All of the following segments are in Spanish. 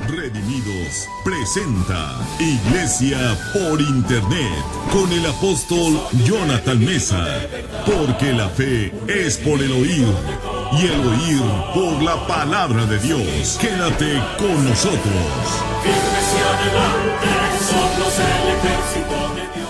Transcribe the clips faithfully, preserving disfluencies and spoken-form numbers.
Redimidos presenta Iglesia por Internet con el apóstol Jonathan Meza, porque la fe es por el oír y el oír por la palabra de Dios. Quédate con nosotros. Firmes y adelante, somos el ejército de Dios.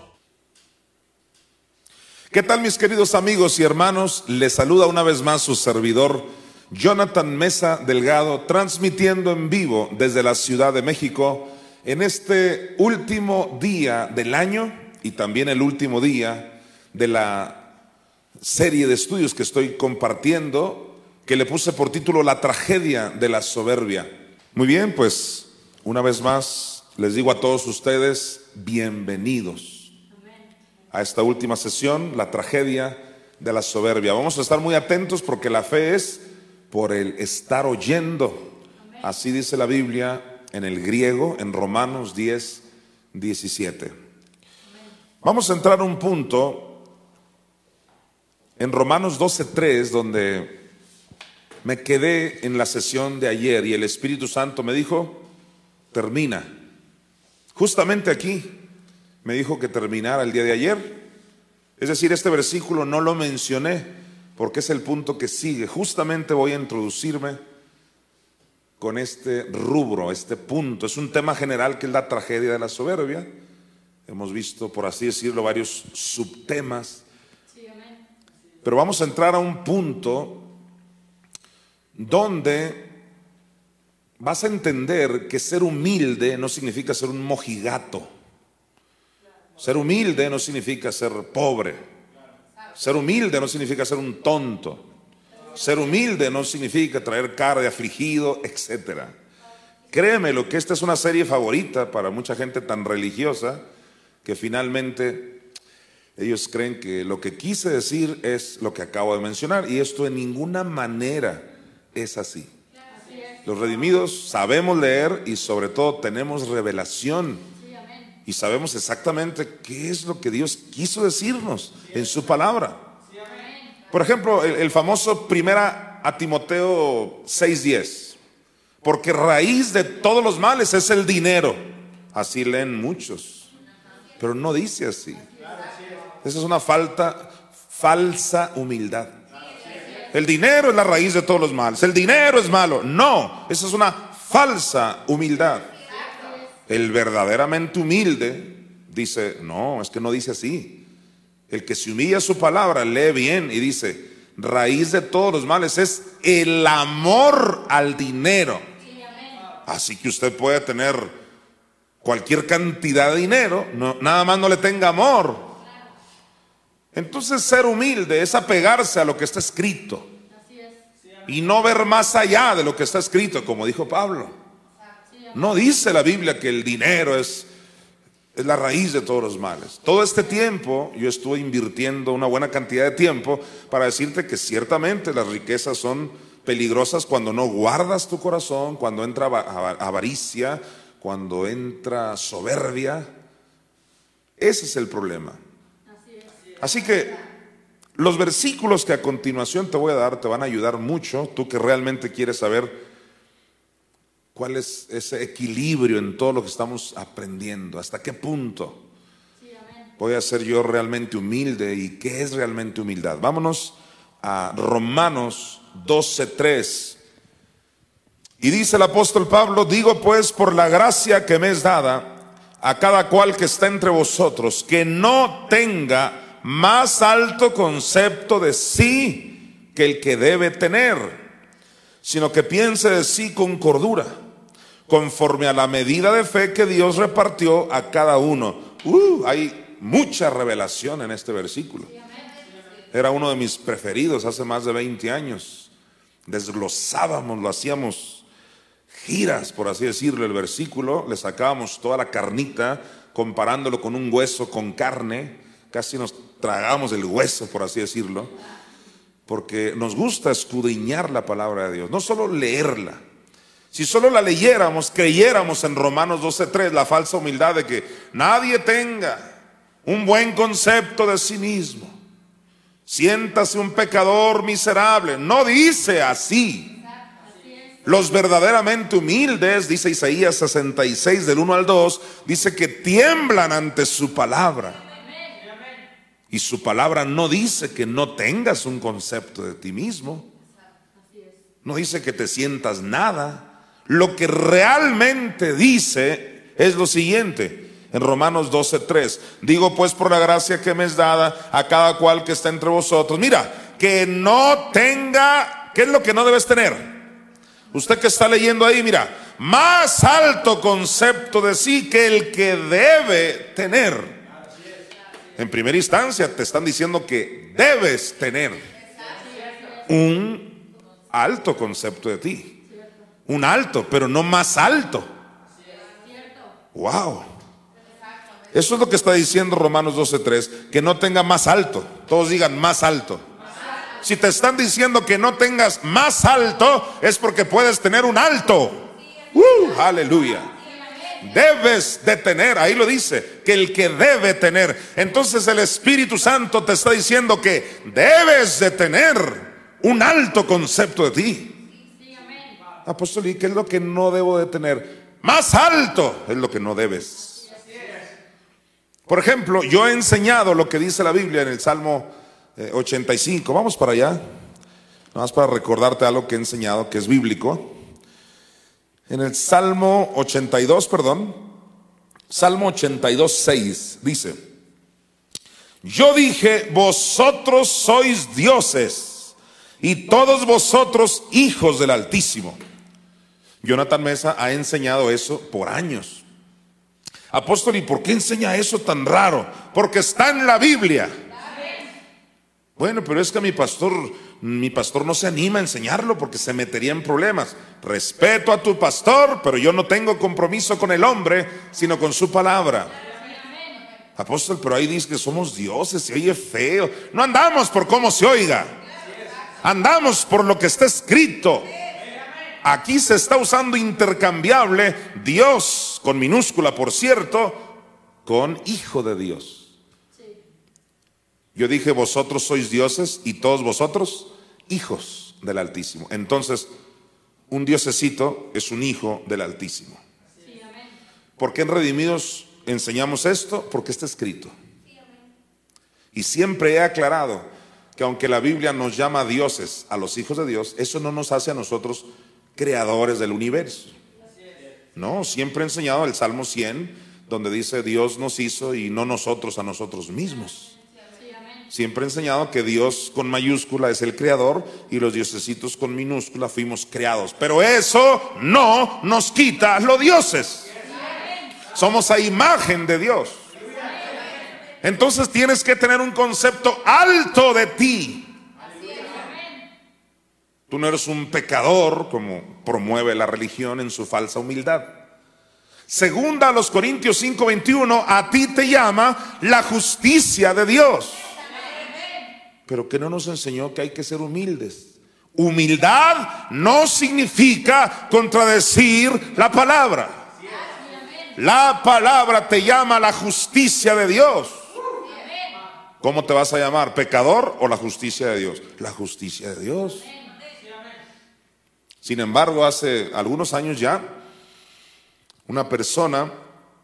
¿Qué tal, mis queridos amigos y hermanos? Les saluda una vez más su servidor Jonathan Meza Delgado, transmitiendo en vivo desde la Ciudad de México en este último día del año y también el último día de la serie de estudios que estoy compartiendo, que le puse por título La tragedia de la soberbia. Muy bien, pues una vez más les digo a todos ustedes, bienvenidos a esta última sesión, La tragedia de la soberbia. Vamos a estar muy atentos porque la fe es por el estar oyendo. Así dice la Biblia en el griego, en Romanos diez, diecisiete. Vamos a entrar a un punto en Romanos doce, tres, donde me quedé en la sesión de ayer y el Espíritu Santo me dijo, termina. Justamente aquí me dijo que terminara el día de ayer. Es decir, este versículo no lo mencioné porque es el punto que sigue. Justamente voy a introducirme con este rubro, este punto. Es un tema general que es la tragedia de la soberbia. Hemos visto, por así decirlo, varios subtemas. Pero vamos a entrar a un punto donde vas a entender que ser humilde no significa ser un mojigato. Ser humilde no significa ser pobre. Ser humilde no significa ser un tonto. Ser humilde no significa traer cara de afligido, etcétera. Créeme lo que esta es una serie favorita para mucha gente tan religiosa que finalmente ellos creen que lo que quise decir es lo que acabo de mencionar, y esto en ninguna manera es así. Los redimidos sabemos leer y sobre todo tenemos revelación. Y sabemos exactamente qué es lo que Dios quiso decirnos en su palabra. Por ejemplo, el, el famoso primera a Timoteo seis diez. Porque raíz de todos los males es el dinero. Así leen muchos. Pero no dice así. Esa es una falta, falsa humildad. El dinero es la raíz de todos los males. El dinero es malo. No, esa es una falsa humildad. El verdaderamente humilde dice, no, es que no dice así. El que se humilla a su palabra lee bien y dice, raíz de todos los males es el amor al dinero. Así que usted puede tener cualquier cantidad de dinero, no, nada más no le tenga amor. Entonces ser humilde es apegarse a lo que está escrito y no ver más allá de lo que está escrito, como dijo Pablo. No dice la Biblia que el dinero es, es la raíz de todos los males. Todo este tiempo yo estuve invirtiendo una buena cantidad de tiempo para decirte que ciertamente las riquezas son peligrosas cuando no guardas tu corazón, cuando entra avaricia, cuando entra soberbia. Ese es el problema. Así que los versículos que a continuación te voy a dar te van a ayudar mucho, tú que realmente quieres saber cuál es ese equilibrio en todo lo que estamos aprendiendo, hasta qué punto voy a ser yo realmente humilde y qué es realmente humildad. Vámonos a Romanos doce, tres. Y dice el apóstol Pablo, digo pues por la gracia que me es dada a cada cual que está entre vosotros, que no tenga más alto concepto de sí que el que debe tener, sino que piense de sí con cordura, conforme a la medida de fe que Dios repartió a cada uno. Uh, hay mucha revelación en este versículo. Era uno de mis preferidos hace más de veinte años. Desglosábamos, lo hacíamos giras, por así decirlo, el versículo. Le sacábamos toda la carnita, comparándolo con un hueso con carne. Casi nos tragábamos el hueso, por así decirlo, porque nos gusta escudriñar la palabra de Dios, no solo leerla. Si solo la leyéramos, creyéramos en Romanos doce, tres, la falsa humildad de que nadie tenga un buen concepto de sí mismo, siéntase un pecador miserable. No dice así. Los verdaderamente humildes, dice Isaías sesenta y seis del uno al dos, dice que tiemblan ante su palabra. Y su palabra no dice que no tengas un concepto de ti mismo. No dice que te sientas nada. Lo que realmente dice es lo siguiente. En Romanos doce tres, digo pues por la gracia que me es dada a cada cual que está entre vosotros. Mira, que no tenga, ¿qué es lo que no debes tener? Usted que está leyendo ahí, mira, más alto concepto de sí que el que debe tener. En primera instancia te están diciendo que debes tener un alto concepto de ti. Un alto, pero no más alto. Wow. Eso es lo que está diciendo Romanos doce tres, que no tenga más alto. Todos digan más alto. Si te están diciendo que no tengas más alto, es porque puedes tener un alto. Uh, aleluya. Debes de tener, ahí lo dice, que el que debe tener. Entonces el Espíritu Santo te está diciendo que debes de tener un alto concepto de ti. Apóstol, ¿y qué es lo que no debo de tener? Más alto es lo que no debes. Por ejemplo, yo he enseñado lo que dice la Biblia en el Salmo ochenta y cinco, vamos para allá, nada más para recordarte algo que he enseñado que es bíblico. En el Salmo ochenta y dos, perdón, Salmo ochenta y dos, seis, dice: yo dije, vosotros sois dioses y todos vosotros hijos del Altísimo. Jonathan Mesa ha enseñado eso por años. Apóstol, ¿y por qué enseña eso tan raro? Porque está en la Biblia. Bueno, pero es que mi pastor, mi pastor no se anima a enseñarlo porque se metería en problemas. Respeto a tu pastor, pero yo no tengo compromiso con el hombre, sino con su palabra. Apóstol, pero ahí dice que somos dioses, se oye feo. No andamos por cómo se oiga, andamos por lo que está escrito. Aquí se está usando intercambiable Dios, con minúscula por cierto, con hijo de Dios. Yo dije, vosotros sois dioses y todos vosotros hijos del Altísimo. Entonces, un diosecito es un hijo del Altísimo. ¿Por qué en Redimidos enseñamos esto? Porque está escrito. Y siempre he aclarado que aunque la Biblia nos llama dioses a los hijos de Dios, eso no nos hace a nosotros creadores del universo. No, siempre he enseñado el Salmo cien, donde dice Dios nos hizo y no nosotros a nosotros mismos. Siempre he enseñado que Dios con mayúscula es el creador y los diosecitos con minúscula fuimos creados. Pero eso no nos quita los dioses. Somos a imagen de Dios. Entonces tienes que tener un concepto alto de ti. Tú no eres un pecador como promueve la religión en su falsa humildad. Segunda a los Corintios cinco veintiuno, a ti te llama la justicia de Dios. Pero que no nos enseñó que hay que ser humildes. Humildad no significa contradecir la palabra. La palabra te llama la justicia de Dios. ¿Cómo te vas a llamar? ¿Pecador o la justicia de Dios? La justicia de Dios. Sin embargo, hace algunos años ya, una persona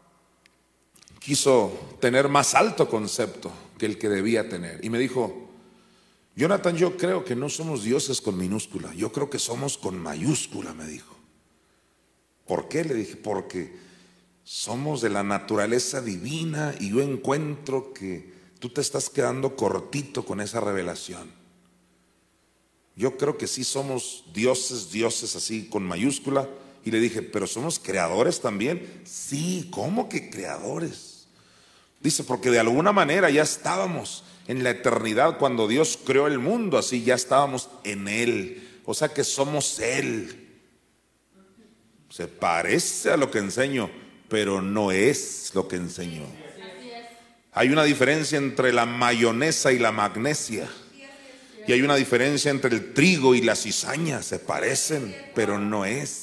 quiso tener más alto concepto que el que debía tener. Y me dijo, Jonathan, yo creo que no somos dioses con minúscula, yo creo que somos con mayúscula, me dijo. ¿Por qué? Le dije, porque somos de la naturaleza divina y yo encuentro que tú te estás quedando cortito con esa revelación. Yo creo que sí somos dioses, dioses así con mayúscula. Y le dije, ¿pero somos creadores también? Sí, ¿cómo que creadores? Dice, porque de alguna manera ya estábamos en la eternidad cuando Dios creó el mundo, así ya estábamos en Él. O sea que somos Él. Se parece a lo que enseño, pero no es lo que enseño. Hay una diferencia entre la mayonesa y la magnesia. Y hay una diferencia entre el trigo y la cizaña. Se parecen, pero no es.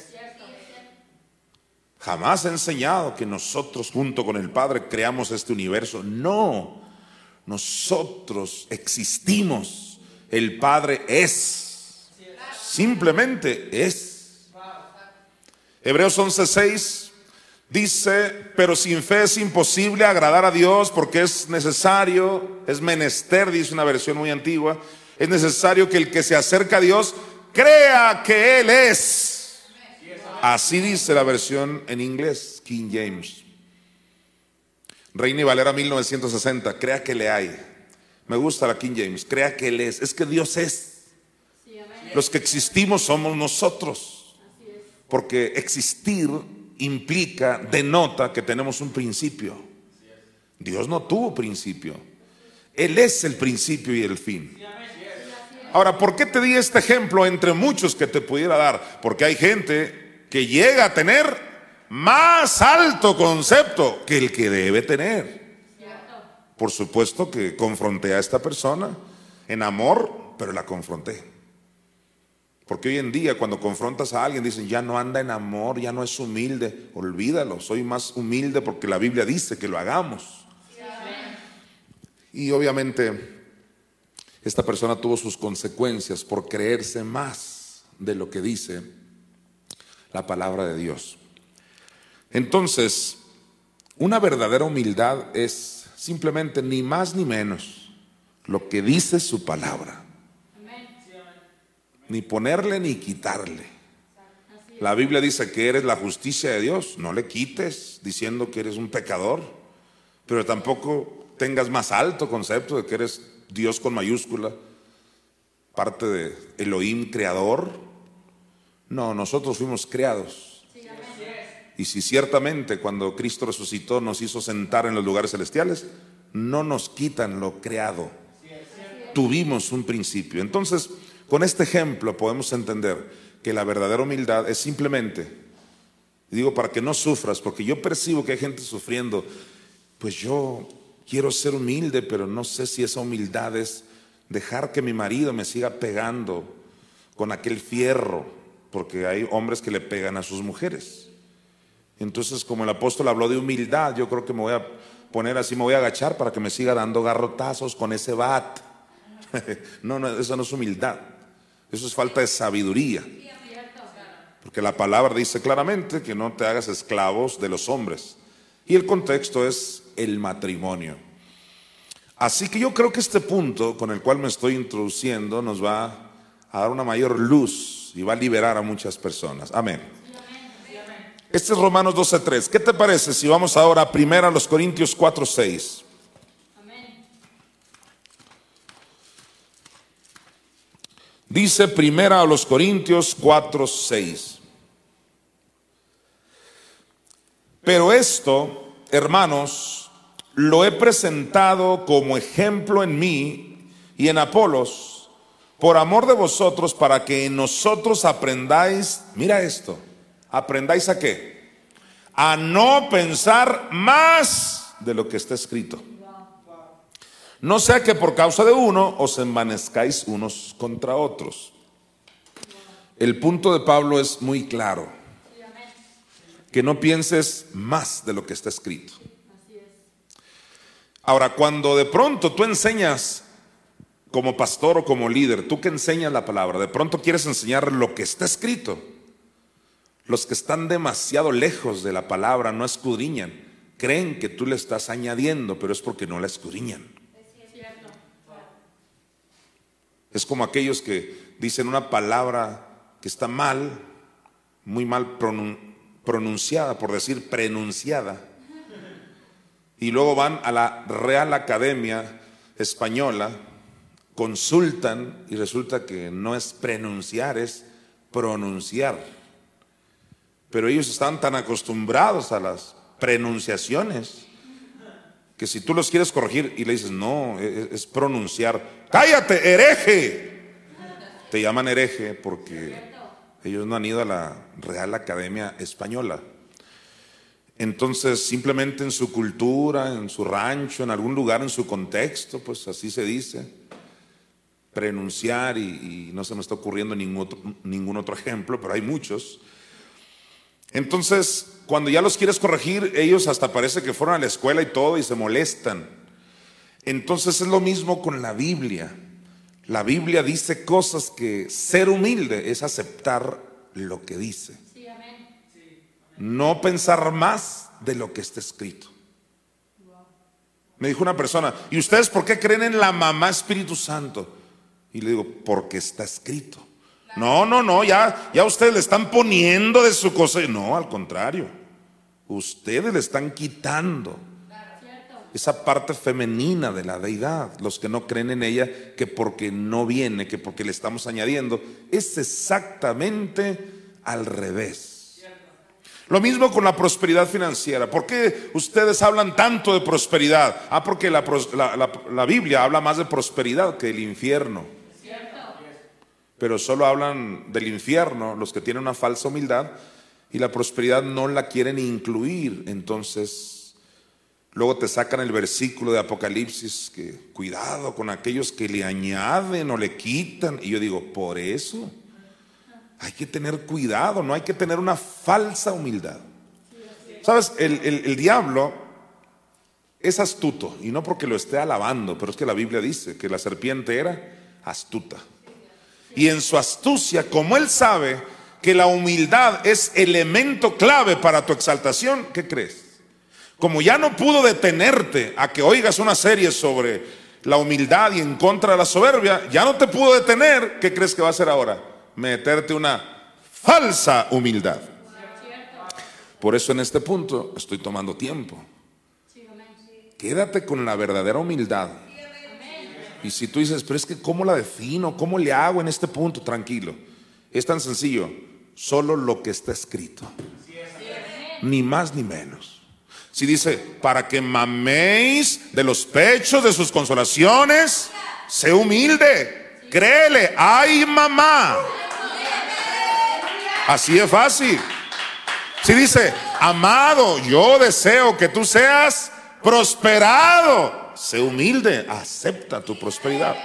Jamás he enseñado que nosotros junto con el Padre creamos este universo. No, nosotros existimos. El Padre es. Simplemente es. Hebreos once seis dice: pero sin fe es imposible agradar a Dios, porque es necesario, es menester, dice una versión muy antigua, es necesario que el que se acerca a Dios crea que Él es. Así dice la versión en inglés, King James. Reina y Valera mil novecientos sesenta, crea que le hay. Me gusta la King James, crea que Él es. Es que Dios es. Los que existimos somos nosotros. Porque existir implica, denota que tenemos un principio. Dios no tuvo principio. Él es el principio y el fin. Ahora, ¿por qué te di este ejemplo entre muchos que te pudiera dar? Porque hay gente que llega a tener más alto concepto que el que debe tener. Por supuesto que confronté a esta persona en amor, pero la confronté. Porque hoy en día cuando confrontas a alguien dicen: ya no anda en amor, ya no es humilde. Olvídalo, soy más humilde porque la Biblia dice que lo hagamos. Y obviamente esta persona tuvo sus consecuencias por creerse más de lo que dice la palabra de Dios. Entonces, una verdadera humildad es simplemente ni más ni menos lo que dice su palabra. Ni ponerle ni quitarle. La Biblia dice que eres la justicia de Dios. No le quites diciendo que eres un pecador, pero tampoco tengas más alto concepto de que eres Dios con mayúscula, parte de Elohim creador. No, nosotros fuimos creados. Y si ciertamente cuando Cristo resucitó nos hizo sentar en los lugares celestiales, no nos quitan lo creado. Tuvimos un principio. Entonces, con este ejemplo podemos entender que la verdadera humildad es simplemente, y digo para que no sufras, porque yo percibo que hay gente sufriendo, pues yo quiero ser humilde, pero no sé si esa humildad es dejar que mi marido me siga pegando con aquel fierro, porque hay hombres que le pegan a sus mujeres. Entonces, como el apóstol habló de humildad, yo creo que me voy a poner así, me voy a agachar para que me siga dando garrotazos con ese bat. No, no, eso no es humildad. Eso es falta de sabiduría. Porque la palabra dice claramente que no te hagas esclavos de los hombres. Y el contexto es el matrimonio. Así que yo creo que este punto con el cual me estoy introduciendo nos va a dar una mayor luz y va a liberar a muchas personas. Amén. Este es Romanos doce tres. ¿Qué te parece si vamos ahora a primera a los Corintios cuatro seis? Dice primera a los Corintios cuatro seis. Pero esto, hermanos, lo he presentado como ejemplo en mí y en Apolos, por amor de vosotros, para que en nosotros aprendáis, mira esto, aprendáis a qué, a no pensar más de lo que está escrito. No sea que por causa de uno os envanezcáis unos contra otros. El punto de Pablo es muy claro. Que no pienses más de lo que está escrito. Ahora, cuando de pronto tú enseñas como pastor o como líder, tú que enseñas la palabra, de pronto quieres enseñar lo que está escrito. Los que están demasiado lejos de la palabra no escudriñan. Creen que tú le estás añadiendo, pero es porque no la escudriñan. Es como aquellos que dicen una palabra que está mal, muy mal pronunciada, por decir prenunciada, y luego van a la Real Academia Española, consultan y resulta que no es pronunciar, es pronunciar. Pero ellos están tan acostumbrados a las pronunciaciones que si tú los quieres corregir y le dices no, es, es pronunciar, cállate, hereje, te llaman hereje porque ellos no han ido a la Real Academia Española. Entonces simplemente en su cultura, en su rancho, en algún lugar, en su contexto, pues así se dice, pronunciar, y, y no se me está ocurriendo ningún otro, ningún otro ejemplo, pero hay muchos. Entonces, cuando ya los quieres corregir, ellos hasta parece que fueron a la escuela y todo y se molestan. Entonces es lo mismo con la Biblia. La Biblia dice cosas que ser humilde es aceptar lo que dice. Sí, amén. Sí. no pensar más de lo que está escrito. Me dijo una persona, ¿y ustedes por qué creen en la mamá Espíritu Santo? Y le digo, porque está escrito. No, no, no, ya, ya ustedes le están poniendo de su cosa. No, al contrario, ustedes le están quitando esa parte femenina de la deidad. Los que no creen en ella, que porque no viene, que porque le estamos añadiendo, es exactamente al revés. Lo mismo con la prosperidad financiera. ¿Por qué ustedes hablan tanto de prosperidad? Ah, porque la, la, la, la Biblia habla más de prosperidad que del infierno. Pero solo hablan del infierno los que tienen una falsa humildad, y la prosperidad no la quieren incluir. Entonces luego te sacan el versículo de Apocalipsis, que cuidado con aquellos que le añaden o le quitan. Y yo digo, por eso hay que tener cuidado, no hay que tener una falsa humildad. Sabes, el, el, el diablo es astuto, y no porque lo esté alabando, pero es que la Biblia dice que la serpiente era astuta. Y en su astucia, como él sabe que la humildad es elemento clave para tu exaltación, ¿qué crees? Como ya no pudo detenerte a que oigas una serie sobre la humildad y en contra de la soberbia, ya no te pudo detener. ¿Qué crees que va a hacer ahora? Meterte una falsa humildad. Por eso en este punto estoy tomando tiempo. Quédate con la verdadera humildad. Y si tú dices, pero es que ¿cómo la defino? ¿Cómo le hago en este punto? Tranquilo, es tan sencillo. Solo lo que está escrito, ni más ni menos. Si dice, para que maméis de los pechos de sus consolaciones, sé humilde, créele, ay mamá. Así es fácil. Si dice, amado, yo deseo que tú seas prosperado, sé humilde, acepta tu prosperidad.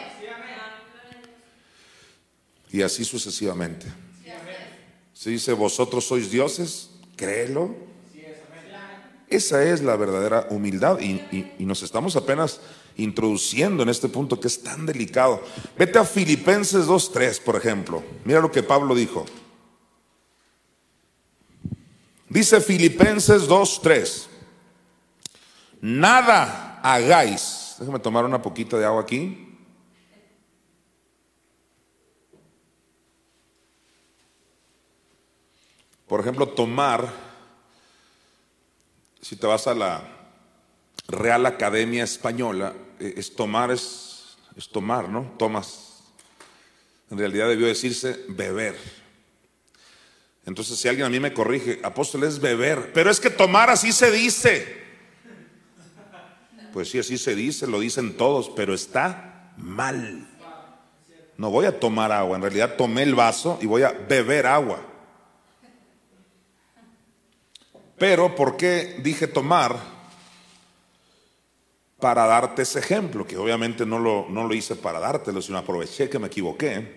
Y así sucesivamente. Si dice, vosotros sois dioses, créelo. Esa es la verdadera humildad, y, y, y nos estamos apenas introduciendo en este punto que es tan delicado. Vete a Filipenses dos tres, por ejemplo. Mira lo que Pablo dijo. Dice Filipenses dos tres: nada hagáis. Déjame tomar una poquita de agua aquí. Por ejemplo, tomar, si te vas a la Real Academia Española, es tomar, es, es tomar, ¿no? Tomas. En realidad debió decirse beber. Entonces, si alguien a mí me corrige, apóstol, es beber, pero es que tomar así se dice. Pues sí, así se dice, lo dicen todos, pero está mal. No voy a tomar agua, en realidad tomé el vaso y voy a beber agua. Pero ¿por qué dije tomar? Para darte ese ejemplo, que obviamente no lo, no lo hice para dártelo, sino aproveché que me equivoqué.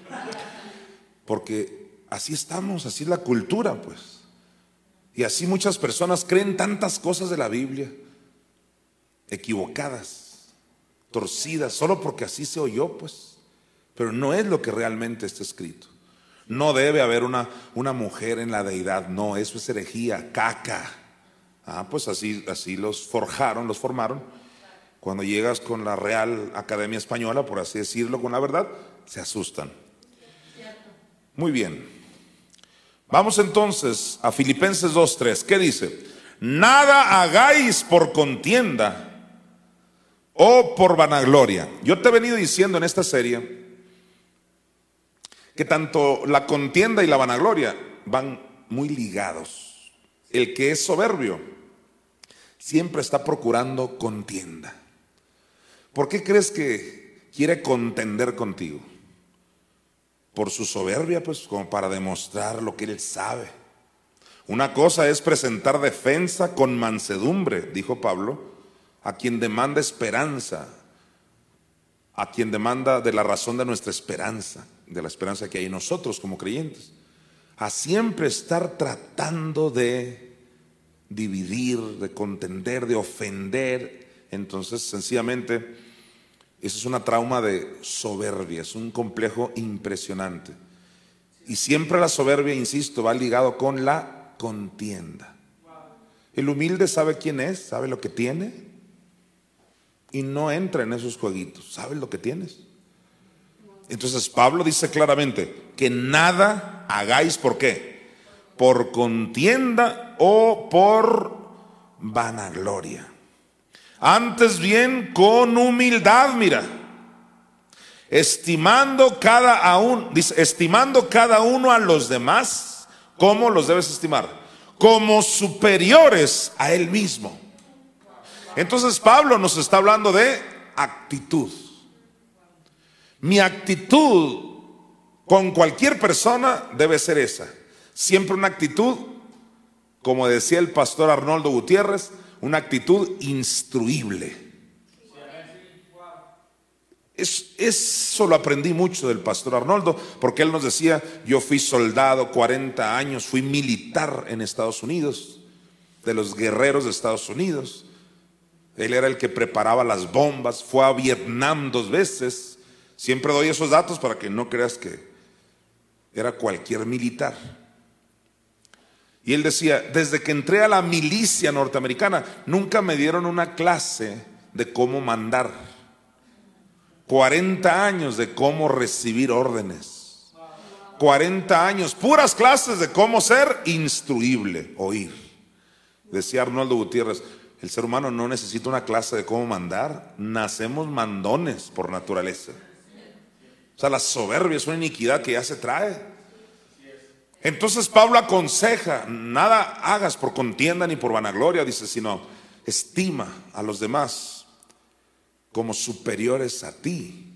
Porque así estamos, así es la cultura, pues. Y así muchas personas creen tantas cosas de la Biblia, equivocadas, torcidas, solo porque así se oyó, pues. Pero no es lo que realmente está escrito. No debe haber una, una mujer en la deidad, no, eso es herejía, caca. Ah, pues así, así los forjaron, los formaron. Cuando llegas con la Real Academia Española, por así decirlo, con la verdad, se asustan. Muy bien. Vamos entonces a Filipenses dos tres. ¿Qué dice? Nada hagáis por contienda o por vanagloria. Yo te he venido diciendo en esta serie que tanto la contienda y la vanagloria van muy ligados. El que es soberbio siempre está procurando contienda. ¿Por qué crees que quiere contender contigo? Por su soberbia, pues, como para demostrar lo que él sabe. Una cosa es presentar defensa con mansedumbre, dijo Pablo, a quien demanda esperanza, a quien demanda de la razón de nuestra esperanza, de la esperanza que hay en nosotros como creyentes, a siempre estar tratando de dividir, de contender, de ofender. Entonces, sencillamente, eso es una trauma de soberbia, es un complejo impresionante. Y siempre la soberbia, insisto, va ligado con la contienda. El humilde sabe quién es, sabe lo que tiene y no entra en esos jueguitos. ¿Sabes lo que tienes? Entonces Pablo dice claramente que nada hagáis, ¿por qué? Por contienda o por vanagloria. Antes bien con humildad, mira, estimando cada a uno, dice, estimando cada uno a los demás. ¿Cómo los debes estimar? Como superiores a él mismo. Entonces Pablo nos está hablando de actitud. Mi actitud con cualquier persona debe ser esa. Siempre una actitud, como decía el pastor Arnoldo Gutiérrez, una actitud instruible. Es, eso lo aprendí mucho del pastor Arnoldo, porque él nos decía: yo fui soldado cuarenta años, fui militar en Estados Unidos, de los guerreros de Estados Unidos. Él era el que preparaba las bombas, fue a Vietnam dos veces. Siempre doy esos datos para que no creas que era cualquier militar. Y él decía: desde que entré a la milicia norteamericana, nunca me dieron una clase de cómo mandar. cuarenta años de cómo recibir órdenes. cuarenta años, puras clases de cómo ser instruible, oír. Decía Arnoldo Gutiérrez: el ser humano no necesita una clase de cómo mandar, nacemos mandones por naturaleza. O sea, la soberbia es una iniquidad que ya se trae. Entonces Pablo aconseja: nada hagas por contienda ni por vanagloria, dice, sino estima a los demás como superiores a ti.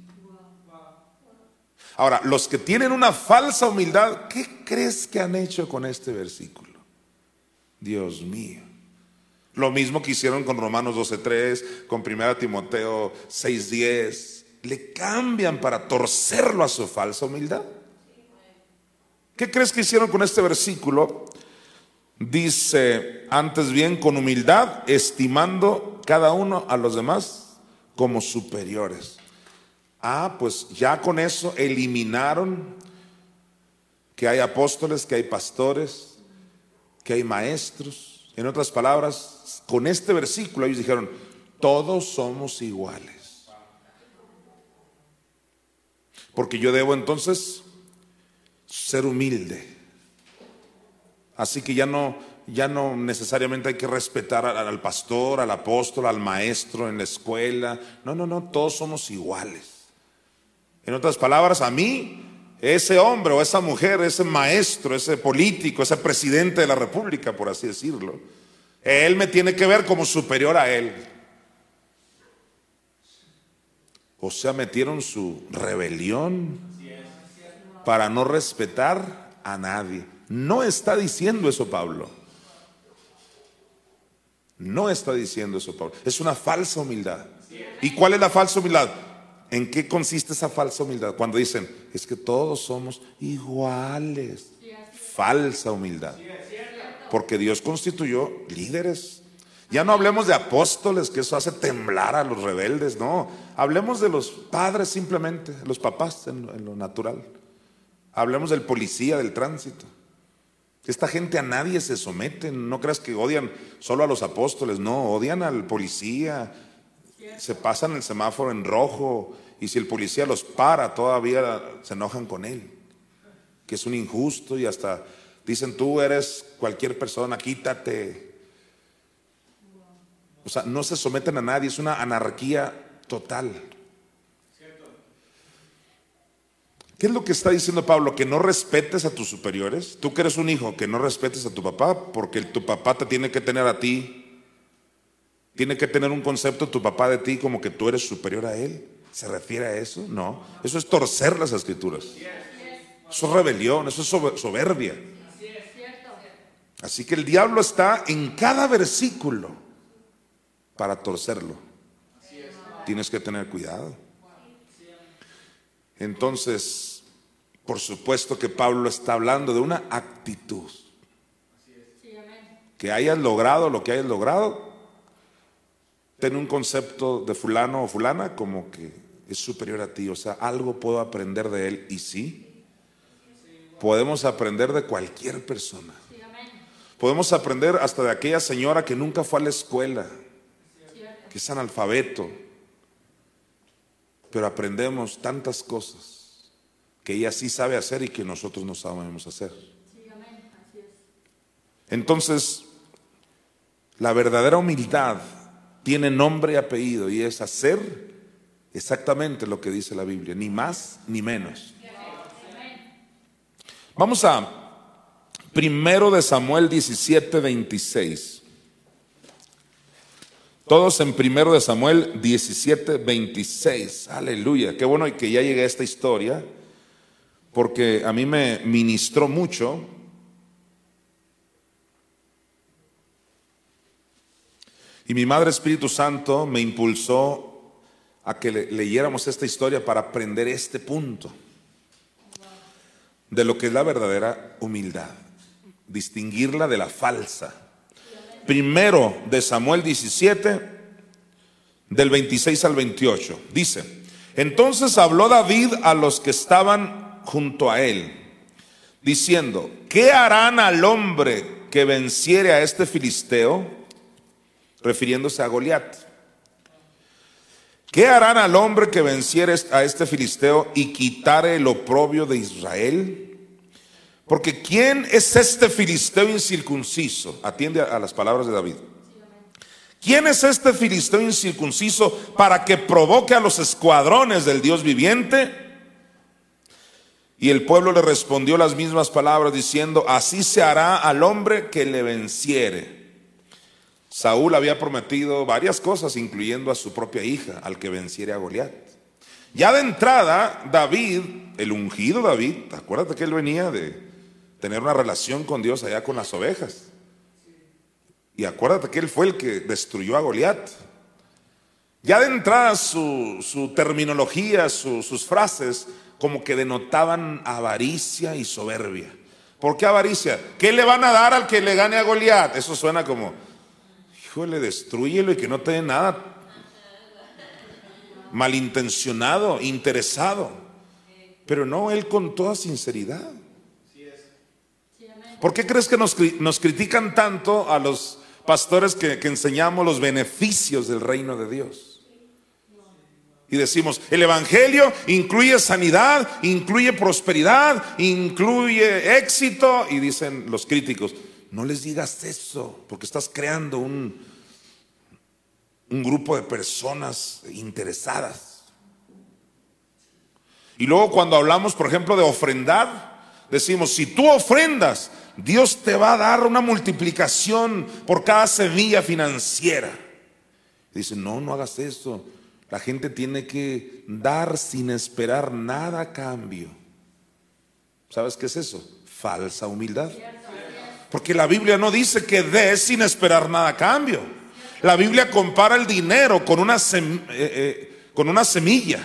Ahora, los que tienen una falsa humildad, ¿qué crees que han hecho con este versículo? Dios mío. Lo mismo que hicieron con Romanos doce tres, con primera Timoteo seis diez. Le cambian para torcerlo a su falsa humildad. ¿Qué crees que hicieron con este versículo? Dice: antes bien con humildad, estimando cada uno a los demás como superiores. Ah, pues ya con eso eliminaron que hay apóstoles, que hay pastores, que hay maestros. En otras palabras, con este versículo ellos dijeron: todos somos iguales. Porque yo debo entonces ser humilde. Así que ya no, ya no necesariamente hay que respetar al, al pastor, al apóstol, al maestro en la escuela. No, no, no, todos somos iguales. En otras palabras, a mí, ese hombre o esa mujer, ese maestro, ese político, ese presidente de la república, por así decirlo, él me tiene que ver como superior a él. O sea, metieron su rebelión para no respetar a nadie. No está diciendo eso Pablo. No está diciendo eso Pablo. Es una falsa humildad. ¿Y cuál es la falsa humildad? ¿En qué consiste esa falsa humildad? Cuando dicen: es que todos somos iguales. Falsa humildad. Porque Dios constituyó líderes. Ya no hablemos de apóstoles, que eso hace temblar a los rebeldes. No, hablemos de los padres simplemente, los papás en lo, en lo natural. Hablemos del policía, del tránsito. Esta gente a nadie se somete. No creas que odian solo a los apóstoles. No, odian al policía. Se pasan el semáforo en rojo y si el policía los para, todavía se enojan con él, que es un injusto, y hasta dicen: tú eres cualquier persona, quítate. O sea, no se someten a nadie, es una anarquía total. ¿Qué es lo que está diciendo Pablo? Que no respetes a tus superiores. Tú que eres un hijo, que no respetes a tu papá, porque tu papá te tiene que tener a ti. Tiene que tener un concepto tu papá de ti como que tú eres superior a él. ¿Se refiere a eso? No, eso es torcer las escrituras. Eso es rebelión, eso es soberbia. Así que el diablo está en cada versículo para torcerlo. Tienes que tener cuidado. Entonces, por supuesto que Pablo está hablando de una actitud. Que hayas logrado lo que hayas logrado, ten un concepto de fulano o fulana como que es superior a ti. O sea, algo puedo aprender de él. Y sí, podemos aprender de cualquier persona. Podemos aprender hasta de aquella señora que nunca fue a la escuela, que es analfabeto, pero aprendemos tantas cosas que ella sí sabe hacer y que nosotros no sabemos hacer. Entonces, la verdadera humildad tiene nombre y apellido, y es hacer exactamente lo que dice la Biblia, ni más ni menos. Vamos a Primero de Samuel diecisiete, veintiséis. Todos en Primero de Samuel diecisiete, veintiséis. Aleluya, qué bueno que ya llegué a esta historia, porque a mí me ministró mucho. Y mi Madre Espíritu Santo me impulsó a que le, leyéramos esta historia para aprender este punto de lo que es la verdadera humildad, distinguirla de la falsa. Primero de Samuel diecisiete, del veintiséis al veintiocho, dice: entonces habló David a los que estaban junto a él, diciendo: ¿qué harán al hombre que venciere a este filisteo? Refiriéndose a Goliat. ¿Qué harán al hombre que venciere a este filisteo y quitare el oprobio de Israel? Porque ¿quién es este filisteo incircunciso? Atiende a las palabras de David. ¿Quién es este filisteo incircunciso para que provoque a los escuadrones del Dios viviente? Y el pueblo le respondió las mismas palabras, diciendo: así se hará al hombre que le venciere. Saúl había prometido varias cosas, incluyendo a su propia hija, al que venciere a Goliat. Ya de entrada, David, el ungido David, acuérdate que él venía de tener una relación con Dios allá con las ovejas. Y acuérdate que él fue el que destruyó a Goliat. Ya de entrada su, su terminología, su, sus frases, como que denotaban avaricia y soberbia. ¿Por qué avaricia? ¿Qué le van a dar al que le gane a Goliat? Eso suena como: híjole, destrúyelo y que no te dé nada. Malintencionado, interesado. Pero no, él con toda sinceridad. ¿Por qué crees que nos, nos critican tanto a los pastores que, que enseñamos los beneficios del reino de Dios? Y decimos: el evangelio incluye sanidad, incluye prosperidad, incluye éxito. Y dicen los críticos: no les digas eso, porque estás creando un, un grupo de personas interesadas. Y luego cuando hablamos, por ejemplo, de ofrendar, decimos: si tú ofrendas, Dios te va a dar una multiplicación por cada semilla financiera. Dicen: no, no hagas eso. La gente tiene que dar sin esperar nada a cambio. ¿Sabes qué es eso? Falsa humildad. Porque la Biblia no dice que des sin esperar nada a cambio. La Biblia compara el dinero con una, sem eh, eh, con una semilla.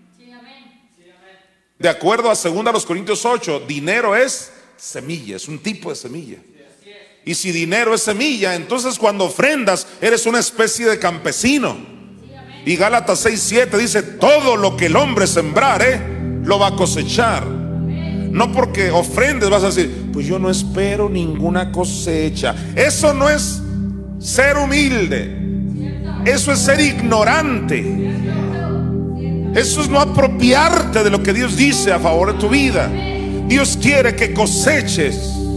De acuerdo a segunda Corintios ocho, dinero es semilla, es un tipo de semilla. Y si dinero es semilla, entonces cuando ofrendas eres una especie de campesino. Y Gálatas seis, siete dice: todo lo que el hombre sembrare, lo va a cosechar. No porque ofrendes vas a decir: pues yo no espero ninguna cosecha. Eso no es ser humilde. Eso es ser ignorante. Eso es no apropiarte de lo que Dios dice a favor de tu vida. Dios quiere que coseches.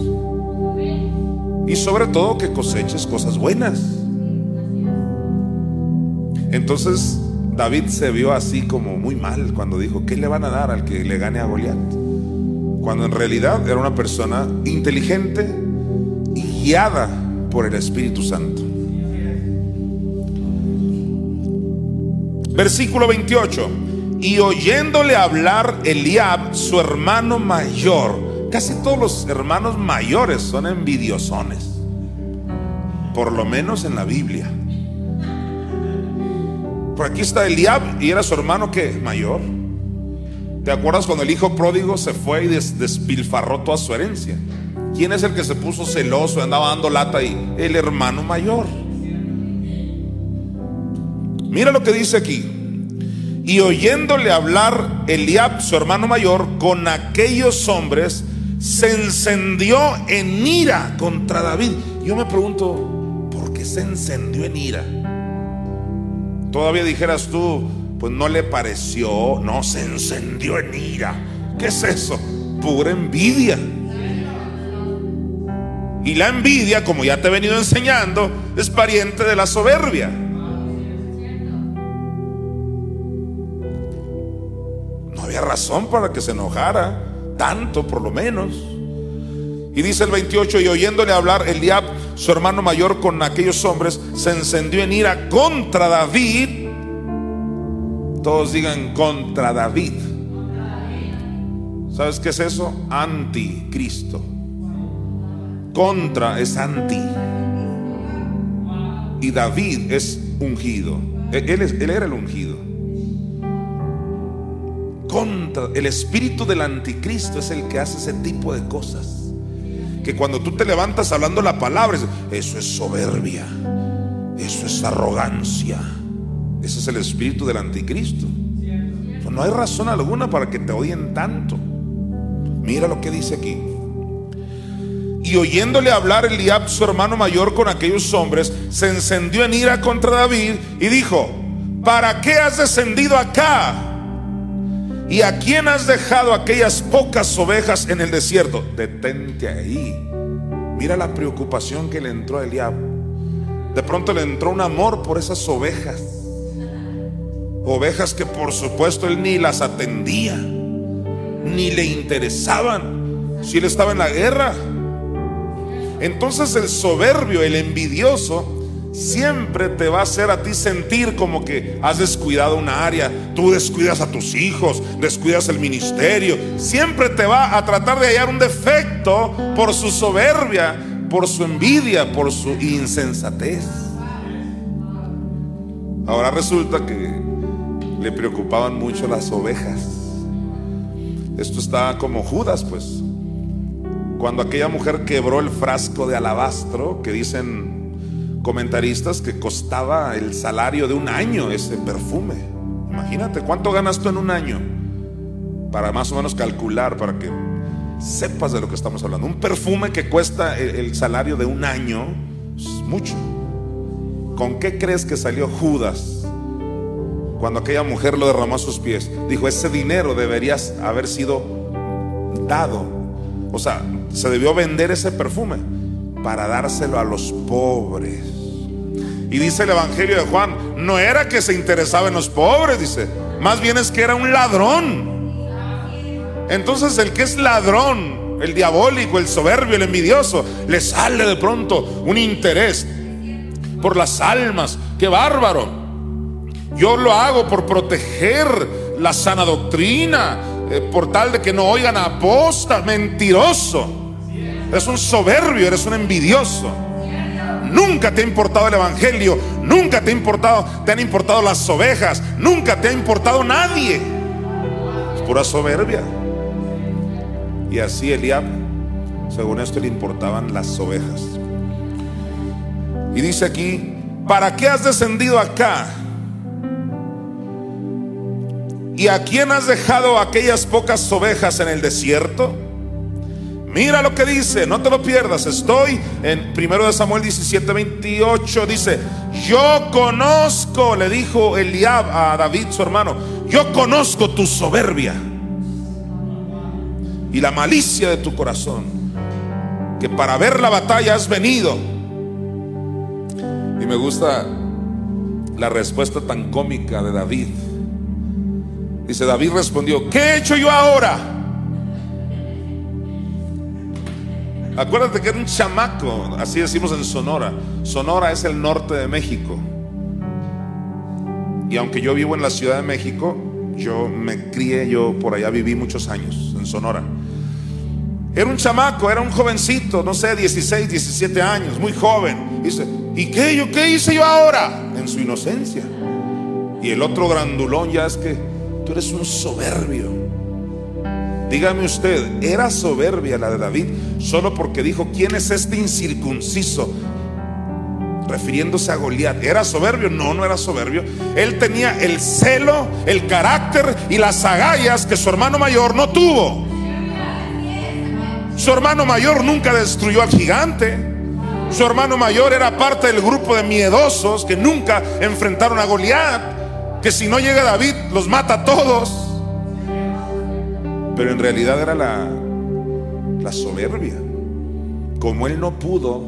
Y sobre todo que coseches cosas buenas. Entonces David se vio así como muy mal cuando dijo: ¿qué le van a dar al que le gane a Goliat? Cuando en realidad era una persona inteligente y guiada por el Espíritu Santo. Versículo veintiocho. Y oyéndole hablar Eliab, su hermano mayor. Casi todos los hermanos mayores son envidiosones, por lo menos en la Biblia. Por aquí está Eliab y era su hermano que mayor. ¿Te acuerdas cuando el hijo pródigo se fue y des despilfarró toda su herencia? ¿Quién es el que se puso celoso y andaba dando lata ahí? El hermano mayor. Mira lo que dice aquí. Y oyéndole hablar Eliab, su hermano mayor, con aquellos hombres, se encendió en ira contra David. Yo me pregunto, ¿por qué se encendió en ira? Todavía dijeras tú, pues no le pareció. No, se encendió en ira. ¿Qué es eso? Pura envidia. Y la envidia, como ya te he venido enseñando, es pariente de la soberbia. No había razón para que se enojara tanto, por lo menos. Y dice el veintiocho: y oyéndole hablar Eliab, su hermano mayor, con aquellos hombres, se encendió en ira contra David. Todos digan contra David. ¿Sabes qué es eso? Anticristo. Contra es anti. Y David es ungido. Él, es, él era el ungido. Contra, el espíritu del anticristo es el que hace ese tipo de cosas. Que cuando tú te levantas hablando la palabra, eso es soberbia, eso es arrogancia. Ese es el espíritu del anticristo. No hay razón alguna para que te odien tanto. Mira lo que dice aquí: y oyéndole hablar Eliab, su hermano mayor, con aquellos hombres, se encendió en ira contra David y dijo: ¿para qué has descendido acá? ¿Y a quién has dejado aquellas pocas ovejas en el desierto? Detente ahí. Mira la preocupación que le entró a Eliab. De pronto le entró un amor por esas ovejas. Ovejas que por supuesto él ni las atendía, ni le interesaban, si él estaba en la guerra. Entonces el soberbio, el envidioso, siempre te va a hacer a ti sentir como que has descuidado una área. Tú descuidas a tus hijos, descuidas el ministerio. Siempre te va a tratar de hallar un defecto por su soberbia, por su envidia, por su insensatez. Ahora resulta que le preocupaban mucho las ovejas. Esto está como Judas, pues, cuando aquella mujer quebró el frasco de alabastro, que dicen comentaristas que costaba el salario de un año ese perfume. Imagínate, ¿cuánto ganas tú en un año? Para más o menos calcular, para que sepas de lo que estamos hablando. Un perfume que cuesta el, el salario de un año es mucho. ¿Con qué crees que salió Judas cuando aquella mujer lo derramó a sus pies? Dijo: ese dinero debería haber sido dado. O sea, se debió vender ese perfume para dárselo a los pobres. Y dice el evangelio de Juan, no era que se interesaba en los pobres, dice, más bien es que era un ladrón. Entonces el que es ladrón, el diabólico, el soberbio, el envidioso, le sale de pronto un interés por las almas. ¡Qué bárbaro! Yo lo hago por proteger la sana doctrina, eh, por tal de que no oigan a aposta. Mentiroso. Eres un soberbio, eres un envidioso. Nunca te ha importado el evangelio, nunca te ha importado, te han importado las ovejas, nunca te ha importado nadie. Es pura soberbia. Y así Eliab, según esto, le importaban las ovejas. Y dice aquí: ¿para qué has descendido acá? ¿Y a quién has dejado aquellas pocas ovejas en el desierto? Mira lo que dice, no te lo pierdas. Estoy en primero de Samuel diecisiete, veintiocho. Dice: yo conozco, le dijo Eliab a David su hermano, yo conozco tu soberbia y la malicia de tu corazón, que para ver la batalla has venido. Y me gusta la respuesta tan cómica de David. Dice: David respondió: ¿qué he hecho yo ahora? Acuérdate que era un chamaco, así decimos en Sonora. Sonora es el norte de México. Y aunque yo vivo en la Ciudad de México, yo me crié, yo por allá viví muchos años en Sonora. Era un chamaco, era un jovencito, no sé, dieciséis, diecisiete años, muy joven. Dice: ¿y qué, yo, qué hice yo ahora? En su inocencia. Y el otro grandulón: ya es que tú eres un soberbio. Dígame usted, ¿era soberbia la de David solo porque dijo: ¿quién es este incircunciso? Refiriéndose a Goliat. ¿Era soberbio? No, no era soberbio. Él tenía el celo, el carácter y las agallas que su hermano mayor no tuvo. Su hermano mayor nunca destruyó al gigante. Su hermano mayor era parte del grupo de miedosos que nunca enfrentaron a Goliat, que si no llega David los mata a todos. Pero en realidad era la, la soberbia. Como él no pudo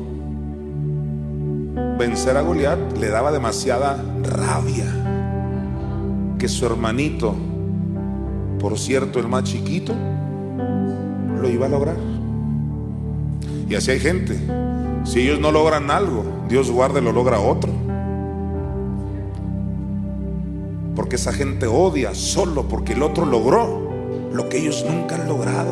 vencer a Goliat, le daba demasiada rabia que su hermanito, por cierto el más chiquito, lo iba a lograr. Y así hay gente. Si ellos no logran algo, Dios guarde, lo logra otro. Porque esa gente odia solo porque el otro logró lo que ellos nunca han logrado.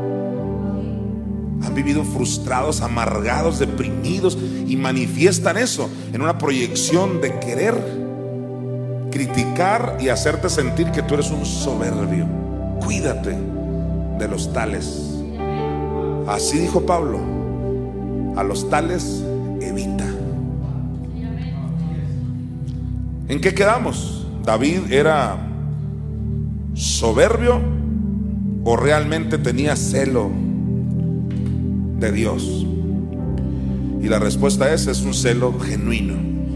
Han vivido frustrados, amargados, deprimidos, y manifiestan eso en una proyección de querer criticar y hacerte sentir que tú eres un soberbio. Cuídate de los tales. Así dijo Pablo: a los tales evita. ¿En qué quedamos? ¿David era soberbio o realmente tenía celo de Dios? Y la respuesta es, es un celo genuino.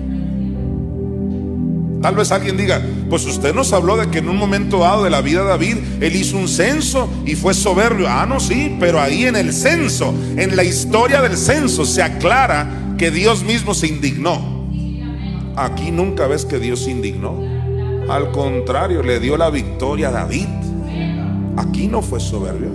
Tal vez alguien diga: pues usted nos habló de que en un momento dado de la vida de David, él hizo un censo y fue soberbio. Ah, no, sí, pero ahí en el censo, en la historia del censo, se aclara que Dios mismo se indignó. Aquí nunca ves que Dios se indignó. Al contrario, le dio la victoria a David. Aquí no fue soberbio.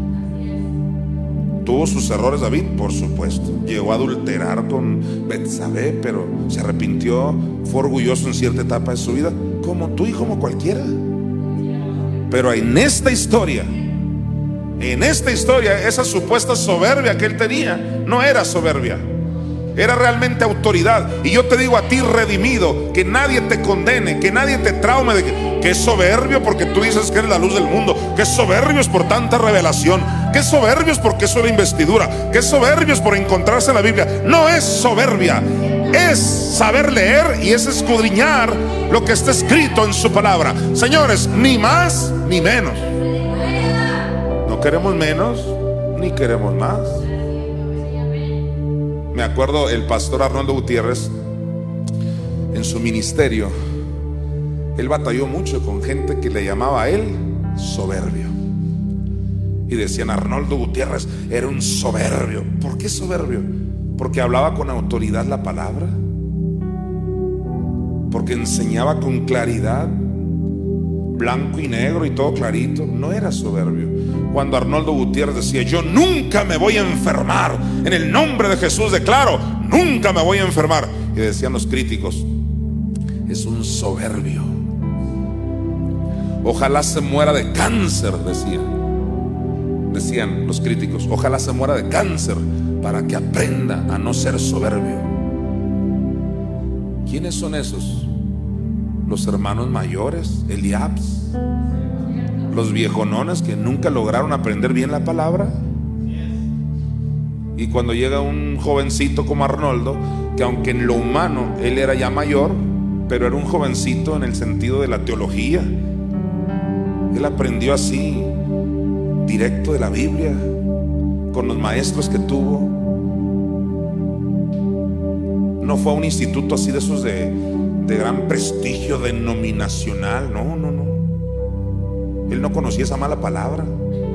Tuvo sus errores David, por supuesto. Llegó a adulterar con Betsabé, pero se arrepintió. Fue orgulloso en cierta etapa de su vida, como tú y como cualquiera. Pero en esta historia, en esta historia, esa supuesta soberbia que él tenía no era soberbia, era realmente autoridad. Y yo te digo a ti, redimido, que nadie te condene, que nadie te traume de que, que es soberbio porque tú dices que eres la luz del mundo, que es soberbios por tanta revelación, que es soberbios porque eso es la investidura, que es soberbios por encontrarse en la Biblia. No es soberbia, es saber leer y es escudriñar lo que está escrito en su palabra. Señores, ni más ni menos. No queremos menos ni queremos más. Me acuerdo el pastor Arnoldo Gutiérrez, en su ministerio, él batalló mucho con gente que le llamaba a él soberbio. Y decían: Arnoldo Gutiérrez era un soberbio. ¿Por qué soberbio? Porque hablaba con autoridad la palabra, porque enseñaba con claridad, blanco y negro y todo clarito. No era soberbio. Cuando Arnoldo Gutiérrez decía: yo nunca me voy a enfermar, en el nombre de Jesús declaro, nunca me voy a enfermar. Y decían los críticos: es un soberbio. Ojalá se muera de cáncer, decían. Decían los críticos: ojalá se muera de cáncer para que aprenda a no ser soberbio. ¿Quiénes son esos? Los hermanos mayores, Eliabs, los viejonones que nunca lograron aprender bien la palabra. Y cuando llega un jovencito como Arnoldo, que aunque en lo humano él era ya mayor, pero era un jovencito en el sentido de la teología, él aprendió así, directo de la Biblia, con los maestros que tuvo. No fue a un instituto así de esos de, de gran prestigio denominacional. No, no, no. Él no conocía esa mala palabra.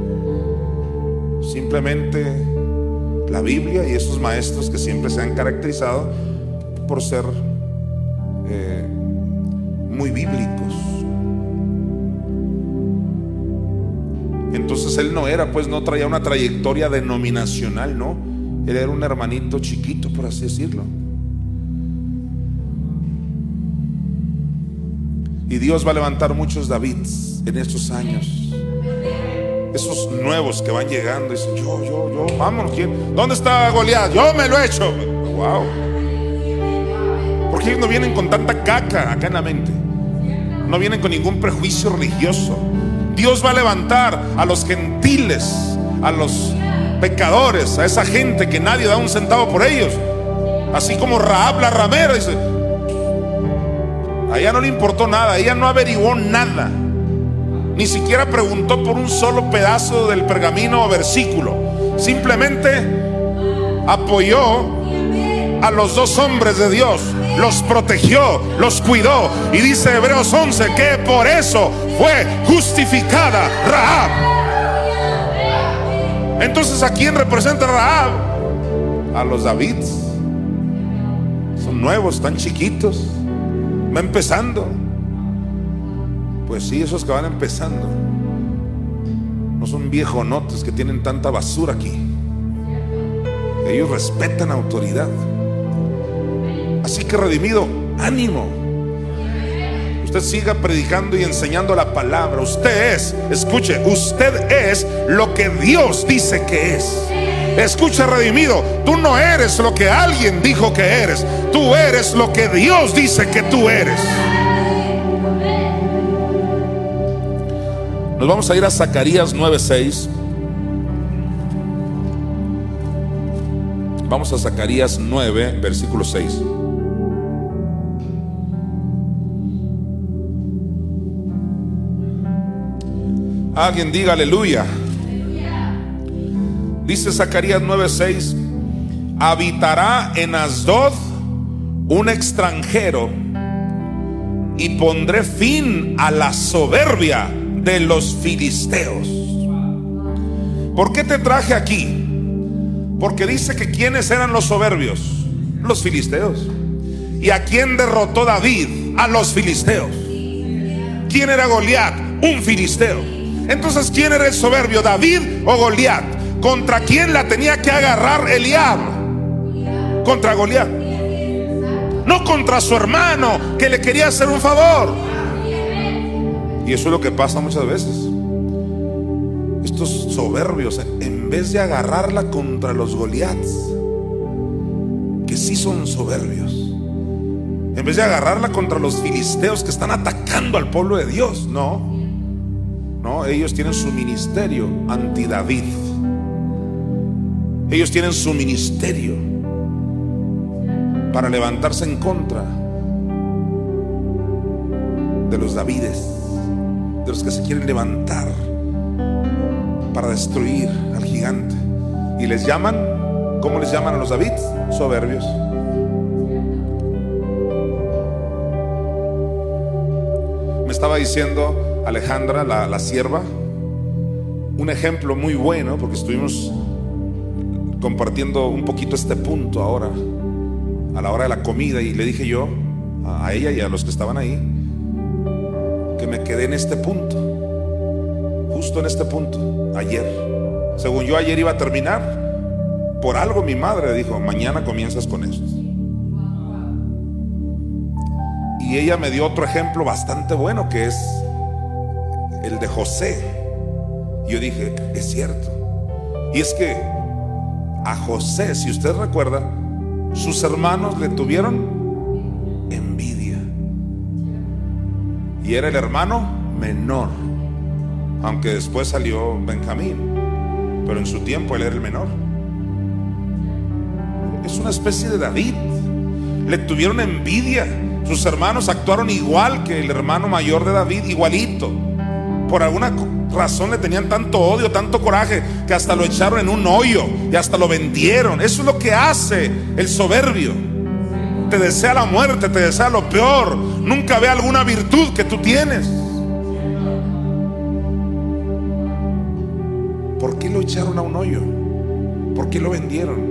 Simplemente la Biblia y esos maestros que siempre se han caracterizado por ser eh, muy bíblicos. Entonces él no era, pues no traía una trayectoria denominacional, no. Él era un hermanito chiquito, por así decirlo. Y Dios va a levantar muchos Davids en estos años. Esos nuevos que van llegando y dicen: yo, yo, yo, vámonos. ¿Quién? ¿Dónde está Goliat? Yo me lo he hecho. Wow. Porque ellos no vienen con tanta caca acá en la mente. No vienen con ningún prejuicio religioso. Dios va a levantar a los gentiles, a los pecadores, a esa gente que nadie da un centavo por ellos. Así como Rahab la ramera, dice, a ella no le importó nada, ella no averiguó nada. Ni siquiera preguntó por un solo pedazo del pergamino o versículo. Simplemente apoyó a los dos hombres de Dios, los protegió, los cuidó. Y dice Hebreos once que por eso fue justificada Rahab. Entonces, ¿a quién representa Rahab? A los Davids. Son nuevos, están chiquitos, va empezando. Pues sí, esos que van empezando no son viejonotes que tienen tanta basura aquí. Ellos respetan autoridad. Así que, redimido, ánimo. Usted siga predicando y enseñando la palabra. Usted es, escuche, usted es lo que Dios dice que es. Escucha, redimido, tú no eres lo que alguien dijo que eres. Tú eres lo que Dios dice que tú eres. Nos vamos a ir a Zacarías nueve seis. Vamos a Zacarías nueve, versículo seis. Alguien diga aleluya. Dice Zacarías nueve seis: habitará en Asdod un extranjero, y pondré fin a la soberbia de los filisteos. ¿Por qué te traje aquí? Porque dice que ¿quiénes eran los soberbios? Los filisteos. ¿Y a quién derrotó David? A los filisteos. ¿Quién era Goliat? Un filisteo. Entonces, ¿quién era el soberbio? ¿David o Goliat? ¿Contra quién la tenía que agarrar Eliab? Contra Goliat. No contra su hermano que le quería hacer un favor. Y eso es lo que pasa muchas veces. Estos soberbios, en vez de agarrarla contra los Goliats, que sí son soberbios, en vez de agarrarla contra los filisteos que están atacando al pueblo de Dios, no, no, ellos tienen su ministerio anti David. Ellos tienen su ministerio para levantarse en contra de los Davides, de los que se quieren levantar para destruir al gigante. Y les llaman, ¿cómo les llaman a los David? Soberbios. Me estaba diciendo Alejandra, la, la sierva, un ejemplo muy bueno, porque estuvimos compartiendo un poquito este punto ahora a la hora de la comida, y le dije yo a ella y a los que estaban ahí que me quedé en este punto, justo en este punto ayer. Según yo, ayer iba a terminar. Por algo mi madre dijo: mañana comienzas con esto. Y ella me dio otro ejemplo bastante bueno, que es el de José. Y yo dije: es cierto. Y es que a José, si usted recuerda, sus hermanos le tuvieron envidia. Y era el hermano menor, aunque después salió Benjamín, pero en su tiempo él era el menor. Es una especie de David. Le tuvieron envidia. Sus hermanos actuaron igual que el hermano mayor de David, igualito. Por alguna razón le tenían tanto odio, tanto coraje, que hasta lo echaron en un hoyo y hasta lo vendieron. Eso es lo que hace el soberbio. Te desea la muerte, te desea lo peor. Nunca ve alguna virtud que tú tienes. ¿Por qué lo echaron a un hoyo? ¿Por qué lo vendieron?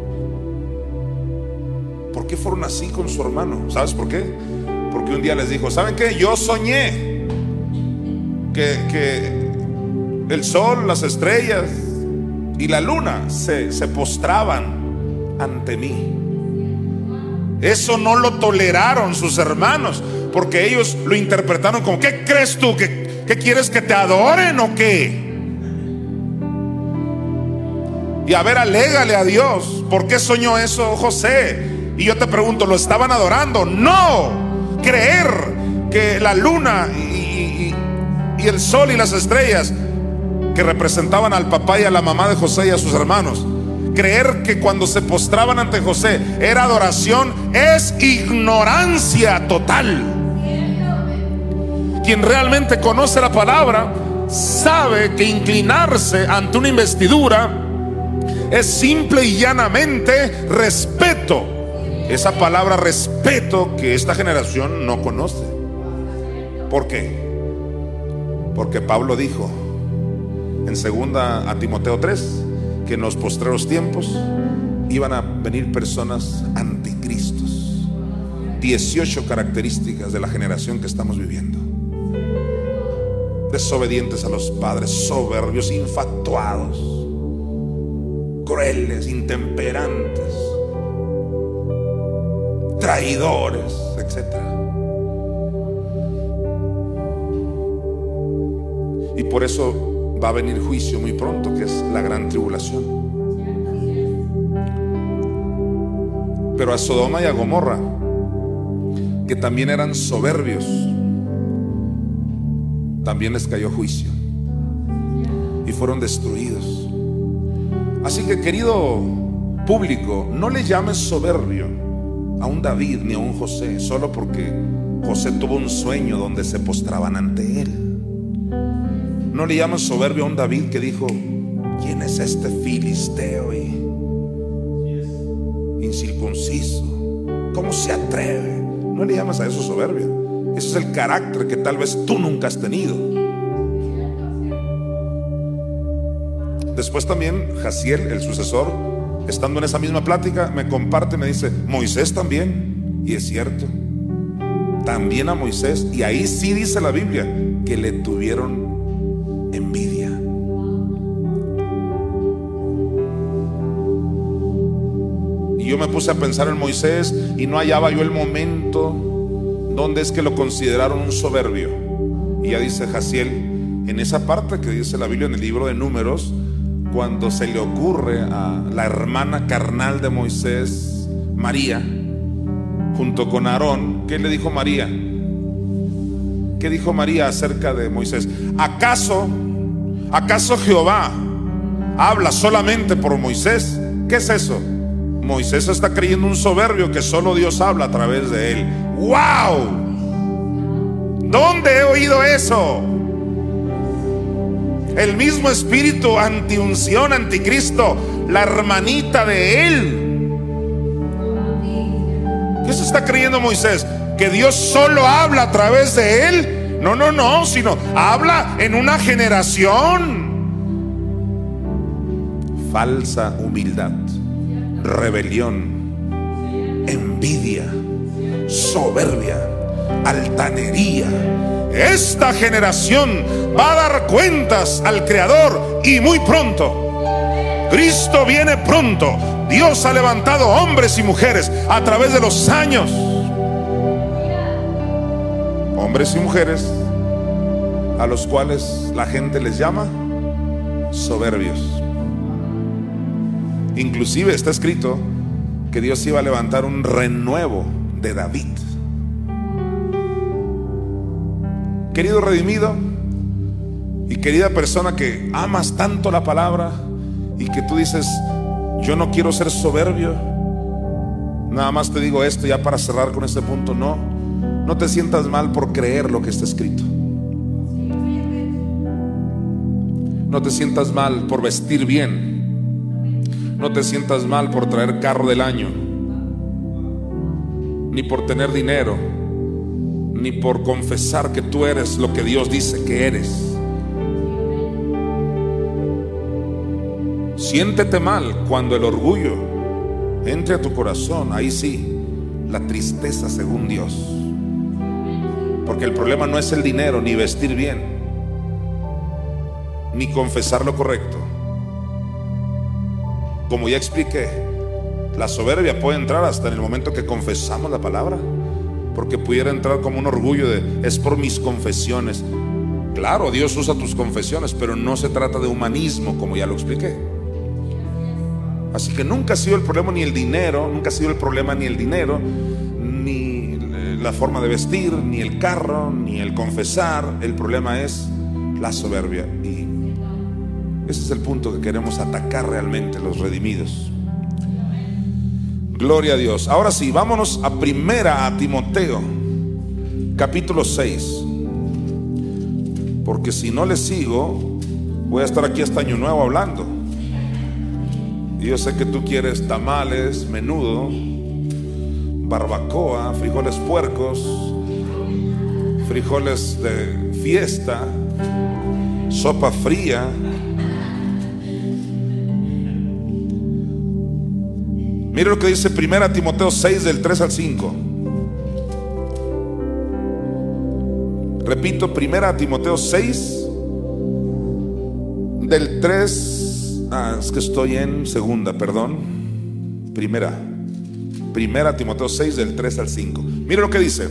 ¿Por qué fueron así con su hermano? ¿Sabes por qué? Porque un día les dijo: ¿saben qué? Yo soñé que, que el sol, las estrellas y la luna se, se postraban ante mí. Eso no lo toleraron sus hermanos, porque ellos lo interpretaron como: ¿qué crees tú? ¿Que, que quieres que te adoren o qué? Y a ver, alégale a Dios. ¿Por qué soñó eso José? Y yo te pregunto, ¿lo estaban adorando? No. Creer que la luna y, y, y el sol y las estrellas, que representaban al papá y a la mamá de José y a sus hermanos, creer que cuando se postraban ante José era adoración, es ignorancia total. Quien realmente conoce la palabra sabe que inclinarse ante una investidura es simple y llanamente respeto. Esa palabra respeto que esta generación no conoce. ¿Por qué? Porque Pablo dijo en segunda a Timoteo tres que en los postreros tiempos iban a venir personas anticristos. dieciocho características de la generación que estamos viviendo: desobedientes a los padres, soberbios, infatuados, crueles, intemperantes, traidores, etcétera. Y por eso va a venir juicio muy pronto, que es la gran tribulación. Pero a Sodoma y a Gomorra, que también eran soberbios, también les cayó juicio y fueron destruidos. Así que, querido público, no le llames soberbio a un David ni a un José solo porque José tuvo un sueño donde se postraban ante él. No le llames soberbio a un David que dijo: ¿quién es este filisteo y incircunciso? ¿Cómo se atreve? No le llames a eso soberbia. Ese es el carácter que tal vez tú nunca has tenido. Después también Jaziel, el sucesor, estando en esa misma plática, me comparte, me dice: Moisés también. Y es cierto, también a Moisés. Y ahí sí dice la Biblia que le tuvieron envidia. Y yo me puse a pensar en Moisés y no hallaba yo el momento donde es que lo consideraron un soberbio. Y ya dice Jaziel, en esa parte que dice la Biblia en el libro de Números, cuando se le ocurre a la hermana carnal de Moisés, María, junto con Aarón, ¿qué le dijo María? ¿Qué dijo María acerca de Moisés? ¿Acaso, acaso Jehová habla solamente por Moisés? ¿Qué es eso? Moisés está creyendo un soberbio que solo Dios habla a través de él. ¡Wow! ¿Dónde he oído eso? El mismo espíritu antiunción, anticristo, la hermanita de él. ¿Qué se está creyendo Moisés? ¿Que Dios solo habla a través de él? No, no, no, sino habla en una generación. Falsa humildad, rebelión, envidia, soberbia, altanería. Esta generación va a dar cuentas al Creador, y muy pronto. Cristo viene pronto. Dios ha levantado hombres y mujeres a través de los años, hombres y mujeres a los cuales la gente les llama soberbios. Inclusive está escrito que Dios iba a levantar un renuevo de David. Querido redimido y querida persona que amas tanto la palabra y que tú dices: yo no quiero ser soberbio. Nada más te digo esto ya para cerrar con este punto. No, no te sientas mal por creer lo que está escrito. No te sientas mal por vestir bien. No te sientas mal por traer carro del año, ni por tener dinero, ni por confesar que tú eres lo que Dios dice que eres. Siéntete mal cuando el orgullo entre a tu corazón. Ahí sí, la tristeza según Dios. Porque el problema no es el dinero, ni vestir bien, ni confesar lo correcto. Como ya expliqué, la soberbia puede entrar hasta en el momento que confesamos la palabra, porque pudiera entrar como un orgullo de: es por mis confesiones. Claro, Dios usa tus confesiones, pero no se trata de humanismo, como ya lo expliqué. Así que nunca ha sido el problema ni el dinero, nunca ha sido el problema ni el dinero, ni la forma de vestir, ni el carro, ni el confesar. El problema es la soberbia, y ese es el punto que queremos atacar realmente los redimidos. Gloria a Dios. Ahora sí, vámonos a primera a Timoteo, capítulo seis. porque si no le sigo, voy a estar aquí hasta Año Nuevo hablando. Y yo sé que tú quieres tamales, menudo, barbacoa, frijoles puercos, frijoles de fiesta, sopa fría. Mire lo que dice primera Timoteo seis del tres al cinco. Repito, primera Timoteo seis del tres. Ah, es que estoy en segunda, perdón. Primera. Primera Timoteo seis del tres al cinco. Mire lo que dice.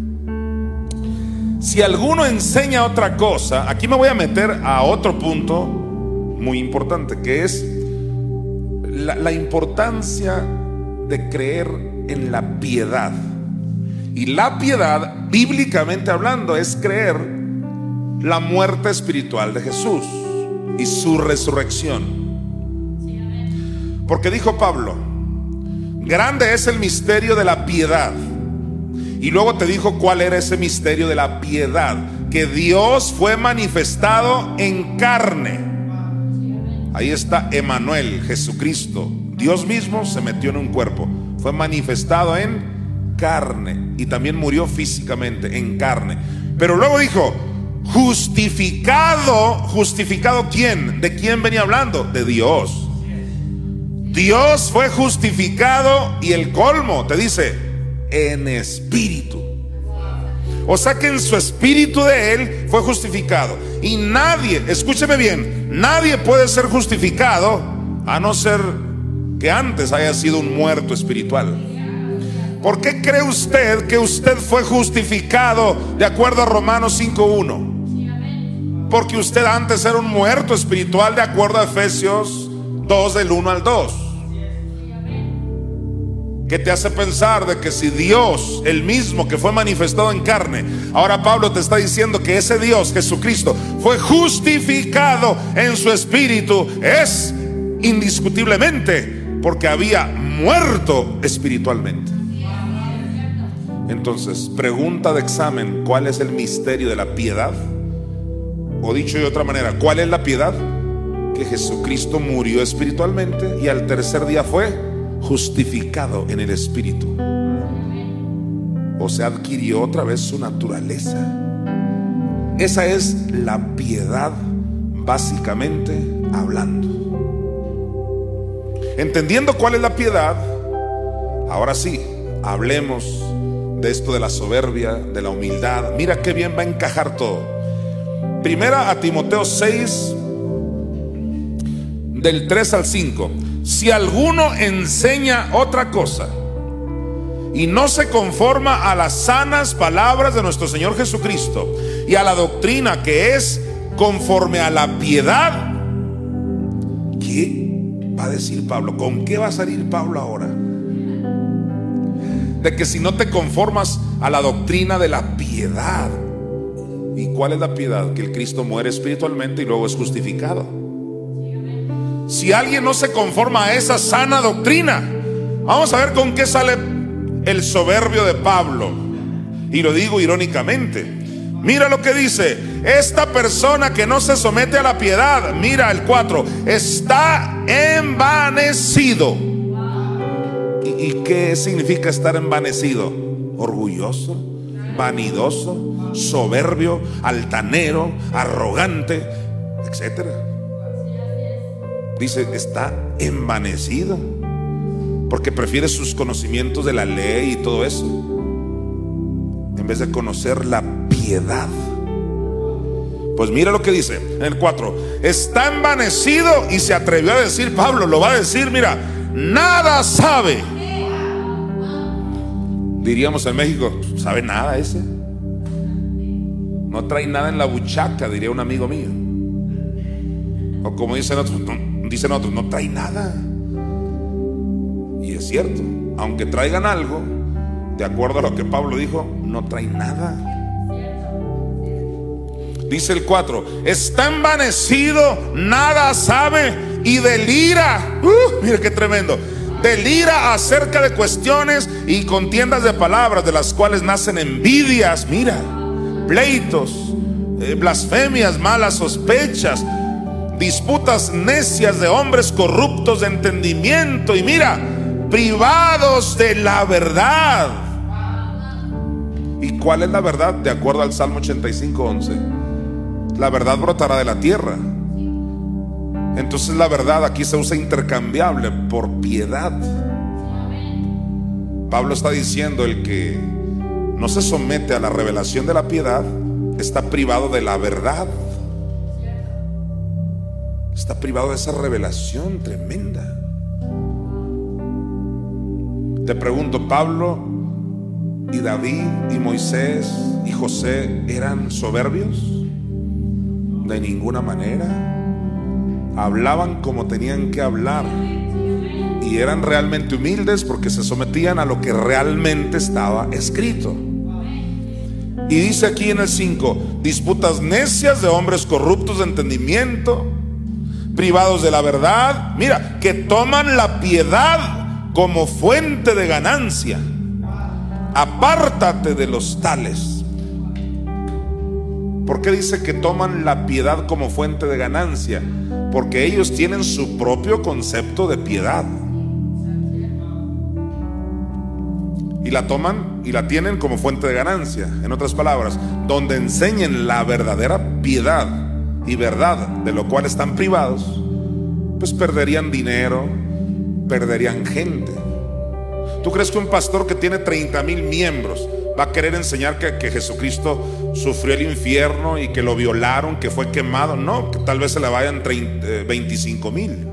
Si alguno enseña otra cosa, aquí me voy a meter a otro punto muy importante, que es la, la importancia de creer en la piedad. Y la piedad, bíblicamente hablando, es creer la muerte espiritual de Jesús y su resurrección. Porque dijo Pablo, grande es el misterio de la piedad. Y luego te dijo cuál era ese misterio de la piedad: que Dios fue manifestado en carne. Ahí está Emanuel, Jesucristo. Dios mismo se metió en un cuerpo, fue manifestado en carne y también murió físicamente en carne. Pero luego dijo, justificado. ¿Justificado quién? ¿De quién venía hablando? De Dios. Dios fue justificado, y el colmo te dice, en espíritu. O sea que en su espíritu de él fue justificado. Y nadie, escúcheme bien, nadie puede ser justificado a no ser que antes haya sido un muerto espiritual. ¿Por qué cree usted que usted fue justificado de acuerdo a Romanos cinco uno? Porque usted antes era un muerto espiritual de acuerdo a Efesios dos del uno al dos. ¿Qué te hace pensar de que si Dios, el mismo que fue manifestado en carne, ahora Pablo te está diciendo que ese Dios, Jesucristo, fue justificado en su espíritu? Es indiscutiblemente porque había muerto espiritualmente. Entonces, pregunta de examen: ¿cuál es el misterio de la piedad? O dicho de otra manera, ¿cuál es la piedad? Que Jesucristo murió espiritualmente y al tercer día fue justificado en el espíritu. O sea, adquirió otra vez su naturaleza. Esa es la piedad, básicamente hablando. Entendiendo cuál es la piedad, ahora sí, hablemos de esto de la soberbia, de la humildad. Mira qué bien va a encajar todo. Primera a Timoteo seis del tres al cinco. Si alguno enseña otra cosa y no se conforma a las sanas palabras de nuestro Señor Jesucristo y a la doctrina que es conforme a la piedad, ¿qué va a decir Pablo? ¿Con qué va a salir Pablo ahora? De que si no te conformas a la doctrina de la piedad. ¿Y cuál es la piedad? Que el Cristo muere espiritualmente y luego es justificado. Si alguien no se conforma a esa sana doctrina, vamos a ver con qué sale el soberbio de Pablo. Y lo digo irónicamente. Mira lo que dice: esta persona que no se somete a la piedad, mira el cuatro, está envanecido. ¿Y, y qué significa estar envanecido? Orgulloso, vanidoso, soberbio, altanero, arrogante, etcétera. Dice, está envanecido porque prefiere sus conocimientos de la ley y todo eso en vez de conocer la piedad. Pues mira lo que dice en el cuatro: está envanecido, y se atrevió a decir Pablo, lo va a decir, mira, nada sabe. Diríamos en México, ¿sabe nada ese? No trae nada en la buchaca, diría un amigo mío. O como dicen otros, no, dicen otros, no trae nada. Y es cierto, aunque traigan algo, de acuerdo a lo que Pablo dijo, no trae nada. Dice el cuatro: está envanecido, nada sabe y delira. Uh, mira qué tremendo. Delira acerca de cuestiones y contiendas de palabras, de las cuales nacen envidias, mira, pleitos, eh, blasfemias, malas sospechas, disputas necias de hombres corruptos de entendimiento, y mira, privados de la verdad. ¿Y cuál es la verdad? De acuerdo al Salmo ochenta y cinco, once, la verdad brotará de la tierra. Entonces la verdad aquí se usa intercambiable por piedad. Pablo está diciendo: el que no se somete a la revelación de la piedad está privado de la verdad. Está privado de esa revelación tremenda. Te pregunto, ¿Pablo y David y Moisés y José eran soberbios? De ninguna manera. Hablaban como tenían que hablar y eran realmente humildes porque se sometían a lo que realmente estaba escrito. Y dice aquí en el cinco: disputas necias de hombres corruptos de entendimiento, privados de la verdad, mira, que toman la piedad como fuente de ganancia. Apártate de los tales. ¿Por qué dice que toman la piedad como fuente de ganancia? Porque ellos tienen su propio concepto de piedad y la toman y la tienen como fuente de ganancia. En otras palabras, donde enseñen la verdadera piedad y verdad de lo cual están privados, pues perderían dinero, perderían gente. ¿Tú crees que un pastor que tiene treinta mil miembros va a querer enseñar que, que Jesucristo sufrió el infierno y que lo violaron, que fue quemado? No, que tal vez se le vayan treinta, veinticinco mil.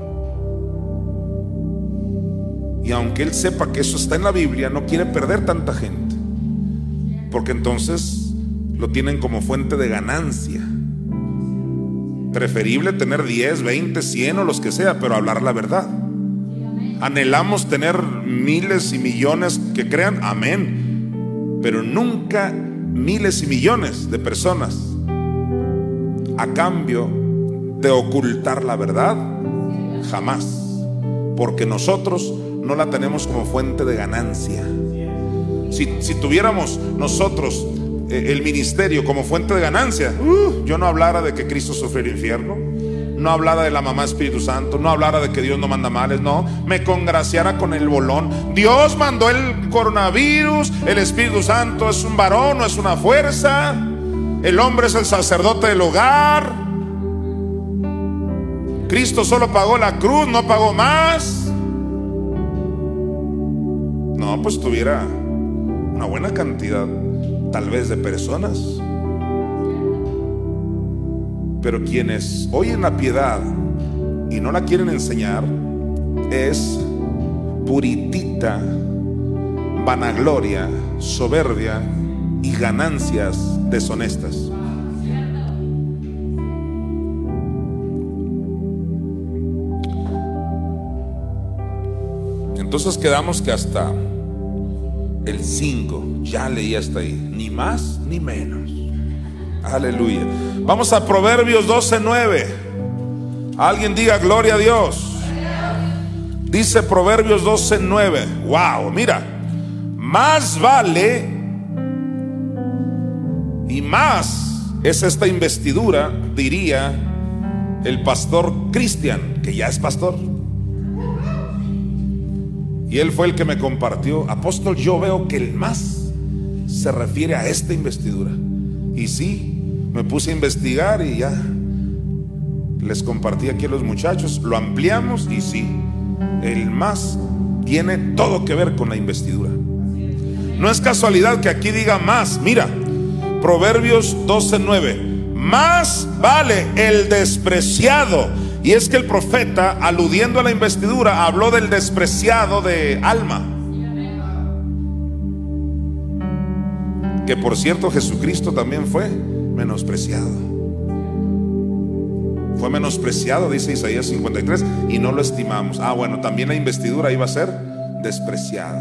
Y aunque él sepa que eso está en la Biblia, no quiere perder tanta gente, porque entonces lo tienen como fuente de ganancia. Preferible tener diez, veinte, cien o los que sea, pero hablar la verdad. Anhelamos tener miles y millones que crean, amén, pero nunca miles y millones de personas a cambio de ocultar la verdad, jamás, porque nosotros no la tenemos como fuente de ganancia. Si, si tuviéramos nosotros eh, el ministerio como fuente de ganancia, uh, yo no hablara de que Cristo sufrió el infierno, no hablara de la mamá Espíritu Santo, no hablara de que Dios no manda males, no, me congraciara con el bolón. Dios mandó el coronavirus, el Espíritu Santo es un varón, no es una fuerza, el hombre es el sacerdote del hogar, Cristo solo pagó la cruz, no pagó más. No, pues tuviera una buena cantidad tal vez de personas. Pero quienes oyen la piedad y no la quieren enseñar es puritita, vanagloria, soberbia y ganancias deshonestas. Entonces quedamos que hasta el cinco, ya leí hasta ahí, ni más ni menos. Aleluya. Vamos a Proverbios doce nueve. Alguien diga gloria a Dios. Dice Proverbios doce nueve. Wow, mira, más vale y más es esta investidura, diría el pastor Cristian, que ya es pastor. Y él fue el que me compartió: apóstol, yo veo que el más se refiere a esta investidura. Y sí, me puse a investigar y ya les compartí aquí a los muchachos, lo ampliamos y sí, el más tiene todo que ver con la investidura. No es casualidad que aquí diga más. Mira, Proverbios doce nueve: más vale el despreciado. Y es que el profeta, aludiendo a la investidura, habló del despreciado de alma, que por cierto Jesucristo también fue menospreciado. Fue menospreciado, dice Isaías cincuenta y tres, y no lo estimamos. Ah, bueno, también la investidura iba a ser despreciada.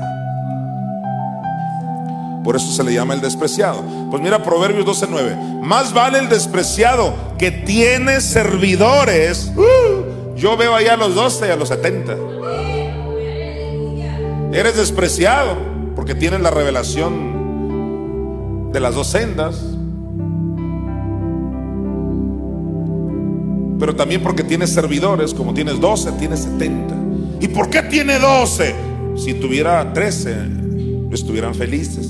Por eso se le llama el despreciado. Pues mira Proverbios doce nueve: más vale el despreciado que tiene servidores. uh, Yo veo allá a los doce y a los setenta. Eres despreciado porque tienes la revelación de las dos sendas. pero también porque tienes servidores. Como tienes doce, tienes setenta. ¿Y por qué tiene doce? Si tuviera trece, estuvieran felices.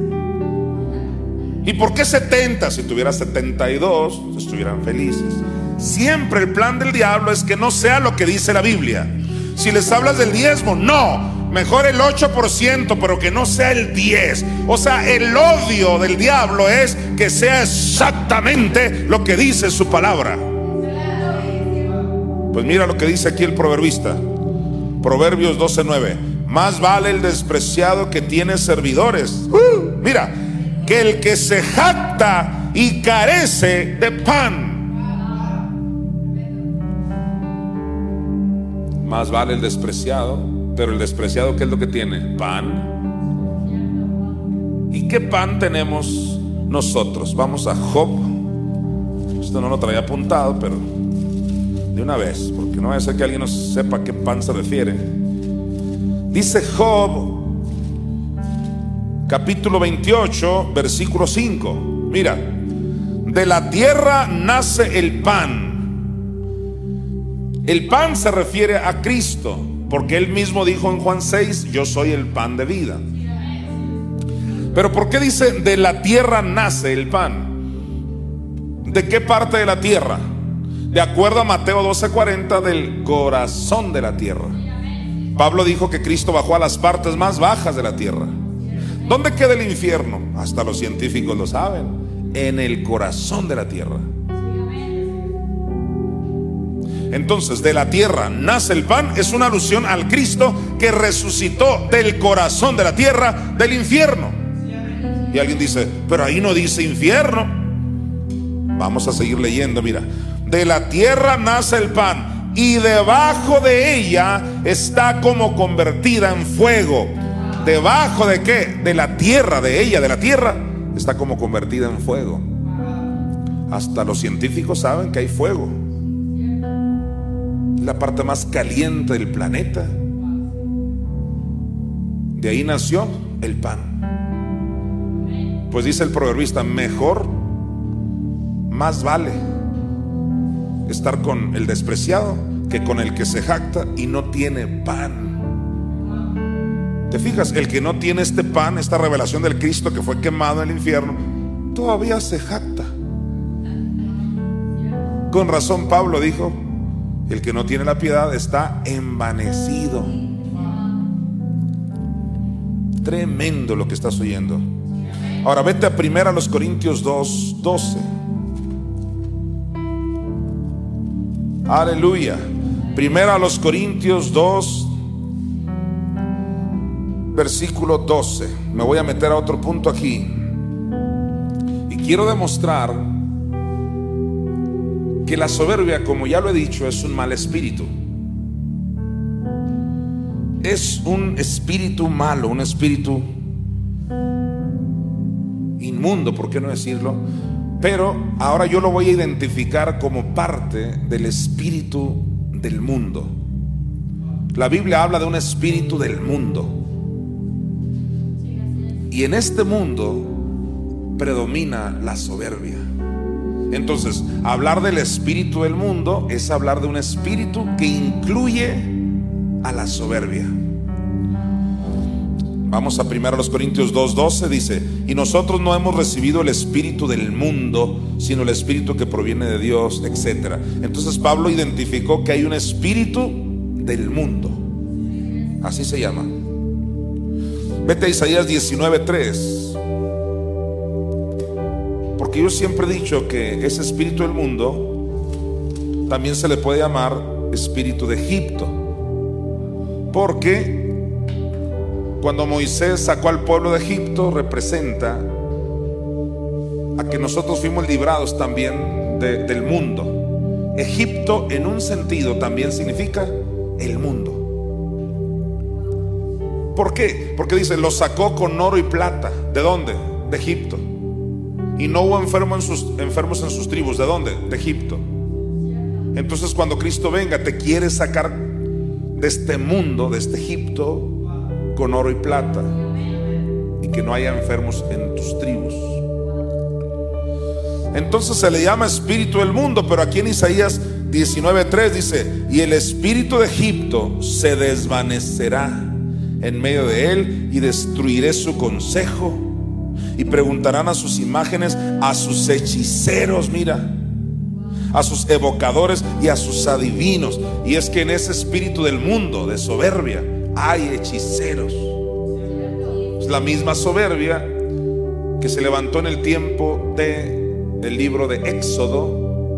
¿Y por qué setenta? Si tuviera setenta y dos, estuvieran felices. Siempre el plan del diablo es que no sea lo que dice la Biblia. Si les hablas del diezmo, no, mejor el ocho por ciento, pero que no sea el diez. O sea, el odio del diablo es que sea exactamente lo que dice su palabra. Pues mira lo que dice aquí el proverbista, Proverbios doce nueve. Más vale el despreciado que tiene servidores, uh, mira, que el que se jacta y carece de pan. Más vale el despreciado, pero el despreciado, ¿qué es lo que tiene? Pan. ¿Y qué pan tenemos nosotros? Vamos a Job. Esto no lo traía apuntado, pero de una vez, porque no vaya a ser que alguien no sepa a qué pan se refiere. Dice Job, capítulo veintiocho, versículo cinco. Mira, de la tierra nace el pan. El pan se refiere a Cristo, porque Él mismo dijo en Juan seis, yo soy el pan de vida. Pero ¿por qué dice de la tierra nace el pan? ¿De qué parte de la tierra? De acuerdo a Mateo doce cuarenta, del corazón de la tierra. Pablo dijo que Cristo bajó a las partes más bajas de la tierra. ¿Dónde queda el infierno? Hasta los científicos lo saben. En el corazón de la tierra. Entonces, de la tierra nace el pan es una alusión al Cristo que resucitó del corazón de la tierra, del infierno. Y alguien dice, pero ahí no dice infierno. Vamos a seguir leyendo, mira. De la tierra nace el pan, y debajo de ella está como convertida en fuego. ¿Debajo de qué? De la tierra, de ella, de la tierra, está como convertida en fuego. Hasta los científicos saben que hay fuego. La parte más caliente del planeta. De ahí nació el pan. Pues dice el proverbista, mejor, más vale estar con el despreciado que con el que se jacta y no tiene pan. ¿Te fijas? El que no tiene este pan, esta revelación del Cristo que fue quemado en el infierno, todavía se jacta. Con razón Pablo dijo, el que no tiene la piedad está envanecido. Tremendo lo que estás oyendo. Ahora vete a primera a los Corintios dos doce. Aleluya. Primera a los Corintios dos, versículo doce. Me voy a meter a otro punto aquí. Y quiero demostrar que la soberbia, como ya lo he dicho, es un mal espíritu. Es un espíritu malo, un espíritu inmundo, ¿por qué no decirlo? Pero ahora yo lo voy a identificar como parte del espíritu del mundo. La Biblia habla de un espíritu del mundo. Y en este mundo predomina la soberbia. Entonces, hablar del espíritu del mundo es hablar de un espíritu que incluye a la soberbia. Vamos a primero los Corintios dos doce, dice, y nosotros no hemos recibido el espíritu del mundo, sino el espíritu que proviene de Dios, etcétera. Entonces Pablo identificó que hay un espíritu del mundo. Así se llama. Vete a Isaías diecinueve tres. Porque yo siempre he dicho que ese espíritu del mundo también se le puede llamar espíritu de Egipto. Porque cuando Moisés sacó al pueblo de Egipto, representa a que nosotros fuimos librados también de, del mundo. Egipto en un sentido también significa el mundo. ¿Por qué? Porque dice, lo sacó con oro y plata. ¿De dónde? De Egipto. Y no hubo enfermo en sus, enfermos en sus tribus. ¿De dónde? De Egipto. Entonces cuando Cristo venga, te quiere sacar de este mundo, de este Egipto, con oro y plata, y que no haya enfermos en tus tribus. Entonces se le llama espíritu del mundo, pero aquí en Isaías diecinueve tres dice: y el espíritu de Egipto se desvanecerá en medio de él, y destruiré su consejo, y preguntarán a sus imágenes, a sus hechiceros, mira, a sus evocadores y a sus adivinos. Y es que en ese espíritu del mundo de soberbia hay hechiceros. Es la misma soberbia que se levantó en el tiempo de, del libro de Éxodo,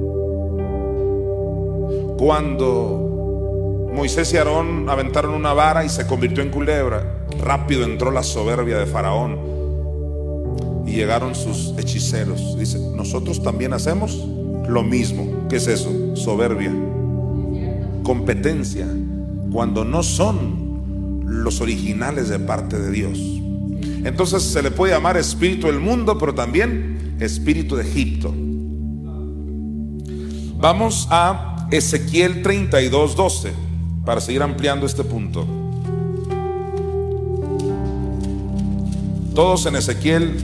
cuando Moisés y Aarón aventaron una vara y se convirtió en culebra. Rápido entró la soberbia de Faraón y llegaron sus hechiceros. Dice: nosotros también hacemos lo mismo. ¿Qué es eso? Soberbia, competencia, cuando no son los originales de parte de Dios. Entonces se le puede llamar espíritu del mundo, pero también espíritu de Egipto. Vamos a Ezequiel treinta y dos doce para seguir ampliando este punto. Todos en Ezequiel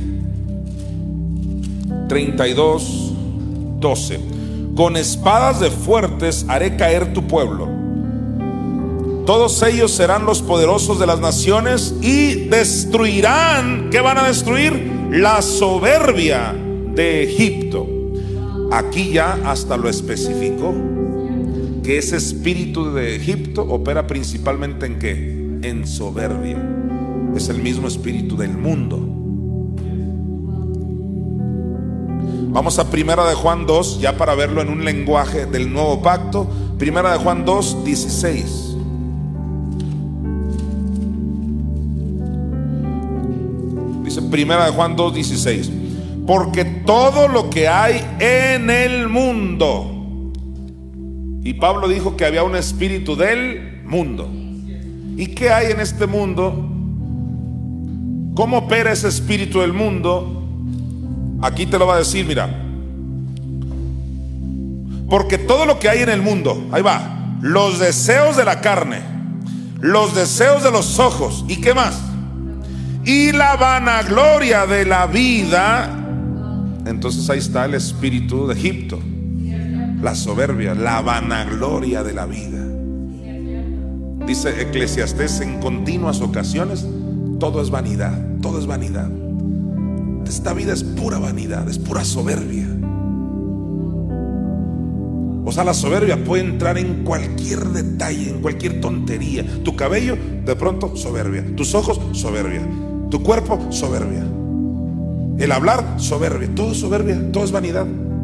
treinta y dos doce. Con espadas de fuertes haré caer tu pueblo. Todos ellos serán los poderosos de las naciones y destruirán. ¿Qué van a destruir? La soberbia de Egipto. Aquí ya hasta lo especificó, que ese espíritu de Egipto opera principalmente en ¿qué? En soberbia. Es el mismo espíritu del mundo. Vamos a Primera de Juan dos, ya para verlo en un lenguaje del nuevo pacto. Primera de Juan dos, dieciséis. Dice Primera de Juan dos, dieciséis: porque todo lo que hay en el mundo. Y Pablo dijo que había un espíritu del mundo. ¿Y qué hay en este mundo? ¿Cómo opera ese espíritu del mundo? Aquí te lo va a decir, mira. Porque todo lo que hay en el mundo, ahí va, los deseos de la carne, los deseos de los ojos, ¿y qué más? Y la vanagloria de la vida. Entonces ahí está el espíritu de Egipto, la soberbia, la vanagloria de la vida. Dice Eclesiastés en continuas ocasiones: todo es vanidad, todo es vanidad. Esta vida es pura vanidad, es pura soberbia. O sea, la soberbia puede entrar en cualquier detalle, en cualquier tontería. Tu cabello, de pronto, soberbia. Tus ojos, soberbia. Tu cuerpo, soberbia. El hablar, soberbia. Todo es soberbia, todo es vanidad.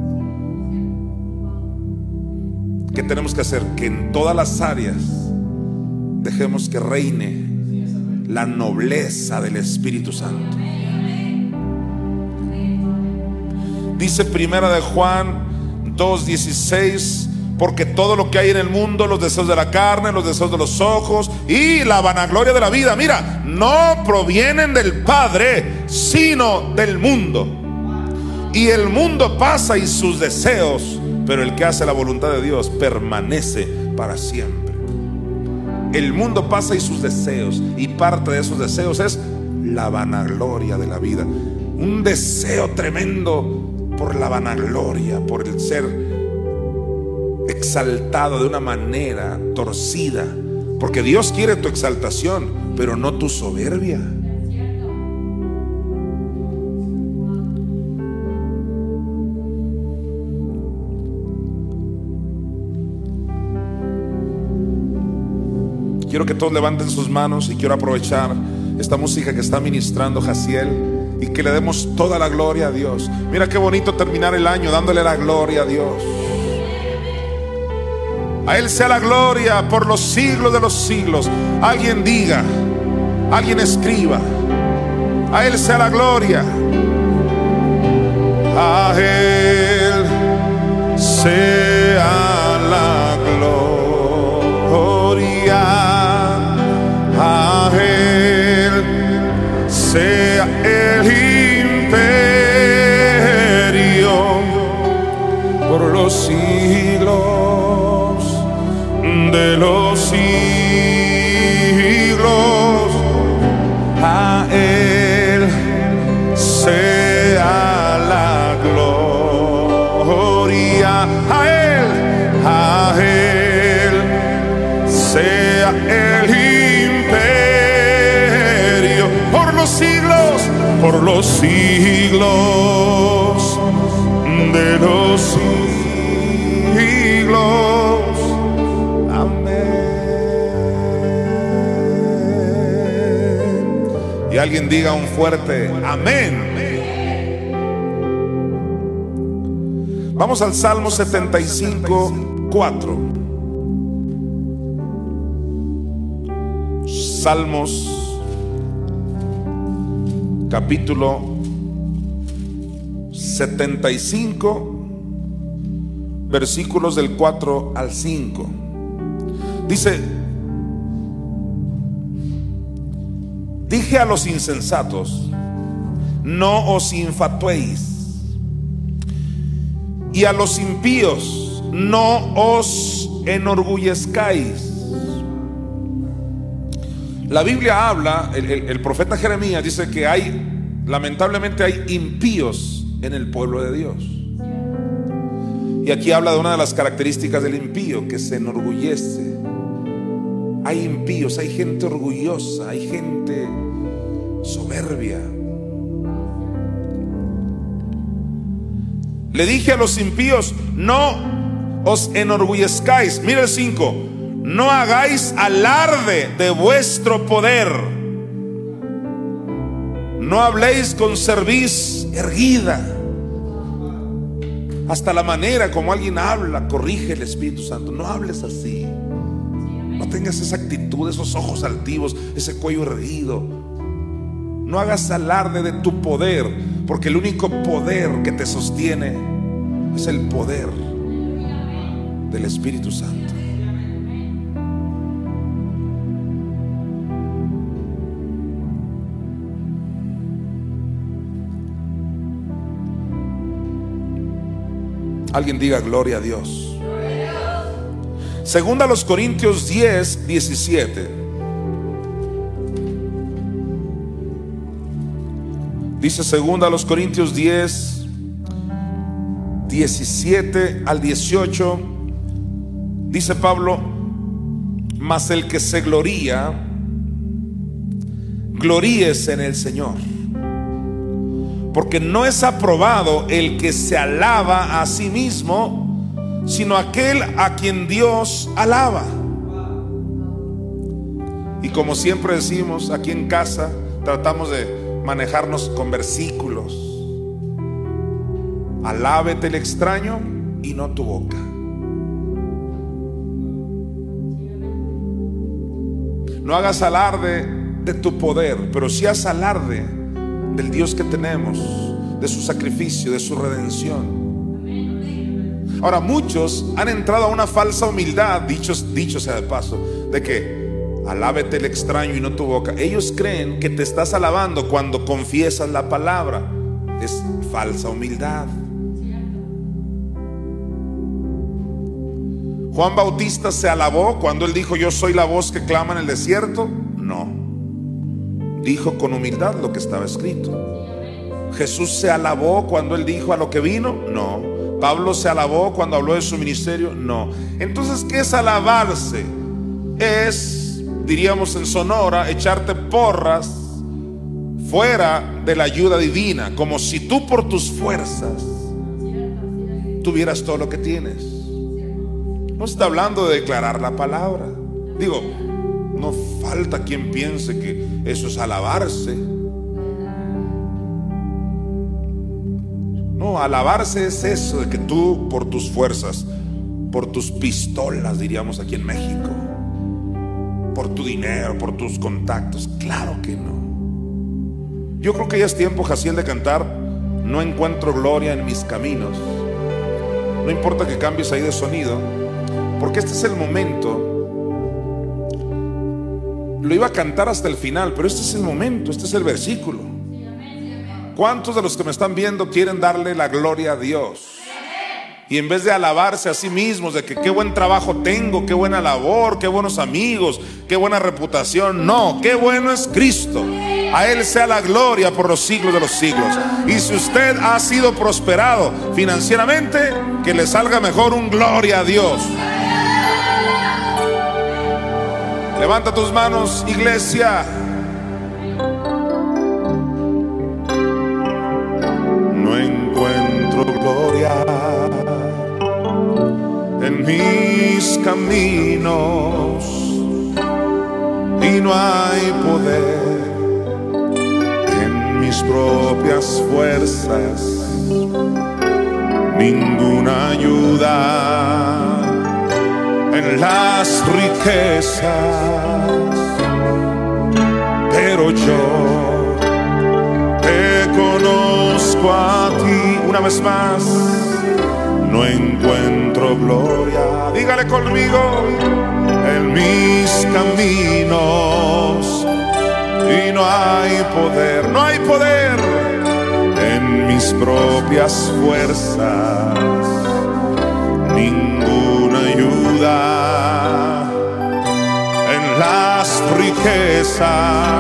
¿Qué tenemos que hacer? Que en todas las áreas dejemos que reine la nobleza del Espíritu Santo. Dice Primera de Juan dos dieciséis: porque todo lo que hay en el mundo, los deseos de la carne, los deseos de los ojos y la vanagloria de la vida, mira, no provienen del Padre, sino del mundo. Y el mundo pasa y sus deseos, pero el que hace la voluntad de Dios permanece para siempre. El mundo pasa y sus deseos, y parte de esos deseos es la vanagloria de la vida. Un deseo tremendo por la vanagloria, por el ser exaltado de una manera torcida, porque Dios quiere tu exaltación, pero no tu soberbia. Quiero que todos levanten sus manos y quiero aprovechar esta música que está ministrando Jaciel y que le demos toda la gloria a Dios. Mira qué bonito terminar el año dándole la gloria a Dios. A Él sea la gloria por los siglos de los siglos. Alguien diga, alguien escriba: a Él sea la gloria. A Él sea la gloria. A Él sea el imperio por los siglos de los siglos. A Él sea la gloria. A Él, a siglos, por los siglos de los siglos. Amén. Y alguien diga un fuerte amén. Vamos al Salmo setenta y cinco, cuatro. Salmos, capítulo setenta y cinco, versículos del cuatro al cinco. Dice: dije a los insensatos, no os infatuéis, y a los impíos, no os enorgullezcáis. La Biblia habla, el, el, el profeta Jeremías dice que hay, lamentablemente hay impíos en el pueblo de Dios. Y aquí habla de una de las características del impío, que se enorgullece. Hay impíos, hay gente orgullosa, hay gente soberbia. Le dije a los impíos, no os enorgullezcáis. Mira el cinco. No hagáis alarde de vuestro poder. No habléis con cerviz erguida. Hasta la manera como alguien habla corrige el Espíritu Santo. No hables así. No tengas esa actitud, esos ojos altivos, ese cuello erguido. No hagas alarde de tu poder, porque el único poder que te sostiene es el poder del Espíritu Santo. Alguien diga gloria a Dios. Segunda a los Corintios diez, diecisiete. Dice segunda a los Corintios diez, diecisiete al dieciocho. Dice Pablo: mas el que se gloría, gloríese en el Señor. Porque no es aprobado el que se alaba a sí mismo, sino aquel a quien Dios alaba. Y como siempre decimos aquí en casa, tratamos de manejarnos con versículos. Alábete el extraño y no tu boca. No hagas alarde de tu poder, pero sí haz alarde del Dios que tenemos, de su sacrificio, de su redención. Ahora, muchos han entrado a una falsa humildad, dicho, dicho sea de paso, de que alábete el extraño y no tu boca. Ellos creen que te estás alabando cuando confiesas la palabra. Es falsa humildad. Juan Bautista se alabó cuando él dijo: yo soy la voz que clama en el desierto. No. Dijo con humildad lo que estaba escrito. Jesús se alabó cuando él dijo a lo que vino. No. Pablo se alabó cuando habló de su ministerio. No. Entonces, ¿qué es alabarse? Es, diríamos en Sonora, echarte porras fuera de la ayuda divina, como si tú por tus fuerzas tuvieras todo lo que tienes. No está hablando de declarar la palabra. Digo, no falta quien piense que eso es alabarse. No, alabarse es eso, de que tú por tus fuerzas, por tus pistolas, diríamos aquí en México, por tu dinero, por tus contactos. Claro que no. Yo creo que ya es tiempo, Jaciel, de cantar No encuentro gloria en mis caminos. No importa que cambies ahí de sonido, porque este es el momento. Lo iba a cantar hasta el final, pero este es el momento, este es el versículo. ¿Cuántos de los que me están viendo quieren darle la gloria a Dios? Y en vez de alabarse a sí mismos de que qué buen trabajo tengo, qué buena labor, qué buenos amigos, qué buena reputación, no, qué bueno es Cristo. A Él sea la gloria por los siglos de los siglos. Y si usted ha sido prosperado financieramente, que le salga mejor un gloria a Dios. Levanta tus manos, iglesia. mis propias fuerzas, ninguna ayuda en las riquezas, pero yo te conozco a ti. Una vez más, no encuentro gloria, dígale conmigo, en mis caminos, y no hay poder, no hay poder en mis propias fuerzas, ninguna ayuda en las riquezas,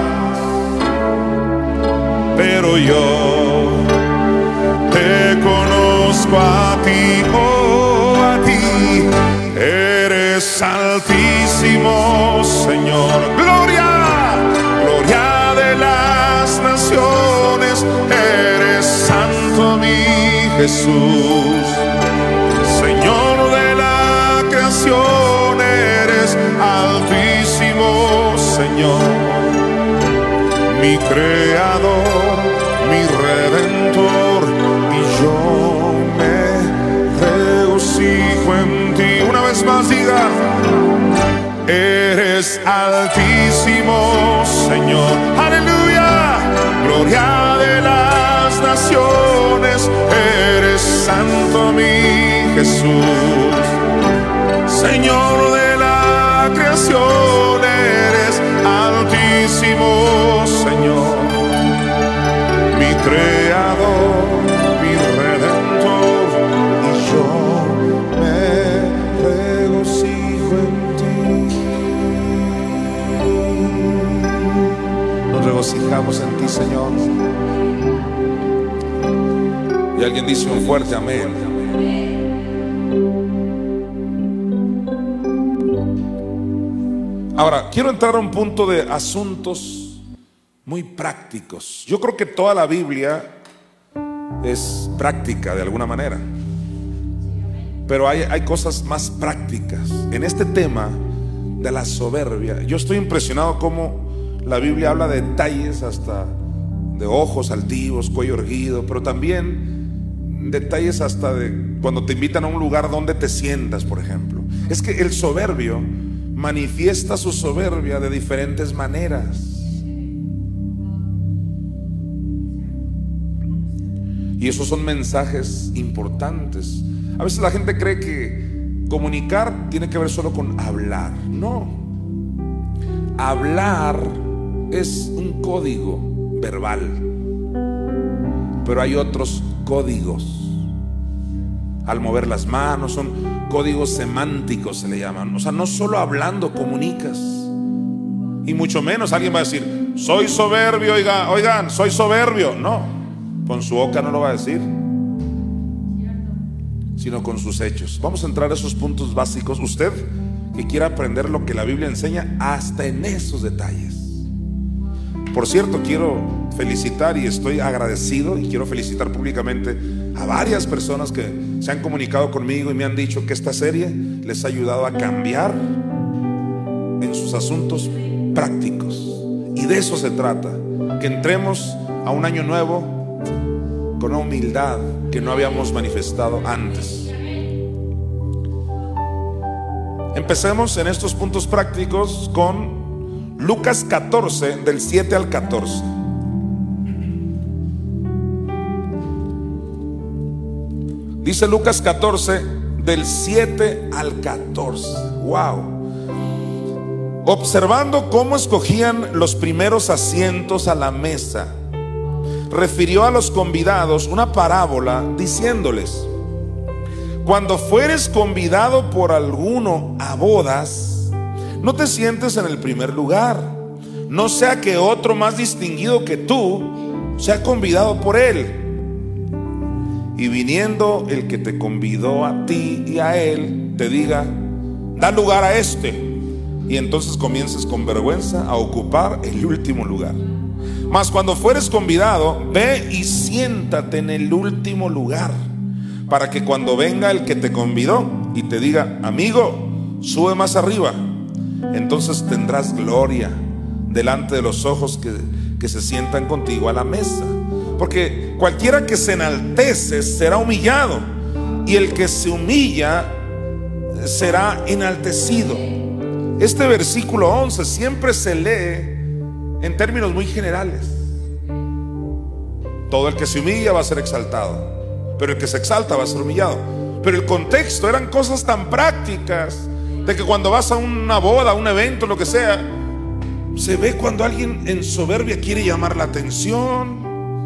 pero yo te conozco a ti, oh, a ti. Eres altísimo, Señor. Gloria, gloria de las naciones. Eres santo, mi Jesús. Señor de la creación, eres altísimo, Señor. Mi creador, mi redentor, y yo me regocijo en ti. Una vez más diga, eres altísimo, Señor. Aleluya, gloria de las naciones, eres santo, mi Jesús. Señor de la creación, eres altísimo, Señor. Mi creador, mi redentor, y yo me regocijo en ti. Nos regocijamos en ti, Señor. Y alguien dice un fuerte amén. Ahora, quiero entrar a un punto de asuntos muy prácticos. Yo creo que toda la Biblia es práctica de alguna manera, pero hay, hay cosas más prácticas. En este tema de la soberbia, yo estoy impresionado cómo la Biblia habla de detalles hasta de ojos altivos, cuello erguido, pero también detalles hasta de cuando te invitan a un lugar donde te sientas, por ejemplo. Es que el soberbio manifiesta su soberbia de diferentes maneras. Y esos son mensajes importantes. A veces la gente cree que comunicar tiene que ver solo con hablar. No. Hablar es un código verbal, pero hay otros códigos. Al mover las manos, son códigos semánticos, se le llaman. O sea, no solo hablando comunicas. Y mucho menos alguien va a decir, soy soberbio, oiga, oigan, soy soberbio. No, con su boca no lo va a decir, sino con sus hechos. Vamos a entrar a esos puntos básicos. Usted que quiera aprender lo que la Biblia enseña, hasta en esos detalles. Por cierto, quiero felicitar y estoy agradecido, y quiero felicitar públicamente a varias personas que se han comunicado conmigo y me han dicho que esta serie les ha ayudado a cambiar en sus asuntos prácticos. Y de eso se trata, que entremos a un año nuevo con una humildad que no habíamos manifestado antes. Empecemos en estos puntos prácticos con Lucas catorce, del siete al catorce. Dice Lucas catorce, del siete al catorce. Wow. Observando cómo escogían los primeros asientos a la mesa, refirió a los convidados una parábola diciéndoles: cuando fueres convidado por alguno a bodas, no te sientes en el primer lugar, no sea que otro más distinguido que tú sea convidado por él. Y viniendo el que te convidó a ti y a él, te diga: da lugar a este. Y entonces comiences con vergüenza a ocupar el último lugar. Mas cuando fueres convidado, ve y siéntate en el último lugar, para que cuando venga el que te convidó y te diga: amigo, sube más arriba, entonces tendrás gloria delante de los ojos que, que se sientan contigo a la mesa. Porque cualquiera que se enaltece será humillado, y el que se humilla será enaltecido. Este versículo once siempre se lee en términos muy generales. Todo el que se humilla va a ser exaltado, pero el que se exalta va a ser humillado. Pero el contexto eran cosas tan prácticas, de que cuando vas a una boda, a un evento, lo que sea, se ve cuando alguien en soberbia quiere llamar la atención.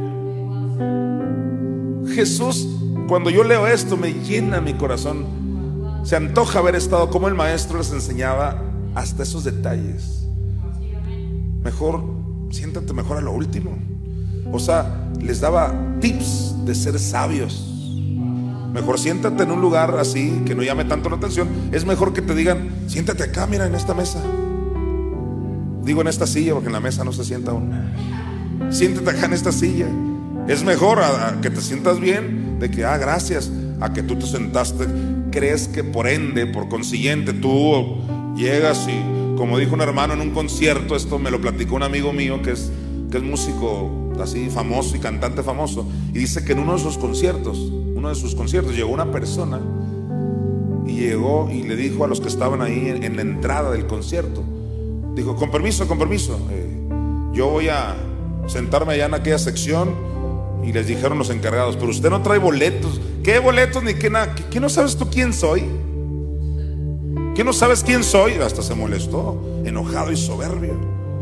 Jesús, cuando yo leo esto, me llena mi corazón. Se antoja haber estado como el maestro les enseñaba hasta esos detalles. Mejor, siéntate mejor a lo último. O sea, les daba tips de ser sabios. Mejor siéntate en un lugar así, que no llame tanto la atención. Es mejor que te digan, siéntate acá, mira, en esta mesa. Digo en esta silla, porque en la mesa no se sienta uno. Siéntate acá en esta silla. Es mejor a, a que te sientas bien, de que, ah, gracias, a que tú te sentaste. Crees que por ende, por consiguiente, tú llegas y, como dijo un hermano en un concierto, esto me lo platicó un amigo mío que es, que es músico así famoso y cantante famoso, y dice que en uno de sus conciertos, uno de sus conciertos, llegó una persona y llegó y le dijo a los que estaban ahí en, en la entrada del concierto, dijo, con permiso, con permiso, eh, yo voy a sentarme allá en aquella sección. Y les dijeron los encargados, pero usted no trae boletos. ¿Qué boletos ni qué nada? ¿Qué, qué no sabes tú quién soy? ¿Qué no sabes quién soy? Hasta se molestó, enojado y soberbio.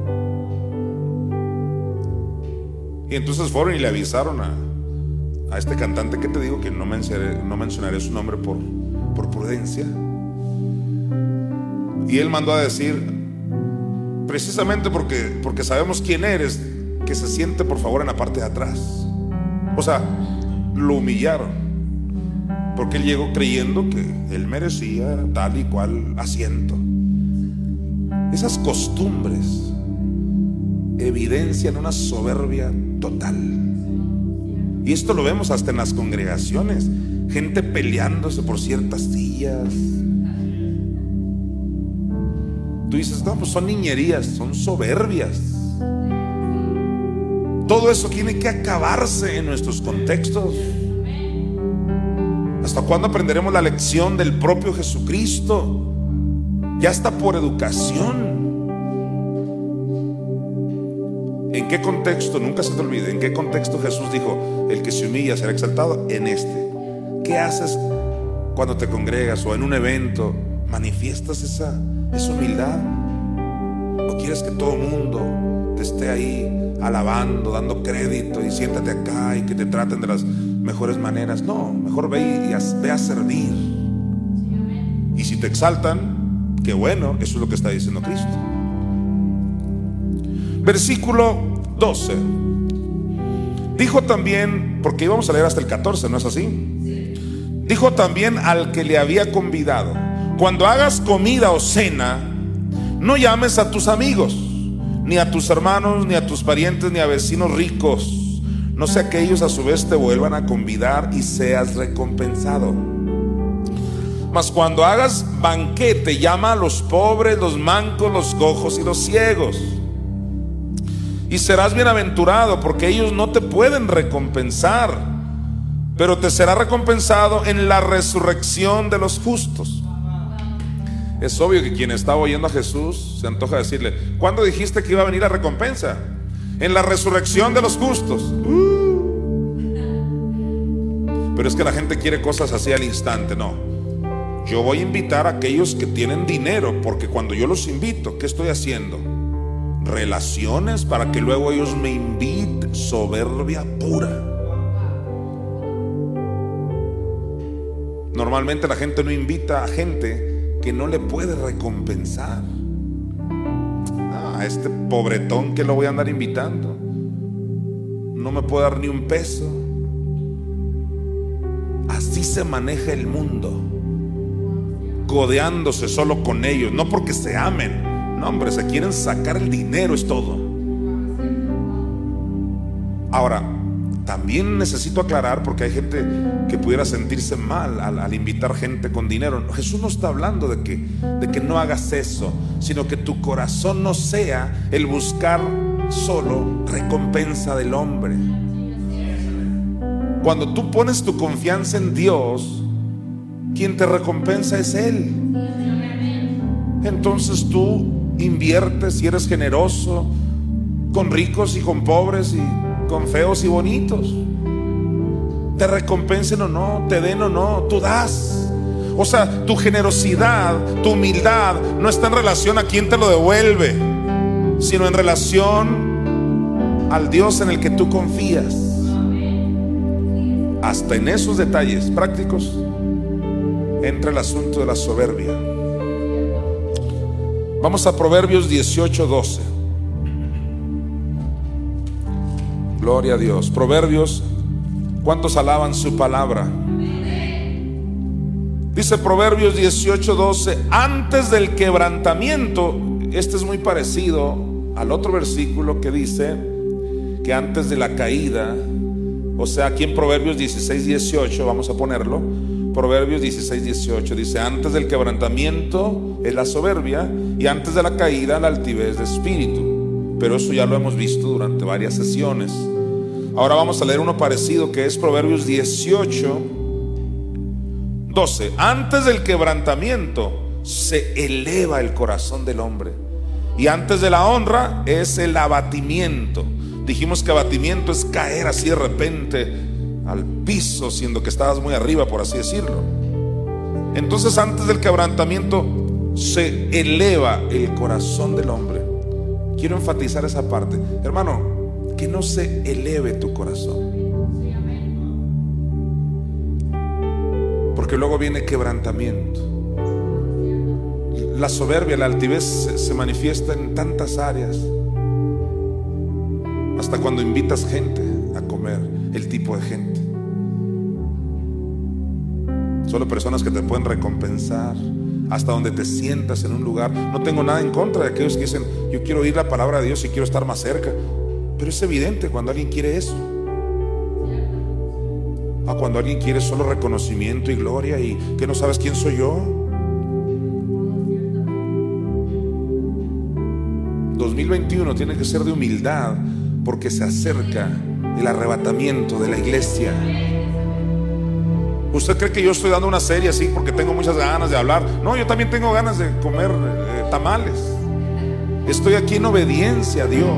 Y entonces fueron y le avisaron a, a este cantante que te digo, que no mencionaré, no mencionaré su nombre por, por prudencia. Y él mandó a decir, precisamente porque, porque sabemos quién eres, que se siente por favor en la parte de atrás. O sea, lo humillaron, porque él llegó creyendo que él merecía tal y cual asiento. Esas costumbres evidencian una soberbia total. Y esto lo vemos hasta en las congregaciones, gente peleándose por ciertas sillas. Tú dices, no, pues son niñerías, son soberbias. Todo eso tiene que acabarse en nuestros contextos. ¿Hasta cuándo aprenderemos la lección del propio Jesucristo? Ya está por educación. ¿En qué contexto? Nunca se te olvide. ¿En qué contexto Jesús dijo, el que se humilla será exaltado? En este. ¿Qué haces cuando te congregas o en un evento? ¿Manifiestas esa, esa humildad? ¿O quieres que todo el mundo te esté ahí alabando, dando crédito y siéntate acá y que te traten de las mejores maneras? No, mejor ve y ve a servir. Y si te exaltan, qué bueno, eso es lo que está diciendo Cristo. Versículo doce. Dijo también, porque íbamos a leer hasta el catorce, ¿no es así? Dijo también al que le había convidado, cuando hagas comida o cena, no llames a tus amigos, ni a tus hermanos, ni a tus parientes, ni a vecinos ricos, no sea que ellos a su vez te vuelvan a convidar y seas recompensado. Mas cuando hagas banquete, llama a los pobres, los mancos, los cojos y los ciegos, y serás bienaventurado, porque ellos no te pueden recompensar, pero te será recompensado en la resurrección de los justos. Es obvio que quien estaba oyendo a Jesús se antoja decirle, ¿cuándo dijiste que iba a venir la recompensa? En la resurrección de los justos. uh. Pero es que la gente quiere cosas así al instante. No, yo voy a invitar a aquellos que tienen dinero, porque cuando yo los invito, ¿qué estoy haciendo? Relaciones para que luego ellos me inviten. Soberbia pura. Normalmente la gente no invita a gente que no le puede recompensar. Ah, a este pobretón que lo voy a andar invitando, no me puede dar ni un peso. Así se maneja el mundo, codeándose solo con ellos, no porque se amen, no, hombre, se quieren sacar el dinero, es todo. Ahora, también necesito aclarar, porque hay gente que pudiera sentirse mal al, al invitar gente con dinero. Jesús no está hablando de que, de que no hagas eso, sino que tu corazón no sea el buscar solo recompensa del hombre. cuando tú pones tu confianza en Dios, quien te recompensa es Él. Entonces tú inviertes y eres generoso con ricos y con pobres y con feos y bonitos. Te recompensen o no, te den o no, tú das. O sea, tu generosidad, tu humildad no está en relación a quién te lo devuelve, sino en relación al Dios en el que tú confías. Hasta en esos detalles prácticos entra el asunto de la soberbia. Vamos a Proverbios dieciocho doce. Gloria a Dios. Proverbios, ¿cuántos alaban su palabra? Dice Proverbios dieciocho doce: antes del quebrantamiento. Este es muy parecido al otro versículo que dice que antes de la caída. O sea, aquí en Proverbios dieciséis dieciocho, vamos a ponerlo. Proverbios dieciséis dieciocho dice: antes del quebrantamiento es la soberbia, y antes de la caída la altivez de espíritu. Pero eso ya lo hemos visto durante varias sesiones. Ahora vamos a leer uno parecido, que es Proverbios dieciocho doce. Antes del quebrantamiento se eleva el corazón del hombre, y antes de la honra es el abatimiento. Dijimos que abatimiento es caer así de repente al piso, siendo que estabas muy arriba, por así decirlo. Entonces, antes del quebrantamiento se eleva el corazón del hombre. Quiero enfatizar esa parte, hermano, que no se eleve tu corazón, porque luego viene quebrantamiento. La soberbia, la altivez se, se manifiesta en tantas áreas. Hasta cuando invitas gente a comer, el tipo de gente. Solo personas que te pueden recompensar. Hasta donde te sientas en un lugar. No tengo nada en contra de aquellos que dicen: yo quiero oír la palabra de Dios y quiero estar más cerca. Pero es evidente cuando alguien quiere eso. A cuando alguien quiere solo reconocimiento y gloria, y que no sabes quién soy yo. dos mil veintiuno tiene que ser de humildad, porque se acerca el arrebatamiento de la iglesia. ¿Usted cree que yo estoy dando una serie así porque tengo muchas ganas de hablar? No, yo también tengo ganas de comer eh, tamales. Estoy aquí en obediencia a Dios.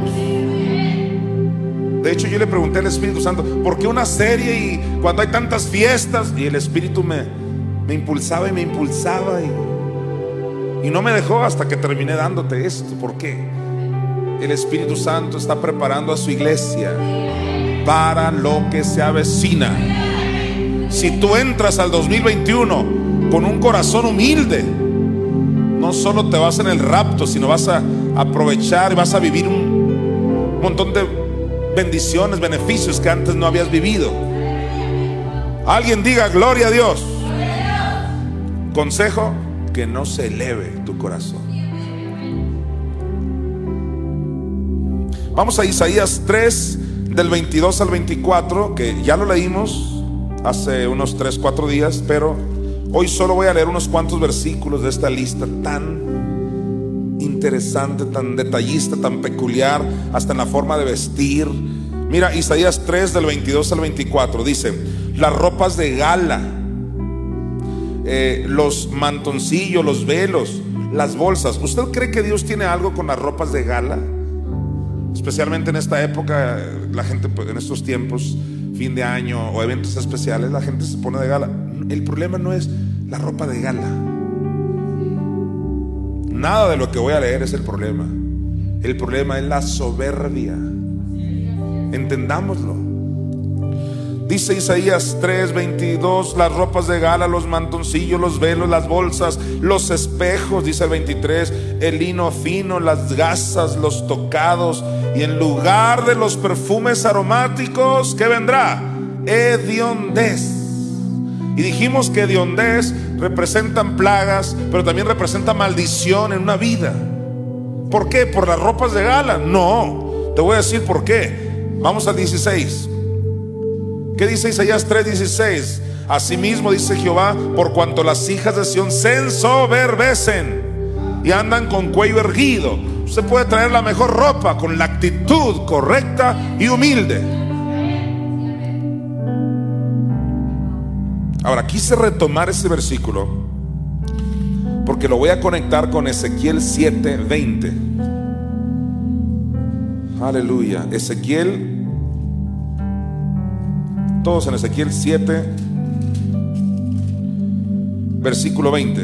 De hecho, yo le pregunté al Espíritu Santo: ¿por qué una serie y cuando hay tantas fiestas? Y el Espíritu me, me impulsaba y me impulsaba y, y no me dejó hasta que terminé dándote esto. ¿Por qué? El Espíritu Santo está preparando a su iglesia para lo que se avecina. Si tú entras al dos mil veintiuno con un corazón humilde, no solo te vas en el rapto, sino vas a aprovechar y vas a vivir un montón de bendiciones, beneficios que antes no habías vivido. Alguien diga gloria a Dios. Consejo: que no se eleve tu corazón. Vamos a Isaías tres, del veintidós al veinticuatro, que ya lo leímos hace unos tres, cuatro días, pero hoy solo voy a leer unos cuantos versículos de esta lista tan interesante, tan detallista, tan peculiar, hasta en la forma de vestir. Mira, Isaías tres, del veintidós al veinticuatro, dice: las ropas de gala, eh, los mantoncillos, los velos, las bolsas. ¿Usted cree que Dios tiene algo con las ropas de gala? Especialmente en esta época, la gente, en estos tiempos, fin de año o eventos especiales, la gente se pone de gala. El problema no es la ropa de gala. Nada de lo que voy a leer es el problema. El problema es la soberbia. Entendámoslo. Dice Isaías tres, veintidós: las ropas de gala, los mantoncillos, los velos, las bolsas, los espejos, dice el veintitrés, el lino fino, las gasas, los tocados, y en lugar de los perfumes aromáticos, ¿qué vendrá? Hediondez. Y dijimos que hediondez representan plagas, pero también representa maldición en una vida. ¿Por qué? ¿Por las ropas de gala? No, te voy a decir por qué. Vamos al dieciséis. ¿Qué dice Isaías tres dieciséis? Asimismo dice Jehová: por cuanto las hijas de Sión se ensoberbecen y andan con cuello erguido. Usted puede traer la mejor ropa con la actitud correcta y humilde. Ahora, quise retomar ese versículo porque lo voy a conectar con Ezequiel siete veinte. Aleluya. Ezequiel, todos en Ezequiel siete, versículo veinte.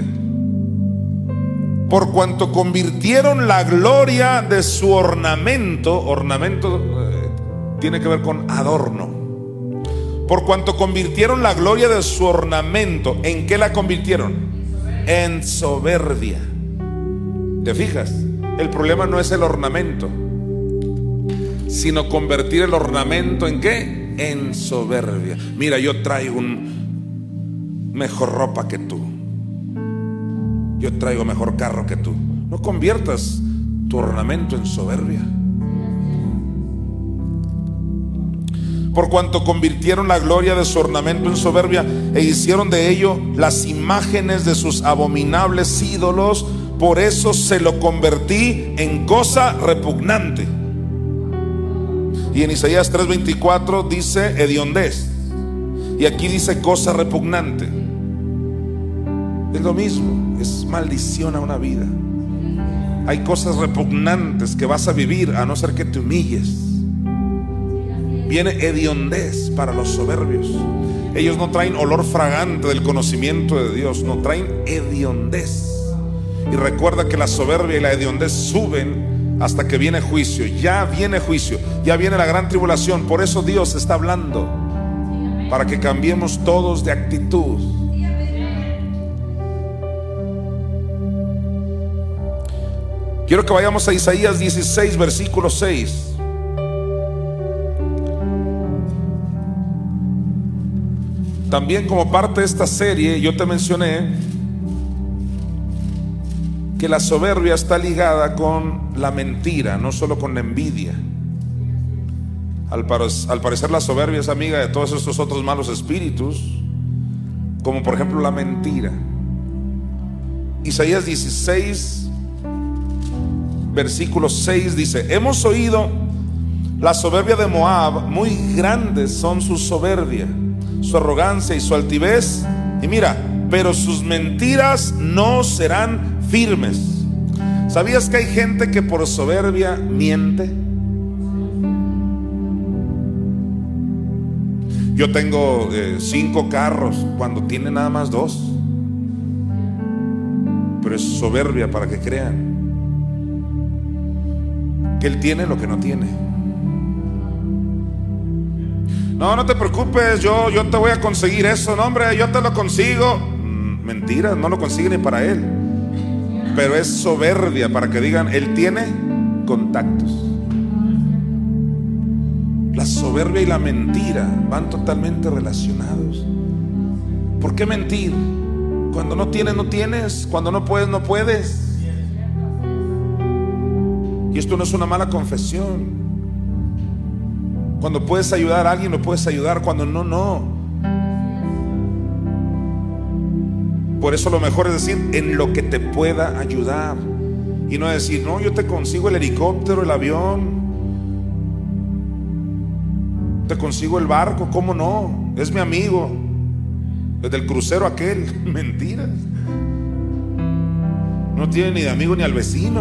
Por cuanto convirtieron la gloria de su ornamento, ornamento eh, tiene que ver con adorno. Por cuanto convirtieron la gloria de su ornamento, ¿en qué la convirtieron? En soberbia. ¿Te fijas? El problema no es el ornamento, sino convertir el ornamento ¿en qué? En soberbia. Mira, yo traigo un mejor ropa que tú, yo traigo mejor carro que tú. No conviertas tu ornamento en soberbia. Por cuanto convirtieron la gloria de su ornamento en soberbia e hicieron de ello las imágenes de sus abominables ídolos, por eso se lo convertí en cosa repugnante. Y en Isaías tres veinticuatro dice hediondez, y aquí dice cosa repugnante. Es lo mismo, es maldición a una vida. Hay cosas repugnantes que vas a vivir a no ser que te humilles. Viene hediondez para los soberbios. Ellos no traen olor fragante del conocimiento de Dios, no traen hediondez. Y recuerda que la soberbia y la hediondez suben hasta que viene juicio. Ya viene juicio, ya viene la gran tribulación. Por eso Dios está hablando, para que cambiemos todos de actitud. Quiero que vayamos a Isaías dieciséis, versículo seis. También como parte de esta serie yo te mencioné que la soberbia está ligada con la mentira, no solo con la envidia. Al, al parecer la soberbia es amiga de todos estos otros malos espíritus, como por ejemplo la mentira. Isaías dieciséis, versículo seis dice: hemos oído la soberbia de Moab, muy grandes son su soberbia, su arrogancia y su altivez, y mira, pero sus mentiras no serán firmes. ¿Sabías que hay gente que por soberbia miente? Yo tengo eh, cinco carros cuando tiene nada más dos, pero es soberbia para que crean que él tiene lo que no tiene. No, no te preocupes, yo, yo te voy a conseguir eso. No, hombre, yo te lo consigo. mm, Mentira, no lo consigue ni para él. Pero es soberbia para que digan, él tiene contactos. La soberbia y la mentira van totalmente relacionados. ¿Por qué mentir? Cuando no tienes, no tienes. Cuando no puedes, no puedes. Y esto no es una mala confesión. Cuando puedes ayudar a alguien, lo puedes ayudar. Cuando no, no. Por eso lo mejor es decir, en lo que te pueda ayudar. Y no decir, no, yo te consigo el helicóptero, el avión, te consigo el barco. ¿Cómo no? Es mi amigo, desde el crucero aquel. Mentiras. No tiene ni de amigo ni al vecino,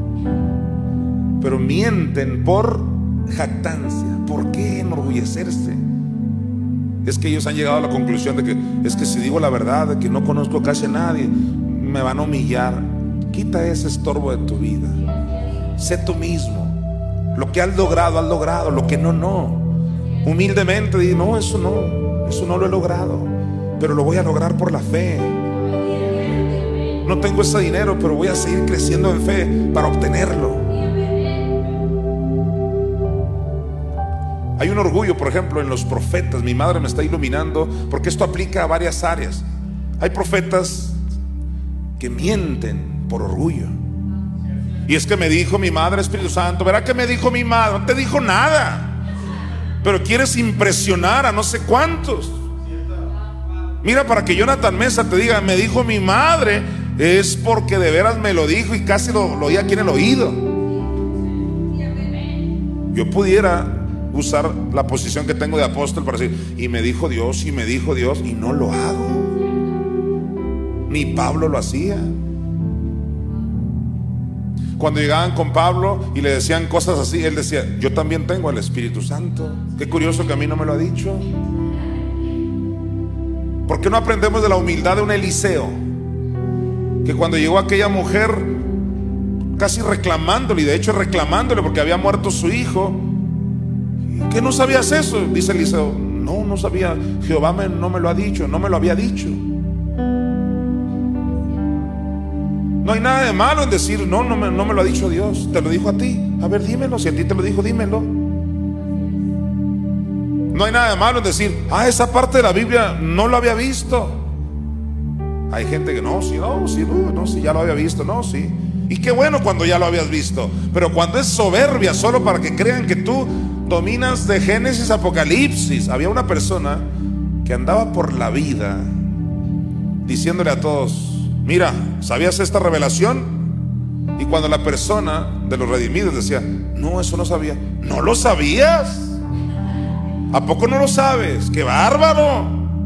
pero mienten por jactancia. ¿Por qué enorgullecerse? Es que ellos han llegado a la conclusión de que es que si digo la verdad, de que no conozco casi a nadie, me van a humillar. Quita ese estorbo de tu vida. Sé tú mismo. Lo que has logrado, has logrado. Lo que no, no. Humildemente di, no, eso no, eso no lo he logrado, pero lo voy a lograr por la fe. No tengo ese dinero, pero voy a seguir creciendo en fe para obtenerlo. Hay un orgullo, por ejemplo, en los profetas. Mi madre me está iluminando porque esto aplica a varias áreas. Hay profetas que mienten por orgullo. Y es que me dijo mi madre, Espíritu Santo. ¿Verá que me dijo mi madre? No te dijo nada, pero quieres impresionar a no sé cuántos. Mira, para que Jonathan Mesa te diga, me dijo mi madre, es porque de veras me lo dijo y casi lo, lo oí aquí en el oído. Yo pudiera usar la posición que tengo de apóstol para decir, y me dijo Dios, y me dijo Dios, y no lo hago. Ni Pablo lo hacía. Cuando llegaban con Pablo y le decían cosas así, él decía, yo también tengo el Espíritu Santo. Qué curioso que a mí no me lo ha dicho. ¿Por qué no aprendemos de la humildad de un Eliseo? Que cuando llegó aquella mujer casi reclamándole, y de hecho reclamándole porque había muerto su hijo, ¿qué no sabías eso? Dice Eliseo, no, no sabía, Jehová me, no me lo ha dicho, no me lo había dicho. No hay nada de malo en decir, no, no me, no me lo ha dicho Dios, te lo dijo a ti. A ver, dímelo, si a ti te lo dijo, dímelo. No hay nada de malo en decir, ah, esa parte de la Biblia no lo había visto. Hay gente que no, sí, no, sí, no, no, sí, ya lo había visto, no, sí. Y qué bueno cuando ya lo habías visto. Pero cuando es soberbia solo para que crean que tú dominas de Génesis a Apocalipsis. Había una persona que andaba por la vida diciéndole a todos, mira, ¿sabías esta revelación? Y cuando la persona de los redimidos decía, no, eso no sabía. ¿No lo sabías? ¿A poco no lo sabes? ¡Qué bárbaro!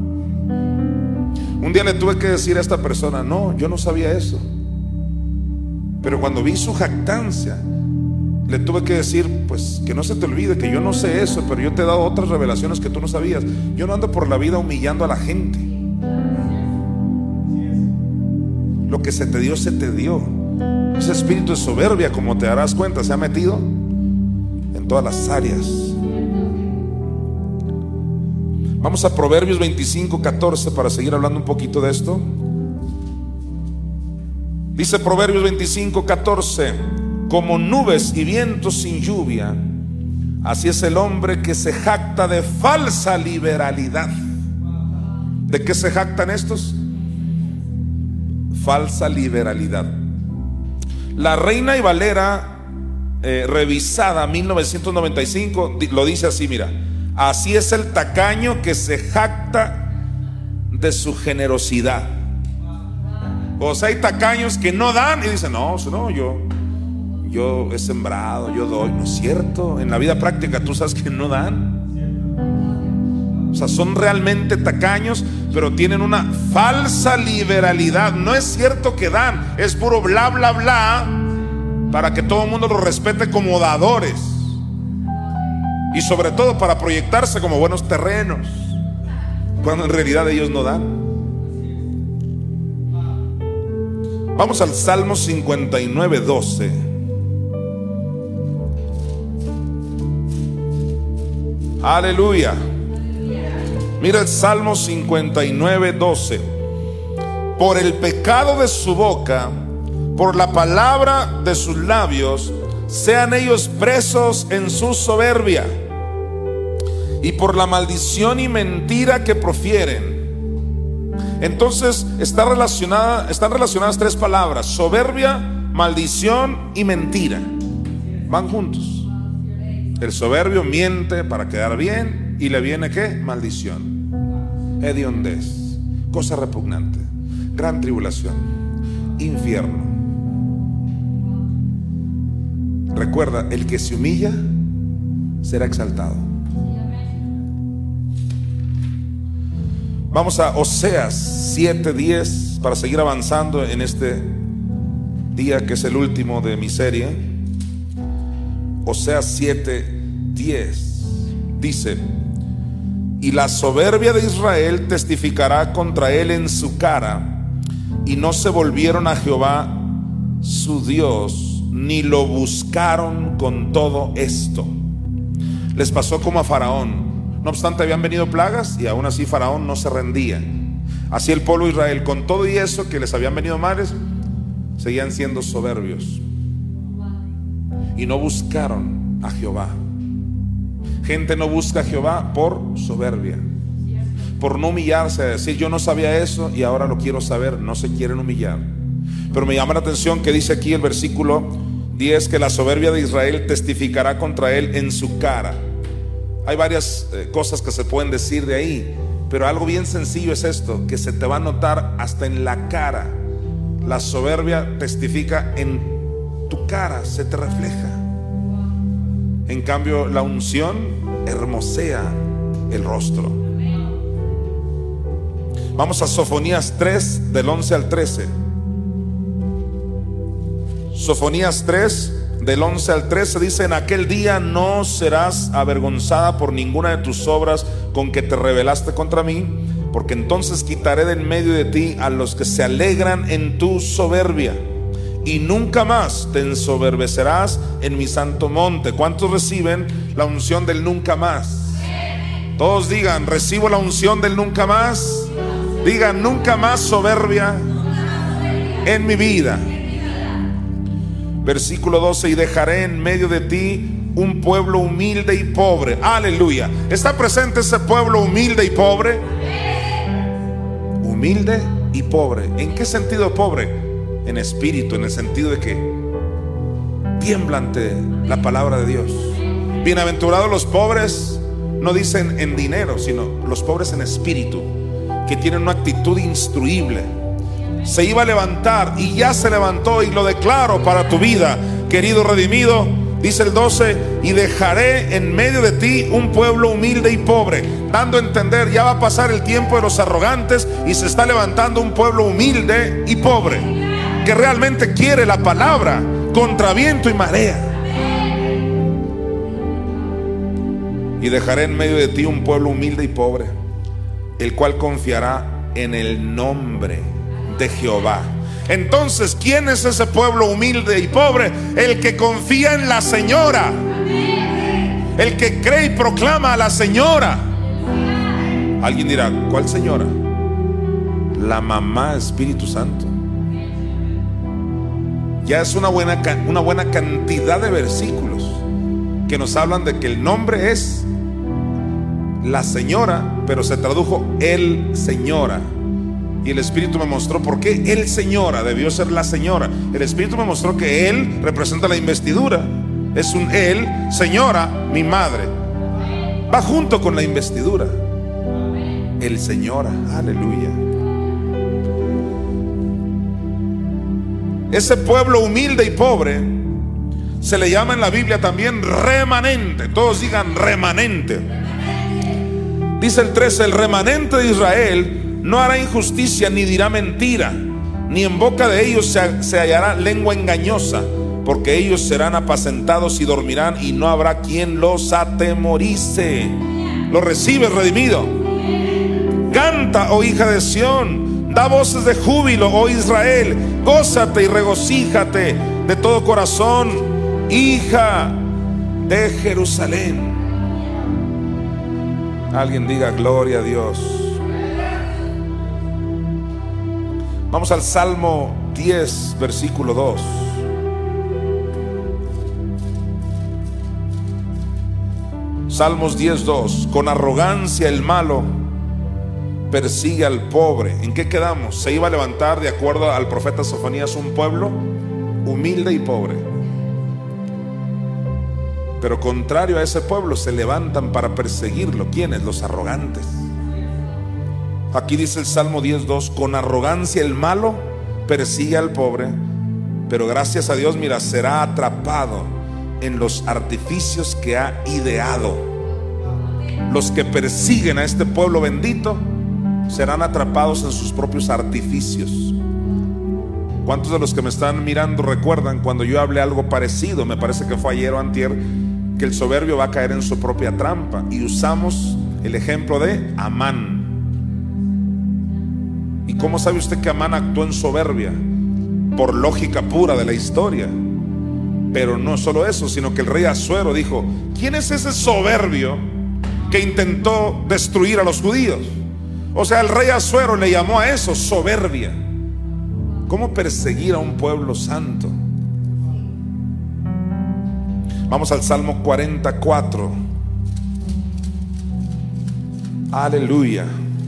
Un día le tuve que decir a esta persona, no, yo no sabía eso. Pero cuando vi su jactancia, le tuve que decir, pues que no se te olvide que yo no sé eso, pero yo te he dado otras revelaciones que tú no sabías. Yo no ando por la vida humillando a la gente. Lo que se te dio, se te dio. Ese espíritu de soberbia, como te darás cuenta, se ha metido en todas las áreas. Vamos a Proverbios veinticinco, catorce para seguir hablando un poquito de esto. Dice Proverbios veinticinco, catorce: como nubes y vientos sin lluvia, así es el hombre que se jacta de falsa liberalidad. ¿De qué se jactan estos? Falsa liberalidad. La Reina y Valera eh, revisada mil novecientos noventa y cinco lo dice así, mira: así es el tacaño que se jacta de su generosidad. O sea, hay tacaños que no dan y dicen, no, no, yo yo he sembrado, yo doy. No es cierto. En la vida práctica tú sabes que no dan. O sea, son realmente tacaños, pero tienen una falsa liberalidad. No es cierto que dan, es puro bla bla bla para que todo el mundo los respete como dadores, y sobre todo para proyectarse como buenos terrenos, cuando en realidad ellos no dan. Vamos al Salmo cincuenta y nueve, doce. Aleluya. Mira el Salmo cincuenta y nueve, doce. Por el pecado de su boca, por la palabra de sus labios, sean ellos presos en su soberbia, y por la maldición y mentira que profieren. Entonces está relacionada, están relacionadas tres palabras: soberbia, maldición y mentira. Van juntos. El soberbio miente para quedar bien, y le viene ¿qué? Maldición, hediondez, cosa repugnante, gran tribulación, infierno. Recuerda, el que se humilla será exaltado. Vamos a Oseas siete, diez para seguir avanzando en este día que es el último de mi serie. Oseas siete, diez dice: y la soberbia de Israel testificará contra él en su cara, y no se volvieron a Jehová su Dios, ni lo buscaron con todo esto. Les pasó como a Faraón. No obstante, habían venido plagas y aún así Faraón no se rendía. Así el pueblo de Israel, con todo y eso que les habían venido males, seguían siendo soberbios y no buscaron a Jehová. Gente no busca a Jehová por soberbia, por no humillarse, a decir yo no sabía eso y ahora lo quiero saber. No se quieren humillar. Pero me llama la atención que dice aquí el versículo diez que la soberbia de Israel testificará contra él en su cara. Hay varias eh, cosas que se pueden decir de ahí, pero algo bien sencillo es esto, que se te va a notar hasta en la cara. La soberbia testifica en tu cara, se te refleja. En cambio, la unción hermosea el rostro. Vamos a Sofonías tres, del once al trece. Sofonías tres, del once al trece dice: en aquel día no serás avergonzada por ninguna de tus obras con que te rebelaste contra mí, porque entonces quitaré de en medio de ti a los que se alegran en tu soberbia, y nunca más te ensoberbecerás en mi santo monte. ¿Cuántos reciben la unción del nunca más? Todos digan: recibo la unción del nunca más. Digan: nunca más soberbia en mi vida. Versículo doce: y dejaré en medio de ti un pueblo humilde y pobre. Aleluya. ¿Está presente ese pueblo humilde y pobre? Humilde y pobre. ¿En qué sentido pobre? En espíritu, en el sentido de que tiembla ante la palabra de Dios. Bienaventurados los pobres, no dicen en dinero, sino los pobres en espíritu, que tienen una actitud instruible. Se iba a levantar y ya se levantó, y lo declaro para tu vida, querido redimido. Dice el doce: y dejaré en medio de ti un pueblo humilde y pobre, dando a entender, ya va a pasar el tiempo de los arrogantes y se está levantando un pueblo humilde y pobre, que realmente quiere la palabra contra viento y marea. Y dejaré en medio de ti un pueblo humilde y pobre, el cual confiará en el nombre de Jehová. Entonces, ¿quién es ese pueblo humilde y pobre? El que confía en la señora, el que cree y proclama a la señora. Alguien dirá: ¿cuál señora? La mamá Espíritu Santo. Ya es una buena, una buena cantidad de versículos que nos hablan de que el nombre es la señora, pero se tradujo el señora. Y el Espíritu me mostró por qué el señora debió ser la señora. El Espíritu me mostró que él representa la investidura. Es un él, señora, mi madre. Va junto con la investidura. El señora, aleluya. Ese pueblo humilde y pobre se le llama en la Biblia también remanente. Todos digan remanente. Dice el trece: el remanente de Israel no hará injusticia ni dirá mentira, ni en boca de ellos se, se hallará lengua engañosa, porque ellos serán apacentados y dormirán, y no habrá quien los atemorice. ¿Lo recibes, redimido? Canta, oh hija de Sión, da voces de júbilo, oh Israel, gózate y regocíjate de todo corazón, hija de Jerusalén. Alguien diga: gloria a Dios. Vamos al Salmo diez, versículo dos. Salmos diez, dos. Con arrogancia el malo persigue al pobre. ¿En qué quedamos? Se iba a levantar, de acuerdo al profeta Sofonías, un pueblo humilde y pobre. Pero contrario a ese pueblo se levantan para perseguirlo. ¿Quiénes? Los arrogantes. Aquí dice el Salmo diez, dos: con arrogancia el malo persigue al pobre, pero gracias a Dios, mira, será atrapado en los artificios que ha ideado. Los que persiguen a este pueblo bendito serán atrapados en sus propios artificios. ¿Cuántos de los que me están mirando recuerdan cuando yo hablé algo parecido? Me parece que fue ayer o antier, que el soberbio va a caer en su propia trampa, y usamos el ejemplo de Amán. ¿Y cómo sabe usted que Amán actuó en soberbia? Por lógica pura de la historia. Pero no solo eso, sino que el rey Asuero dijo: ¿quién es ese soberbio que intentó destruir a los judíos? O sea, el rey Asuero le llamó a eso soberbia. ¿Cómo perseguir a un pueblo santo? Vamos al Salmo cuarenta y cuatro. Aleluya.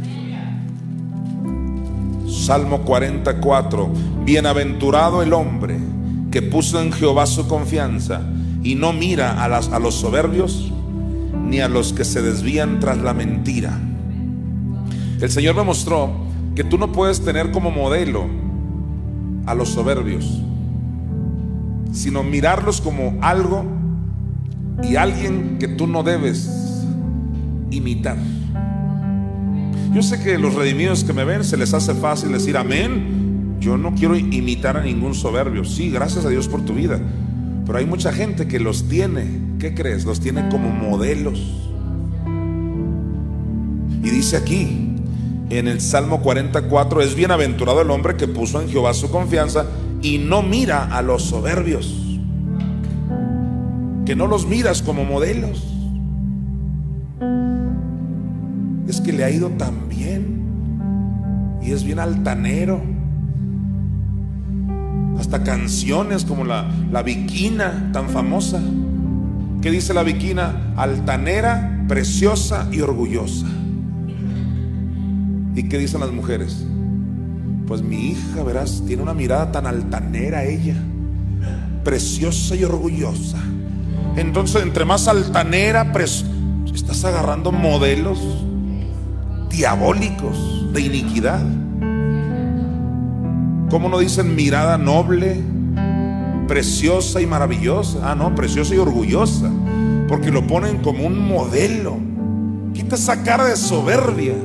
Salmo cuarenta y cuatro. Bienaventurado el hombre que puso en Jehová su confianza y no mira a, las, a los soberbios ni a los que se desvían tras la mentira. El Señor me mostró que tú no puedes tener como modelo a los soberbios, sino mirarlos como algo y alguien que tú no debes imitar. Yo sé que los redimidos que me ven se les hace fácil decir amén. Yo no quiero imitar a ningún soberbio. Sí, gracias a Dios por tu vida. Pero hay mucha gente que los tiene, ¿qué crees? Los tiene como modelos. Y dice aquí en el Salmo cuarenta y cuatro: es bienaventurado el hombre que puso en Jehová su confianza y no mira a los soberbios. Que no los miras como modelos. Es que le ha ido tan bien y es bien altanero. Hasta canciones como la, la Viquina, tan famosa. ¿Qué dice la Viquina? Altanera, preciosa y orgullosa. ¿Y qué dicen las mujeres? Pues mi hija, verás, tiene una mirada tan altanera ella, preciosa y orgullosa. Entonces, entre más altanera, pres- estás agarrando modelos diabólicos de iniquidad. ¿Cómo no dicen mirada noble, preciosa y maravillosa? Ah, no, preciosa y orgullosa, porque lo ponen como un modelo. Quita esa cara de soberbia.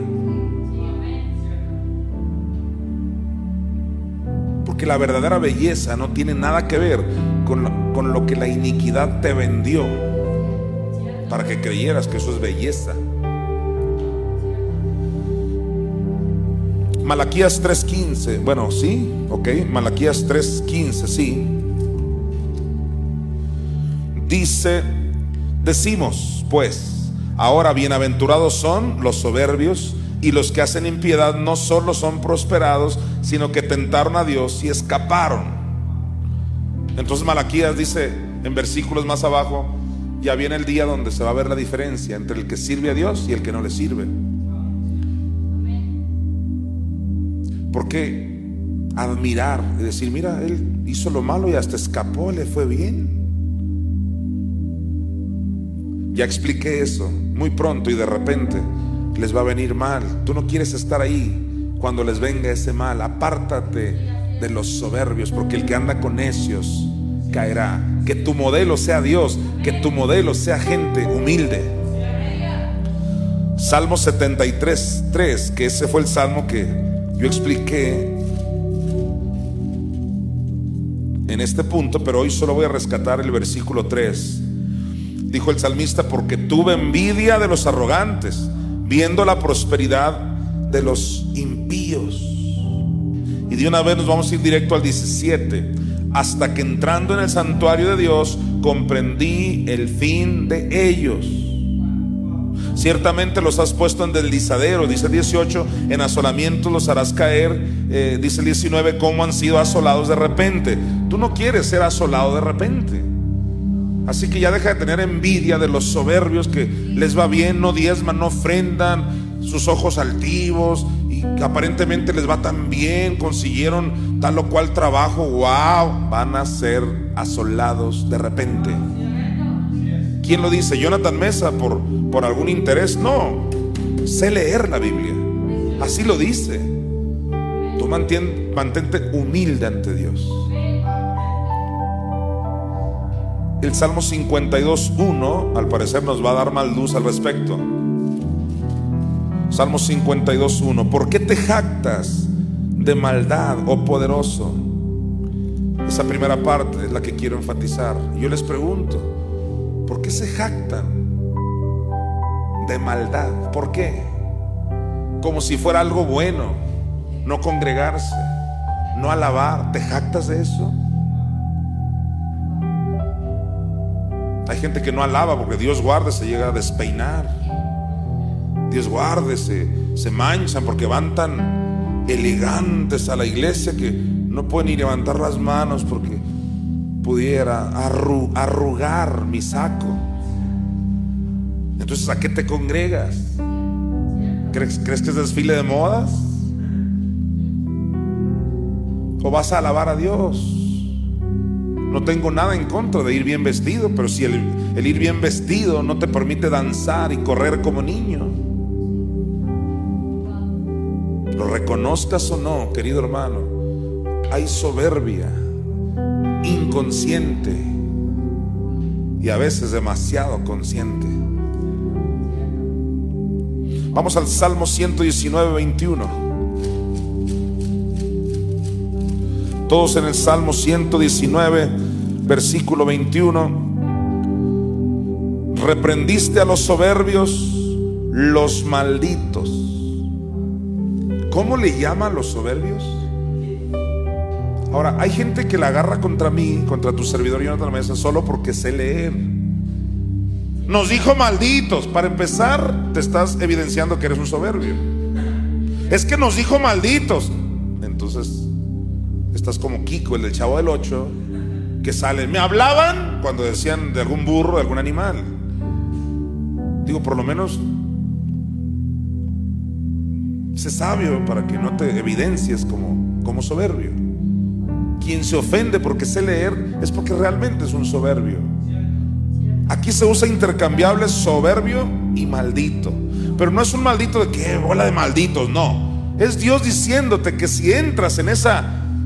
Porque la verdadera belleza no tiene nada que ver con lo, con lo que la iniquidad te vendió para que creyeras que eso es belleza. Malaquías tres quince. Bueno, sí, ok, Malaquías tres quince, sí. Dice, decimos pues, ahora bienaventurados son los soberbios y los que hacen impiedad, no solo son prosperados, sino que tentaron a Dios y escaparon. Entonces Malaquías dice en versículos más abajo: ya viene el día donde se va a ver la diferencia entre el que sirve a Dios y el que no le sirve. Porque admirar y decir, mira, él hizo lo malo y hasta escapó, le fue bien. Ya expliqué eso muy pronto y de repente les va a venir mal. Tú no quieres estar ahí cuando les venga ese mal. Apártate de los soberbios, porque el que anda con necios caerá. Que tu modelo sea Dios, que tu modelo sea gente humilde. Salmo setenta y tres, tres, que ese fue el salmo que yo expliqué en este punto, pero hoy solo voy a rescatar el versículo tres. Dijo el salmista: porque tuve envidia de los arrogantes, viendo la prosperidad de los impíos. Y de una vez nos vamos a ir directo al diecisiete. Hasta que entrando en el santuario de Dios comprendí el fin de ellos. Ciertamente los has puesto en deslizadero, dice el dieciocho, en asolamiento los harás caer. eh, Dice el diecinueve, cómo han sido asolados de repente. Tú no quieres ser asolado de repente. Así que ya deja de tener envidia de los soberbios que les va bien, no diezman, no ofrendan, sus ojos altivos, y aparentemente les va tan bien, consiguieron tal o cual trabajo. Wow, van a ser asolados de repente. ¿Quién lo dice? ¿Jonathan Mesa por, por algún interés? No, sé leer la Biblia, así lo dice. Tú mantén, mantente humilde ante Dios. El Salmo cincuenta y dos, uno, al parecer nos va a dar más luz al respecto. Salmo cincuenta y dos, uno. ¿Por qué te jactas de maldad, oh poderoso? Esa primera parte es la que quiero enfatizar. Yo les pregunto, ¿por qué se jactan de maldad? ¿Por qué? Como si fuera algo bueno no congregarse, no alabar. ¿Te jactas de eso? Hay gente que no alaba porque Dios guarde, se llega a despeinar. Dios guarde, se, se manchan porque van tan elegantes a la iglesia que no pueden ni levantar las manos porque pudiera arru, arrugar mi saco. Entonces, ¿a qué te congregas? ¿Crees, ¿Crees que es desfile de modas? ¿O vas a alabar a Dios? No tengo nada en contra de ir bien vestido, pero si el, el ir bien vestido no te permite danzar y correr como niño, lo reconozcas o no, querido hermano, hay soberbia inconsciente y a veces demasiado consciente. Vamos al Salmo ciento diecinueve, veintiuno. Todos en el Salmo ciento diecinueve, versículo veintiuno. Reprendiste a los soberbios, los malditos. ¿Cómo le llama a los soberbios? Ahora, hay gente que la agarra contra mí, contra tu servidor Jonathan Mesa, solo porque sé leer. Nos dijo malditos. Para empezar, te estás evidenciando que eres un soberbio. Es que nos dijo malditos. Entonces, estás como Kiko, el del Chavo del Ocho, que sale. Me hablaban cuando decían de algún burro, de algún animal. Digo, por lo menos sé sabio para que no te evidencies como, como soberbio. Quien se ofende porque sé leer es porque realmente es un soberbio. Aquí se usa intercambiable soberbio y maldito, pero no es un maldito de que bola de malditos, no. Es Dios diciéndote que si entras en esa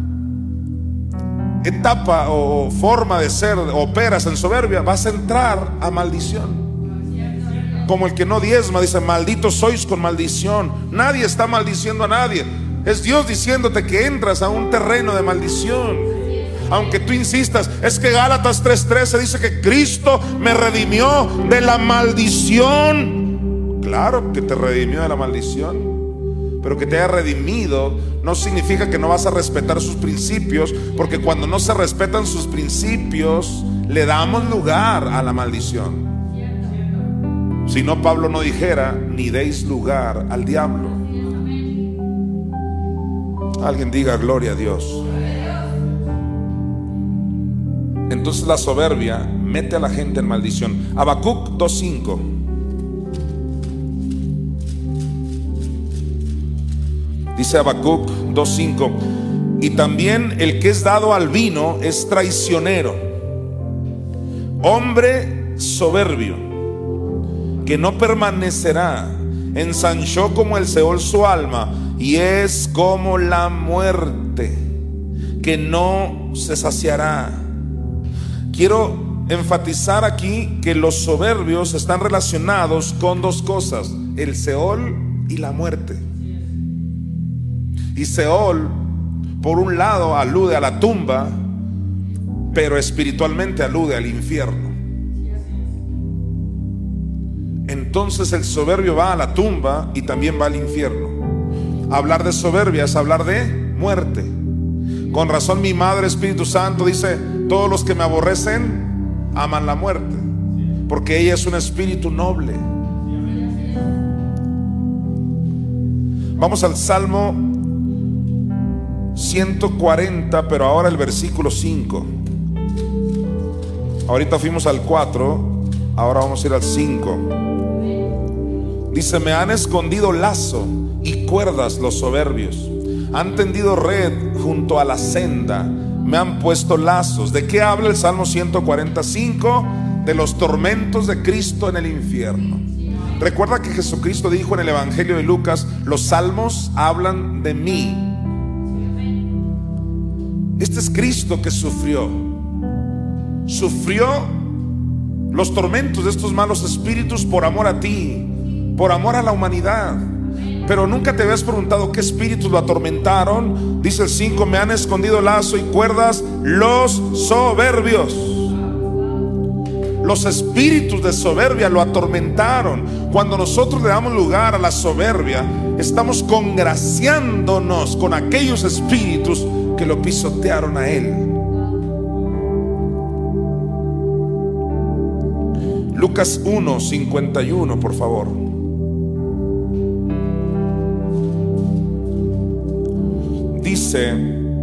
etapa o forma de ser, operas en soberbia, vas a entrar a maldición. Como el que no diezma, dice: malditos sois con maldición. Nadie está maldiciendo a nadie. Es Dios diciéndote que entras a un terreno de maldición. Aunque tú insistas, es que Gálatas tres trece dice que Cristo me redimió de la maldición. Claro que te redimió de la maldición, pero que te haya redimido no significa que no vas a respetar sus principios, porque cuando no se respetan sus principios, le damos lugar a la maldición. Si no, Pablo no dijera: ni deis lugar al diablo. Alguien diga gloria a Dios. Entonces la soberbia mete a la gente en maldición. Habacuc dos cinco. Dice Habacuc dos cinco: y también el que es dado al vino es traicionero, hombre soberbio, que no permanecerá. Ensanchó como el Seol su alma, y es como la muerte, que no se saciará. Quiero enfatizar aquí que los soberbios están relacionados con dos cosas: el Seol y la muerte. Y Seol, por un lado, alude a la tumba, pero espiritualmente alude al infierno. Entonces el soberbio va a la tumba y también va al infierno. Hablar de soberbia es hablar de muerte. Con razón mi Madre Espíritu Santo dice: todos los que me aborrecen aman la muerte, porque ella es un espíritu noble. Vamos al Salmo ciento cuarenta, pero ahora el versículo cinco. Ahorita fuimos al cuatro, ahora vamos a ir al cinco. Dice: me han escondido lazo y cuerdas los soberbios, han tendido red junto a la senda, me han puesto lazos. ¿De qué habla el Salmo ciento cuarenta y cinco? De los tormentos de Cristo en el infierno. Recuerda que Jesucristo dijo en el Evangelio de Lucas: los salmos hablan de mí. Este es Cristo que sufrió Sufrió los tormentos de estos malos espíritus por amor a ti, por amor a la humanidad. Pero nunca te habías preguntado qué espíritus lo atormentaron. Dice el cinco: me han escondido lazo y cuerdas los soberbios. Los espíritus de soberbia lo atormentaron. Cuando nosotros le damos lugar a la soberbia, estamos congraciándonos con aquellos espíritus que lo pisotearon a él. Lucas uno cincuenta y uno, por favor. Dice: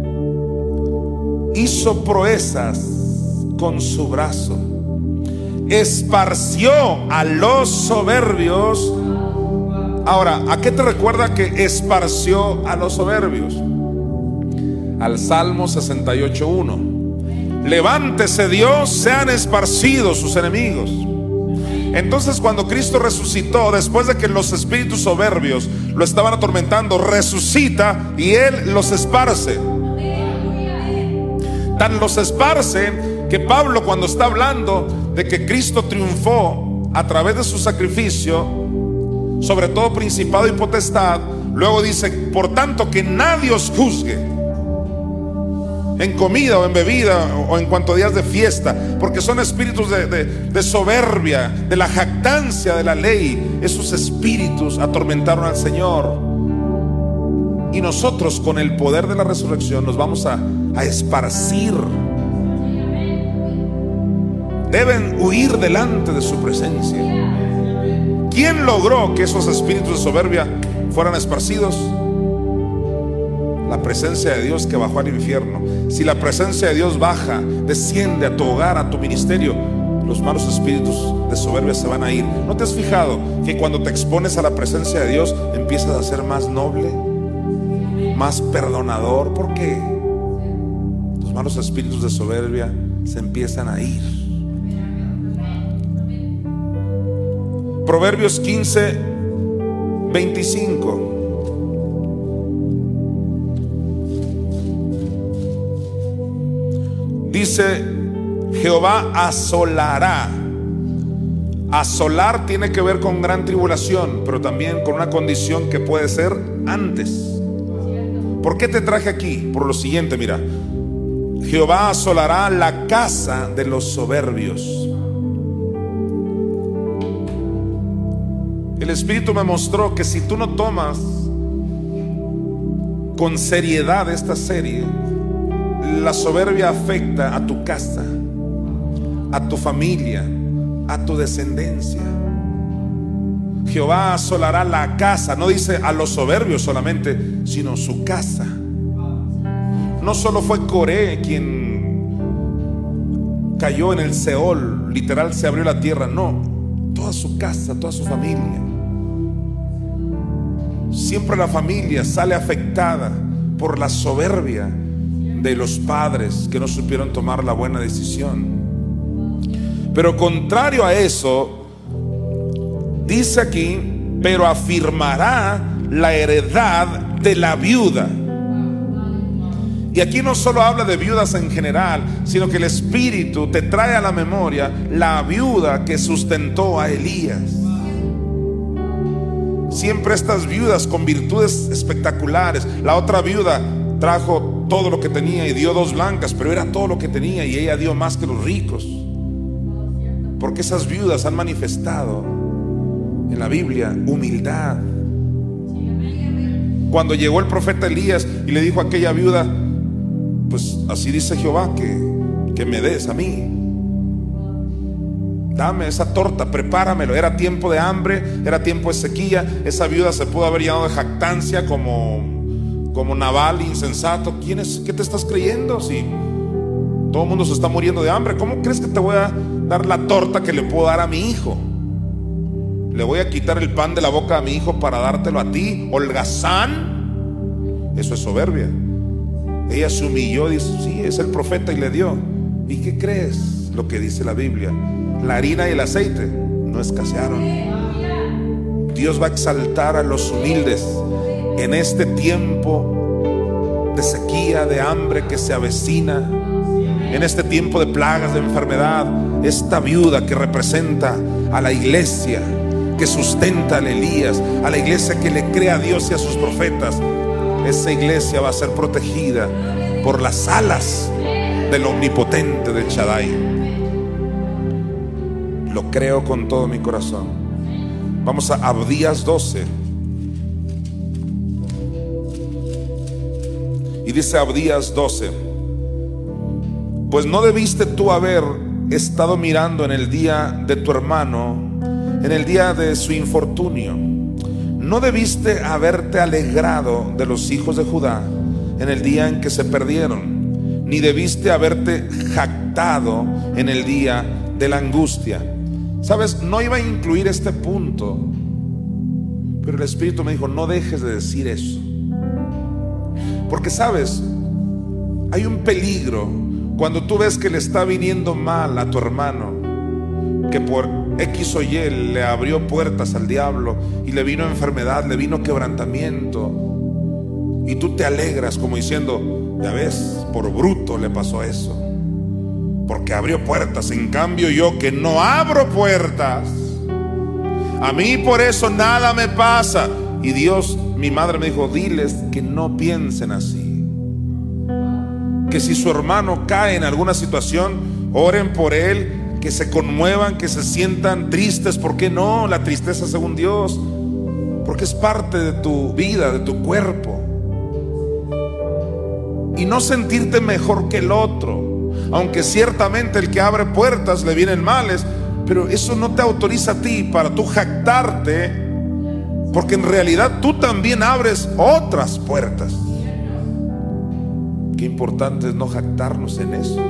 hizo proezas con su brazo, esparció a los soberbios. Ahora, ¿a qué te recuerda que esparció a los soberbios? Al Salmo sesenta y ocho uno. Levántese Dios, sean esparcidos sus enemigos. Entonces, cuando Cristo resucitó, después de que los espíritus soberbios lo estaban atormentando, resucita y Él los esparce. Tan los esparce que Pablo, cuando está hablando de que Cristo triunfó a través de su sacrificio sobre todo principado y potestad. Luego dice, por tanto que nadie os juzgue en comida o en bebida o en cuanto a días de fiesta, porque son espíritus de, de, de soberbia, de la jactancia de la ley. Esos espíritus atormentaron al Señor, y nosotros con el poder de la resurrección nos vamos a, a esparcir. Deben huir delante de su presencia. ¿Quién logró que esos espíritus de soberbia fueran esparcidos? La presencia de Dios que bajó al infierno. Si la presencia de Dios baja, desciende a tu hogar, a tu ministerio, los malos espíritus de soberbia se van a ir. ¿No te has fijado que cuando te expones a la presencia de Dios empiezas a ser más noble, más perdonador? ¿Por qué? Los malos espíritus de soberbia se empiezan a ir. Proverbios quince, veinticinco. Dice, Jehová asolará. Asolar tiene que ver con gran tribulación, pero también con una condición que puede ser antes. ¿Por qué te traje aquí? Por lo siguiente, mira. Jehová asolará la casa de los soberbios. El Espíritu me mostró que si tú no tomas con seriedad esta serie, la soberbia afecta a tu casa, a tu familia, a tu descendencia. Jehová asolará la casa, no dice a los soberbios solamente, sino su casa. No solo fue Coré quien cayó en el Seol, literal se abrió la tierra, no, toda su casa, toda su familia. Siempre la familia sale afectada por la soberbia de los padres que no supieron tomar la buena decisión. Pero contrario a eso, dice aquí, pero afirmará la heredad de la viuda. Y aquí no solo habla de viudas en general, sino que el Espíritu te trae a la memoria la viuda que sustentó a Elías. Siempre estas viudas con virtudes espectaculares. La otra viuda trajo todo lo que tenía y dio dos blancas, pero era todo lo que tenía, y ella dio más que los ricos. Porque esas viudas han manifestado en la Biblia humildad. Cuando llegó el profeta Elías y le dijo a aquella viuda, pues así dice Jehová, que, que me des a mí, dame esa torta, prepáramelo. Era tiempo de hambre, era tiempo de sequía. Esa viuda se pudo haber llenado de jactancia como, como Nabal insensato. ¿Quién es? ¿Qué te estás creyendo? Si todo el mundo se está muriendo de hambre, ¿cómo crees que te voy a dar la torta que le puedo dar a mi hijo? ¿Le voy a quitar el pan de la boca a mi hijo para dártelo a ti, holgazán? Eso es soberbia. Ella se humilló, dice, sí, es el profeta, y le dio. ¿Y qué crees? Lo que dice la Biblia, la harina y el aceite no escasearon. Dios va a exaltar a los humildes en este tiempo de sequía, de hambre que se avecina, en este tiempo de plagas, de enfermedad. Esta viuda que representa a la iglesia, que sustenta a Elías, a la iglesia que le cree a Dios y a sus profetas, esa iglesia va a ser protegida por las alas del omnipotente de Shaddai. Lo creo con todo mi corazón. Vamos a Abdías doce. Y dice Abdías doce: pues no debiste tú haber estado mirando en el día de tu hermano, en el día de su infortunio. No debiste haberte alegrado de los hijos de Judá en el día en que se perdieron, ni debiste haberte jactado en el día de la angustia. Sabes, no iba a incluir este punto, pero el Espíritu me dijo, no dejes de decir eso. Porque sabes, hay un peligro cuando tú ves que le está viniendo mal a tu hermano, que por X o Y le abrió puertas al diablo y le vino enfermedad, le vino quebrantamiento, y tú te alegras como diciendo, ya ves, por bruto le pasó eso, porque abrió puertas. En cambio yo, que no abro puertas, A mí por eso nada me pasa. Y Dios, mi madre me dijo, diles que no piensen así. Que si su hermano cae en alguna situación, oren por él, que se conmuevan, que se sientan tristes. ¿Por qué no? La tristeza según Dios, porque es parte de tu vida, de tu cuerpo. Y no sentirte mejor que el otro, aunque ciertamente el que abre puertas le vienen males, pero eso no te autoriza a ti para tú jactarte, porque en realidad tú también abres otras puertas. Qué importante es no jactarnos en eso.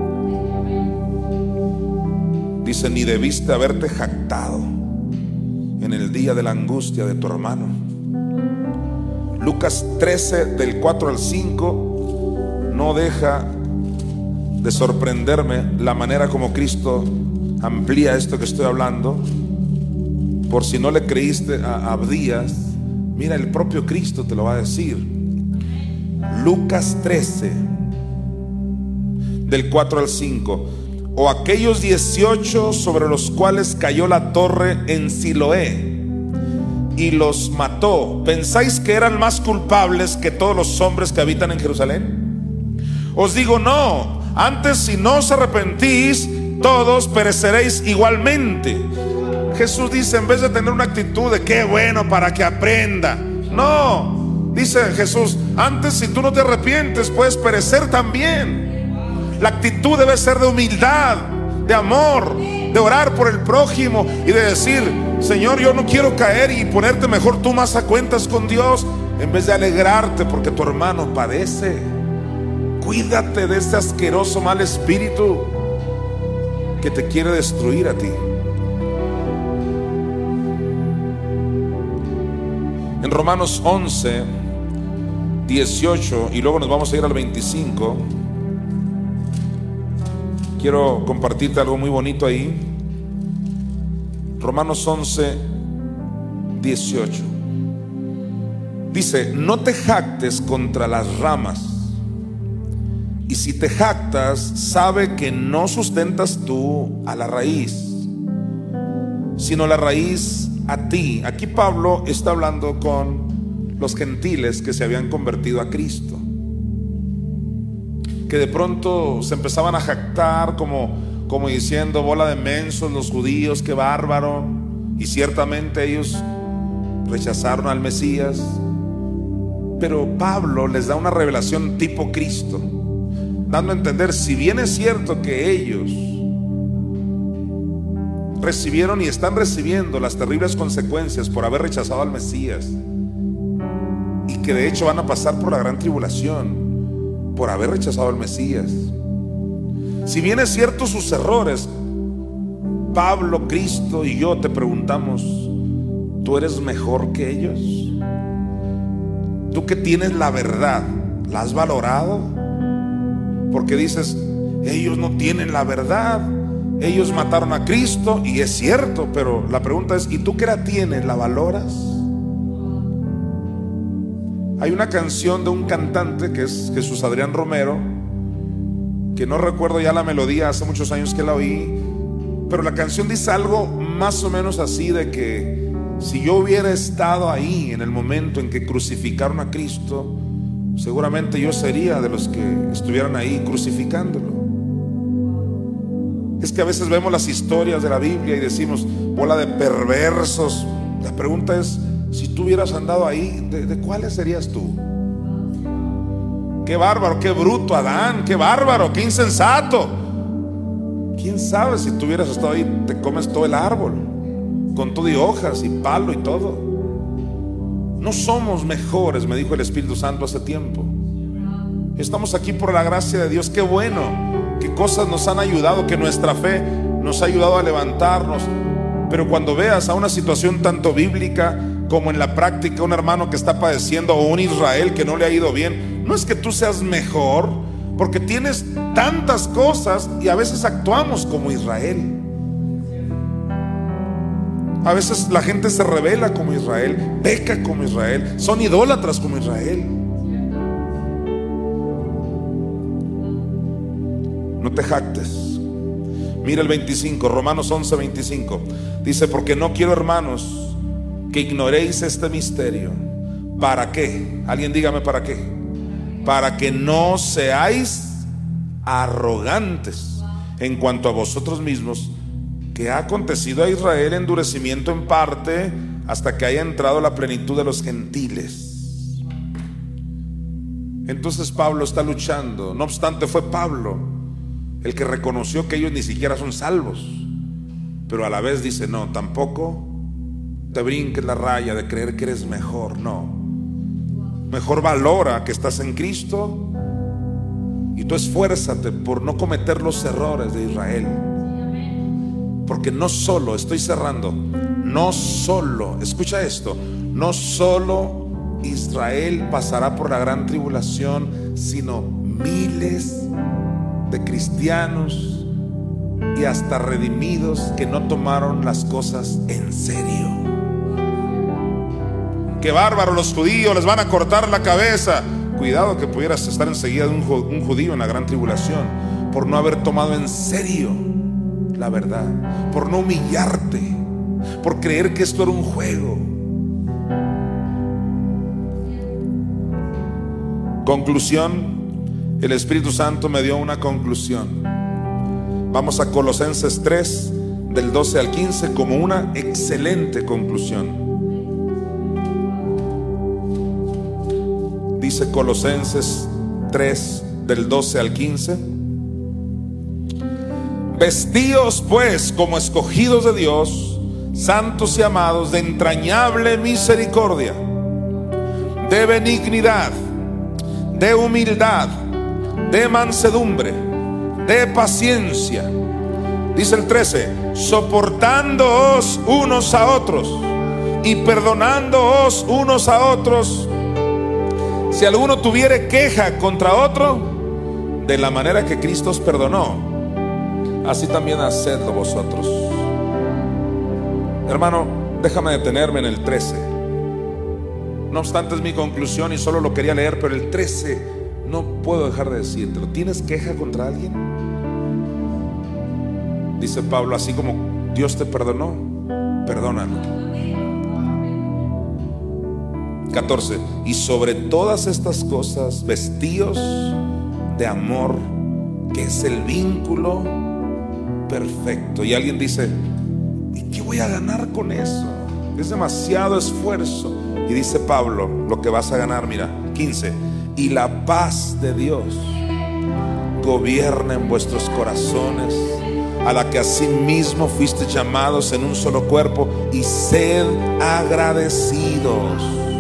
Dice, ni debiste haberte jactado en el día de la angustia de tu hermano. Lucas trece, del cuatro al cinco, no deja de sorprenderme la manera como Cristo amplía esto que estoy hablando. Por si no le creíste a Abdías, mira, el propio Cristo te lo va a decir. Lucas trece, del cuatro al cinco. O aquellos dieciocho sobre los cuales cayó la torre en Siloé y los mató, ¿pensáis que eran más culpables que todos los hombres que habitan en Jerusalén? Os digo, no, antes si no os arrepentís, todos pereceréis igualmente. Jesús dice, en vez de tener una actitud de qué bueno para que aprenda, no, dice Jesús, antes si tú no te arrepientes puedes perecer también. La actitud debe ser de humildad, de amor, de orar por el prójimo y de decir, Señor, yo no quiero caer, y ponerte mejor tú más a cuentas con Dios, en vez de alegrarte porque tu hermano padece. Cuídate de ese asqueroso mal espíritu que te quiere destruir a ti. En Romanos once, dieciocho, y luego nos vamos a ir al veinticinco, quiero compartirte algo muy bonito ahí. Romanos once, dieciocho. Dice, no te jactes contra las ramas, y si te jactas, sabe que no sustentas tú a la raíz, sino la raíz a ti. Aquí Pablo está hablando con los gentiles que se habían convertido a Cristo, que de pronto se empezaban a jactar como, como diciendo, bola de mensos los judíos, qué bárbaro. Y ciertamente ellos rechazaron al Mesías, pero Pablo les da una revelación tipo Cristo, dando a entender, si bien es cierto que ellos recibieron y están recibiendo las terribles consecuencias por haber rechazado al Mesías, y que de hecho van a pasar por la gran tribulación por haber rechazado al Mesías, si bien es cierto sus errores, Pablo, Cristo y yo te preguntamos, ¿tú eres mejor que ellos? Tú que tienes la verdad, ¿la has valorado? Porque dices, ellos no tienen la verdad, ellos mataron a Cristo, y es cierto, pero la pregunta es, ¿y tú que la tienes, la valoras? Hay una canción de un cantante que es Jesús Adrián Romero, que no recuerdo ya la melodía, hace muchos años que la oí, pero la canción dice algo más o menos así, de que si yo hubiera estado ahí en el momento en que crucificaron a Cristo, seguramente yo sería de los que estuvieran ahí crucificándolo. Es que a veces vemos las historias de la Biblia y decimos, bola de perversos. La pregunta es, si tú hubieras andado ahí, ¿de, de cuáles serías tú? Qué bárbaro, qué bruto Adán, qué bárbaro, qué insensato. ¿Quién sabe si tú hubieras estado ahí, te comes todo el árbol, con todo y hojas y palo y todo? No somos mejores, me dijo el Espíritu Santo hace tiempo. Estamos aquí por la gracia de Dios. Qué bueno, qué cosas nos han ayudado, que nuestra fe nos ha ayudado a levantarnos. Pero cuando veas a una situación tanto bíblica como en la práctica, un hermano que está padeciendo o un Israel que no le ha ido bien, no es que tú seas mejor, porque tienes tantas cosas y a veces actuamos como Israel. A veces la gente se rebela como Israel, peca como Israel, son idólatras como Israel. No te jactes. Mira el veinticinco, Romanos once, veinticinco. Dice, porque no quiero, hermanos, que ignoréis este misterio. ¿Para qué? Alguien dígame para qué. Para que no seáis arrogantes en cuanto a vosotros mismos, que ha acontecido a Israel endurecimiento en parte, hasta que haya entrado la plenitud de los gentiles. Entonces Pablo está luchando. No obstante, fue Pablo el que reconoció que ellos ni siquiera son salvos, pero a la vez dice, no, tampoco te brinques la raya de creer que eres mejor. No, mejor valora que estás en Cristo y tú esfuérzate por no cometer los errores de Israel. Porque no solo, estoy cerrando, no solo, escucha esto, no solo Israel pasará por la gran tribulación, sino miles de cristianos y hasta redimidos que no tomaron las cosas en serio. Qué bárbaro, los judíos les van a cortar la cabeza. Cuidado que pudieras estar enseguida de un judío en la gran tribulación por no haber tomado en serio la verdad, por no humillarte, por creer que esto era un juego. Conclusión. El Espíritu Santo me dio una conclusión. Vamos a Colosenses tres, del doce al quince, como una excelente conclusión. Dice Colosenses tres, del doce al quince: vestíos pues como escogidos de Dios, santos y amados, de entrañable misericordia, de benignidad, de humildad, de mansedumbre, de paciencia. Dice el trece, soportándoos unos a otros y perdonándoos unos a otros, si alguno tuviere queja contra otro, de la manera que Cristo os perdonó, así también hacedlo vosotros. Hermano, déjame detenerme en el trece. No obstante, es mi conclusión y solo lo quería leer, pero el trece no puedo dejar de decírtelo. ¿Tienes queja contra alguien? Dice Pablo, así como Dios te perdonó, perdónalo. catorce. Y sobre todas estas cosas, vestíos de amor, que es el vínculo perfecto. Y alguien dice, ¿y qué voy a ganar con eso? Es demasiado esfuerzo. Y dice Pablo, lo que vas a ganar, mira, quince. Y la paz de Dios gobierna en vuestros corazones, a la que asimismo fuiste llamados en un solo cuerpo, y sed agradecidos.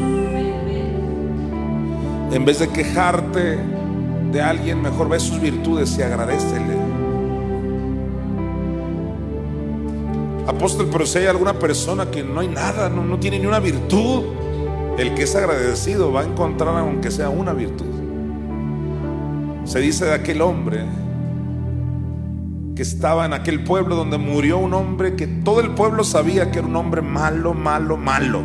En vez de quejarte de alguien, mejor ve sus virtudes y agradécele. Apóstol, pero si hay alguna persona que no hay nada, no, no tiene ni una virtud, el que es agradecido va a encontrar aunque sea una virtud. Se dice de aquel hombre que estaba en aquel pueblo donde murió un hombre que todo el pueblo sabía que era un hombre malo, malo, malo.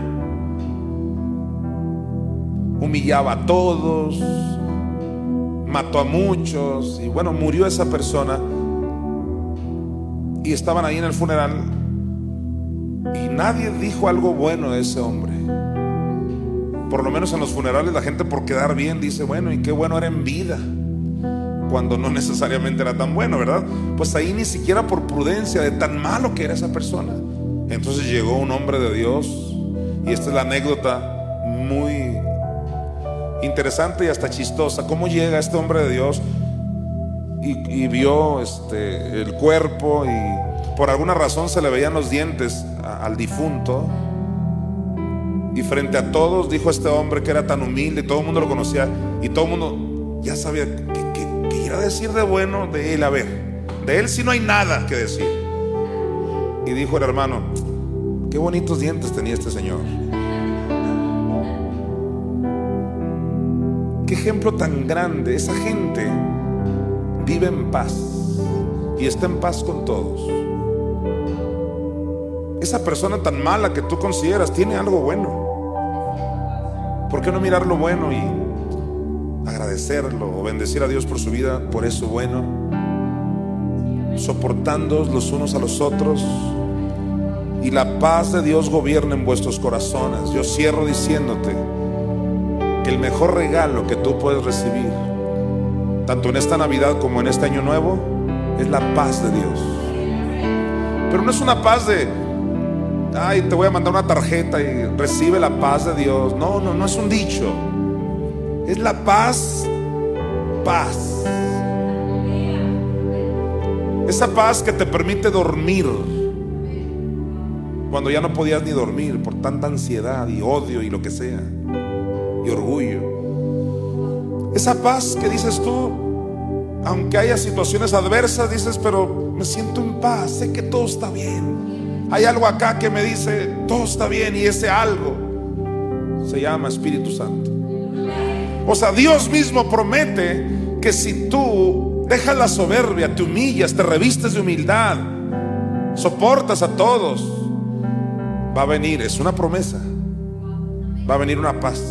Humillaba a todos, mató a muchos, y bueno, murió esa persona. Y estaban ahí en el funeral y nadie dijo algo bueno de ese hombre. Por lo menos en los funerales la gente, por quedar bien, dice, bueno, y qué bueno era en vida, cuando no necesariamente era tan bueno, ¿verdad? Pues ahí ni siquiera por prudencia, de tan malo que era esa persona. Entonces llegó un hombre de Dios, y esta es la anécdota muy interesante y hasta chistosa. ¿Cómo llega este hombre de Dios y, y vio este, el cuerpo, y por alguna razón se le veían los dientes a, al difunto? Y frente a todos dijo este hombre, que era tan humilde y todo el mundo lo conocía, y todo el mundo ya sabía qué, qué, qué iba a decir de bueno de él. A ver, de él sí no hay nada que decir. Y dijo el hermano, qué bonitos dientes tenía este señor. Qué ejemplo tan grande. Esa gente vive en paz y está en paz con todos. Esa persona tan mala que tú consideras tiene algo bueno. ¿Por qué no mirar lo bueno y agradecerlo o bendecir a Dios por su vida, por eso bueno? soportándoos los unos a los otros, y la paz de Dios gobierne en vuestros corazones. Yo cierro diciéndote que el mejor regalo que tú puedes recibir, tanto en esta Navidad como en este Año Nuevo, es la paz de Dios. Pero no es una paz de, ay, te voy a mandar una tarjeta y recibe la paz de Dios. No, no, no es un dicho. Es la paz, paz. Esa paz que te permite dormir cuando ya no podías ni dormir por tanta ansiedad y odio y lo que sea, y orgullo. Esa paz que dices tú, aunque haya situaciones adversas, dices, pero me siento en paz, sé que todo está bien. Hay algo acá que me dice, todo está bien, y ese algo se llama Espíritu Santo. O sea, Dios mismo promete que si tú dejas la soberbia, te humillas, te revistes de humildad, soportas a todos, va a venir, es una promesa, va a venir una paz.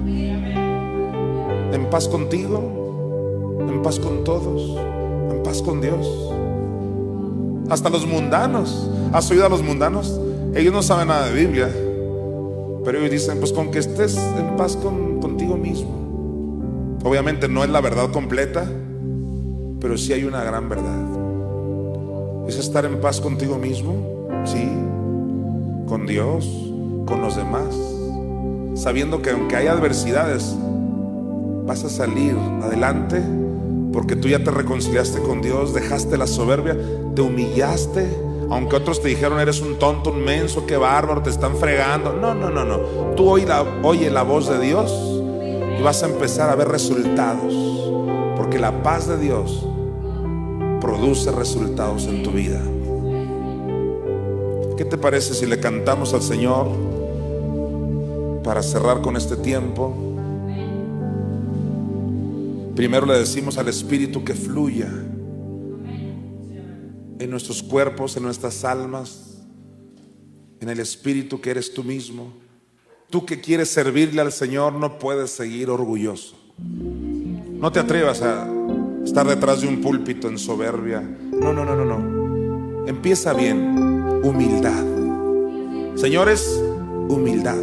En paz contigo, en paz con todos, en paz con Dios. Hasta los mundanos, ¿has oído a los mundanos? Ellos no saben nada de Biblia, pero ellos dicen, pues con que estés en paz con, contigo mismo. Obviamente no es la verdad completa, pero sí hay una gran verdad. Es estar en paz contigo mismo, sí, con Dios, con los demás, sabiendo que aunque hay adversidades, vas a salir adelante, porque tú ya te reconciliaste con Dios, dejaste la soberbia, te humillaste. Aunque otros te dijeron, eres un tonto, un menso, qué bárbaro, te están fregando. No, no, no, no. Tú oye la, oye la voz de Dios y vas a empezar a ver resultados, porque la paz de Dios produce resultados en tu vida. ¿Qué te parece si le cantamos al Señor para cerrar con este tiempo? Primero le decimos al Espíritu que fluya en nuestros cuerpos, en nuestras almas, en el Espíritu que eres tú mismo. Tú que quieres servirle al Señor no puedes seguir orgulloso. No te atrevas a estar detrás de un púlpito en soberbia. No, no, no, no, no. Empieza bien. Humildad. Señores, humildad.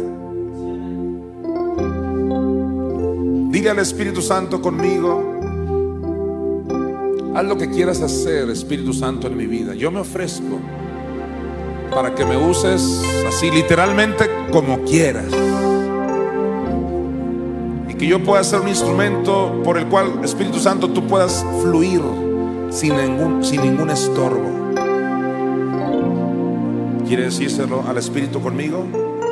Dile al Espíritu Santo conmigo, haz lo que quieras hacer, Espíritu Santo, en mi vida. Yo me ofrezco para que me uses así literalmente como quieras, y que yo pueda ser un instrumento por el cual, Espíritu Santo, tú puedas fluir sin ningún, sin ningún estorbo. ¿Quieres decírselo al Espíritu conmigo?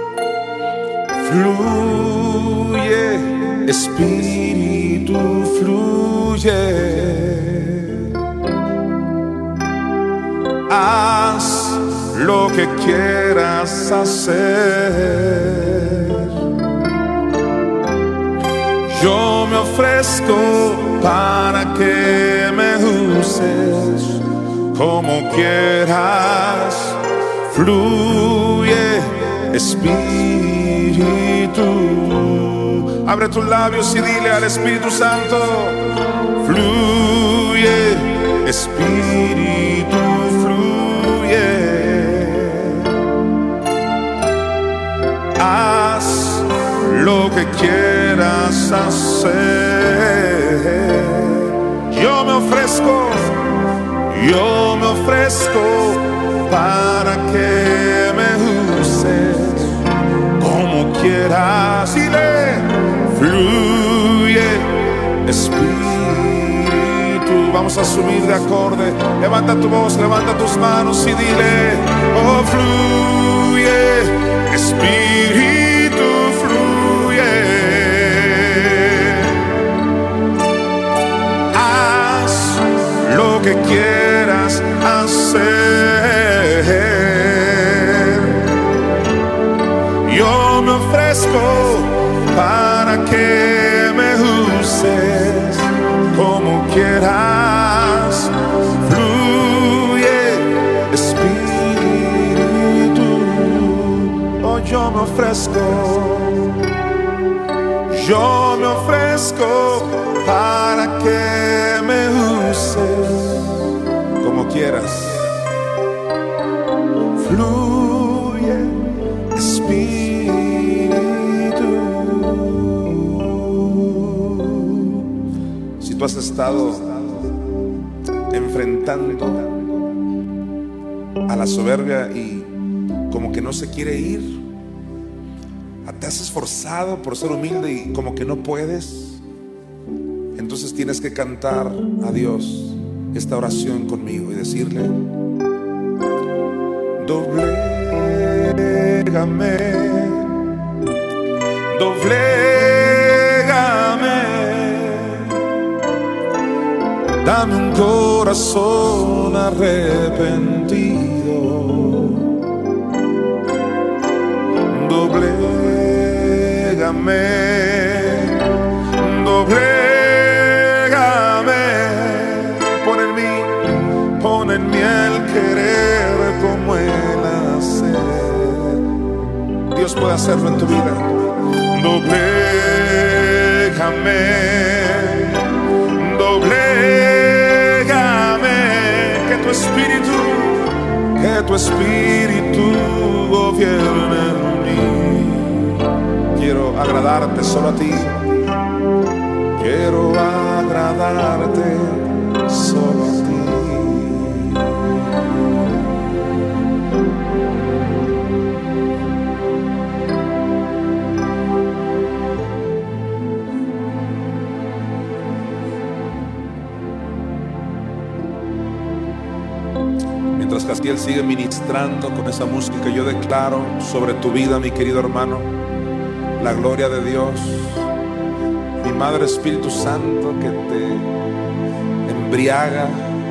Fluye, Espíritu, fluye. Haz lo que quieras hacer. Yo me ofrezco para que me uses como quieras. Fluye, Espíritu. Abre tus labios y dile al Espíritu Santo, fluye, Espíritu, fluye. Haz lo que quieras hacer. Yo me ofrezco, yo me ofrezco para que me uses como quieras. Dile, fluye, Espíritu. Vamos a subir de acorde. Levanta tu voz, levanta tus manos y dile, oh, fluye, Espíritu, fluye. Haz lo que quieras hacer. Yo me ofrezco para que me uses como quieras. Fluye, Espíritu. Oh, yo me ofrezco, yo me ofrezco para que me uses como quieras. quieras. Fluye, Espíritu. Si tú has estado enfrentando a la soberbia y como que no se quiere ir, te has esforzado por ser humilde y como que no puedes, entonces tienes que cantar a Dios esta oración conmigo y decirle: doblégame, doblégame, dame un corazón arrepentido. Doblégame, doblégame, pon en mí, pon en mí el querer como el hacer. Dios puede hacerlo en tu vida. Doblégame, doblégame, que tu espíritu, que tu espíritu gobierne en mí. Quiero agradarte solo a ti. Quiero agradarte solo a ti. Mientras Castiel sigue ministrando con esa música, yo declaro sobre tu vida, mi querido hermano, la gloria de Dios. Mi Madre Espíritu Santo que te embriaga,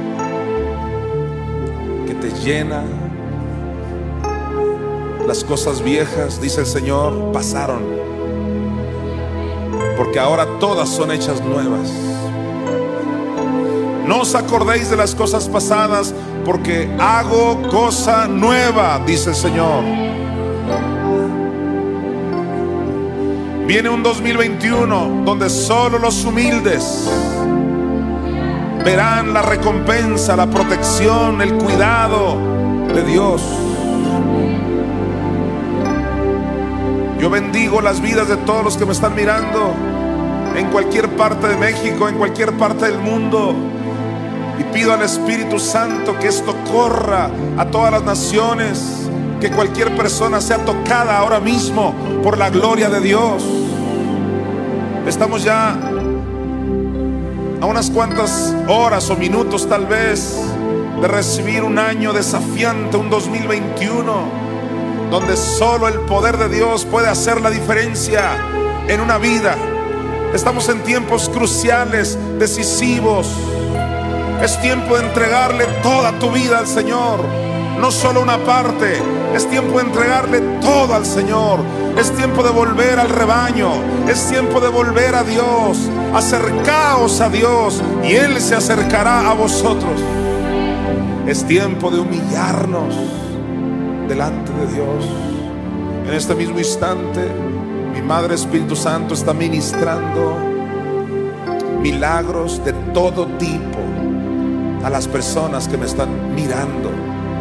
que te llena. Las cosas viejas, dice el Señor, pasaron, porque ahora todas son hechas nuevas. No os acordéis de las cosas pasadas, porque hago cosa nueva, dice el Señor. Viene un dos mil veintiuno donde solo los humildes verán la recompensa, la protección, el cuidado de Dios. Yo bendigo las vidas de todos los que me están mirando en cualquier parte de México, en cualquier parte del mundo, y pido al Espíritu Santo que esto corra a todas las naciones, que cualquier persona sea tocada ahora mismo por la gloria de Dios. Estamos ya a unas cuantas horas o minutos tal vez de recibir un año desafiante, un dos mil veintiuno, donde solo el poder de Dios puede hacer la diferencia en una vida. Estamos en tiempos cruciales, decisivos. Es tiempo de entregarle toda tu vida al Señor, no solo una parte. Es tiempo de entregarle todo al Señor. Es tiempo de volver al rebaño. Es tiempo de volver a Dios. Acercaos a Dios y Él se acercará a vosotros. Es tiempo de humillarnos delante de Dios. En este mismo instante, mi Madre Espíritu Santo está ministrando milagros de todo tipo a las personas que me están mirando.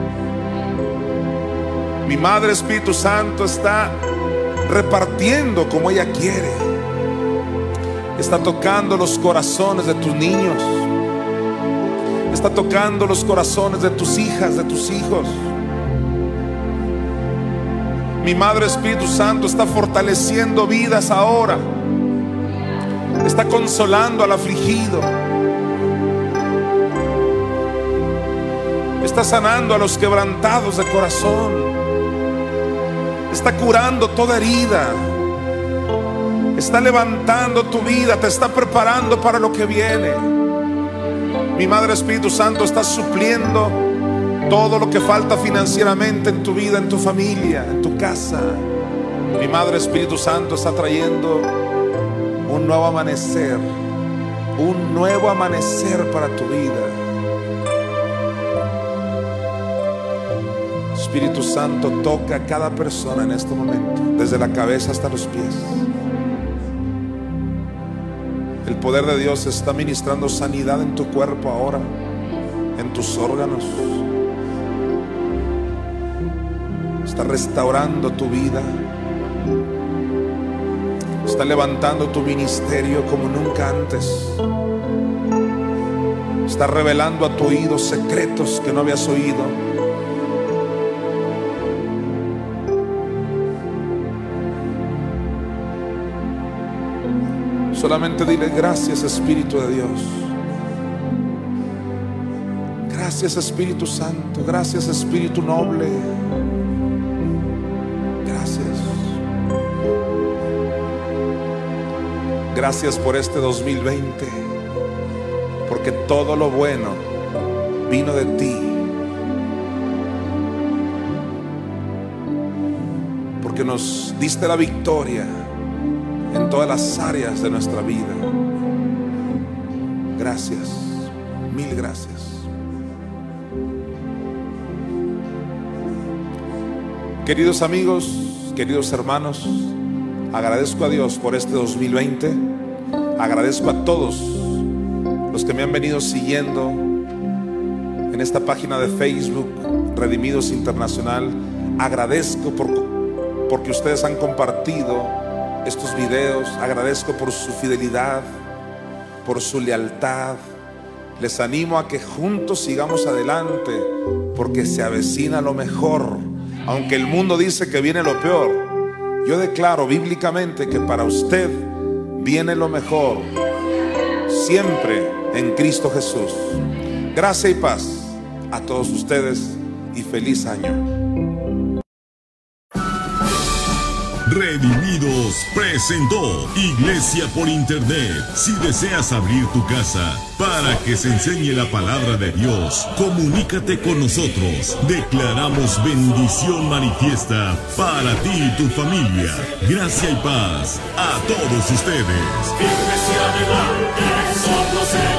Mi Madre Espíritu Santo está repartiendo como ella quiere. Está tocando los corazones de tus niños. Está tocando los corazones de tus hijas, de tus hijos. Mi Madre Espíritu Santo está fortaleciendo vidas ahora. Está consolando al afligido. Está sanando a los quebrantados de corazón. Está curando toda herida. Está levantando tu vida. Te está preparando para lo que viene. Mi Madre Espíritu Santo está supliendo todo lo que falta financieramente en tu vida, en tu familia, en tu casa. Mi Madre Espíritu Santo está trayendo un nuevo amanecer. Un nuevo amanecer para tu vida. Espíritu Santo, toca a cada persona en este momento, desde la cabeza hasta los pies. El poder de Dios está ministrando sanidad en tu cuerpo ahora. en tus órganos. Está restaurando tu vida. Está levantando tu ministerio como nunca antes. Está revelando a tu oído secretos que no habías oído. Solamente dile gracias, Espíritu de Dios. Gracias, Espíritu Santo. Gracias, Espíritu noble. Gracias. Gracias por este dos mil veinte, porque todo lo bueno vino de ti. Porque nos diste la victoria en todas las áreas de nuestra vida. Gracias, mil gracias. Queridos amigos, queridos hermanos, agradezco a Dios por este dos mil veinte. Agradezco a todos los que me han venido siguiendo en esta página de Facebook, Redimidos Internacional. Agradezco por, porque ustedes han compartido estos videos. Agradezco por su fidelidad, por su lealtad. Les animo a que juntos sigamos adelante, porque se avecina lo mejor. Aunque el mundo dice que viene lo peor, yo declaro bíblicamente que para usted viene lo mejor, siempre en Cristo Jesús. Gracia y paz a todos ustedes y feliz año. Redimidos presentó Iglesia por Internet. Si deseas abrir tu casa para que se enseñe la palabra de Dios, comunícate con nosotros. Declaramos bendición manifiesta para ti y tu familia. Gracia y paz a todos ustedes. Firmes y adelante, somos el